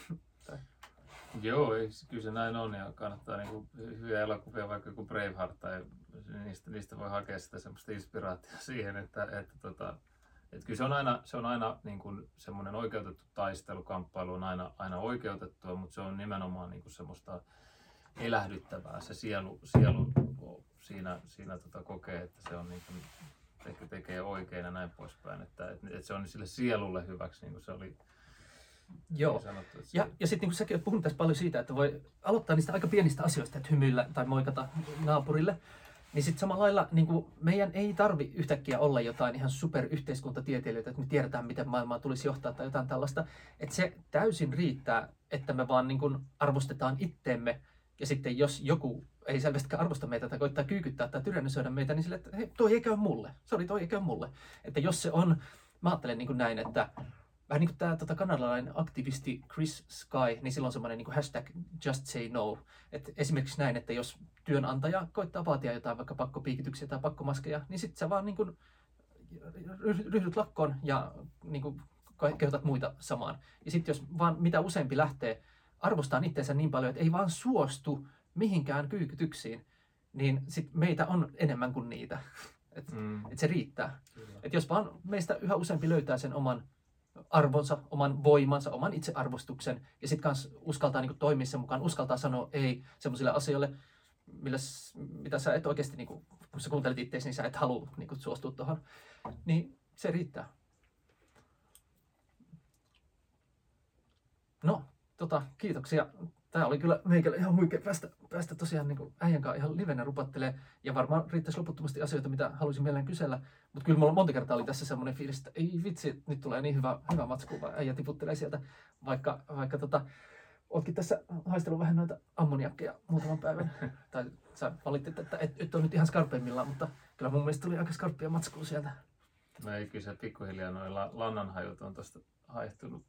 Joo, kyllä se näin on, ja kannattaa niinku hyviä elokuvia, vaikka joku Braveheart, tai niistä voi hakea sitä semmoista inspiraatiota siihen, että kyllä se on aina niin kuin semmoinen oikeutettu taistelu, kamppailu on aina oikeutettua, mutta se on nimenomaan niin kuin semmoista elähdyttävää, se sielu siinä kokee, että se on niin kuin, ehkä tekee oikein ja näin poispäin, että se on sille sielulle hyväksi, niin kuin se oli. Joo, ja sitten niin säkin olet puhunut tässä paljon siitä, että voi aloittaa niistä aika pienistä asioista, että hymyillä tai moikata naapurille, niin sitten samalla lailla niin kuin meidän ei tarvi yhtäkkiä olla jotain ihan superyhteiskuntatieteilijöitä, että me tiedetään, miten maailmaa tulisi johtaa tai jotain tällaista, että se täysin riittää, että me vaan niin kuin arvostetaan itteemme, ja sitten jos joku ei selvästikään arvosta meitä tai koittaa kyykyttää tai tyrannisoida meitä, niin sille, että hei, toi ei käy mulle. Toi ei käy mulle. Että jos se on, mä ajattelen niin kuin näin, että vähän niin kuin tämä kanadalainen aktivisti Chris Sky, niin silloin on semmoinen niin hashtag just say no. Että esimerkiksi näin, että jos työnantaja koittaa vaatia jotain vaikka pakkopiikityksiä tai pakkomaskeja, niin sitten sä vaan niin kuin ryhdyt lakkoon ja niin kuin kehotat muita samaan. Ja sitten jos vaan mitä useampi lähtee arvostaa itseensä niin paljon, että ei vaan suostu mihinkään kyykytyksiin, niin sit meitä on enemmän kuin niitä. Et se riittää. Et jos vaan meistä yhä useampi löytää sen oman arvonsa, oman voimansa, oman itsearvostuksen ja sitten kans uskaltaa niinku toimia sen mukaan, uskaltaa sanoa ei semmoisille asioille, mitä sä et oikeasti, niinku, kun sä kuuntelet itseäsi, niin sä et halua niinku, suostua tuohon, niin se riittää. No, kiitoksia. Tämä oli kyllä meikälle ihan huikea päästä tosiaan niin äijän kanssa ihan livenä rupattelee. Ja varmaan riittäisi loputtomasti asioita, mitä haluaisin mielelläni kysellä. Mutta kyllä mulla monta kertaa oli tässä semmoinen fiilis, että ei vitsi, nyt tulee niin hyvä matsku, vaan äijä tiputtelee sieltä. Vaikka ootkin tässä haistellut vähän noita ammoniakkeja muutaman päivän. Tai sä valittit, että et ole nyt ihan skarpeimmillaan, mutta kyllä mun mielestä tuli aika skarppia matskua sieltä. No ei, kyllä se pikkuhiljaa noin lannanhajut on tuosta haihtunut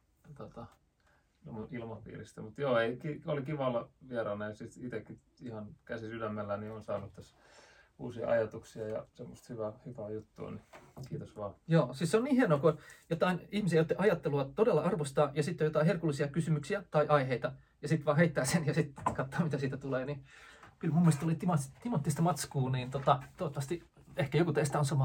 ilmapiiristä. Mutta joo, oli kiva olla vieraana ja siis itsekin ihan käsi sydämellä niin on saanut tässä uusia ajatuksia ja semmoista hyvää juttua, niin kiitos vaan. Joo, siis se on niin hienoa, kun jotain ihmisiä, joiden ajattelua todella arvostaa ja sitten jotain herkullisia kysymyksiä tai aiheita ja sitten vaan heittää sen ja sitten katsoo mitä siitä tulee, niin kyllä mun mielestä tuli timanttista matskua, niin toivottavasti ehkä joku teistä on sama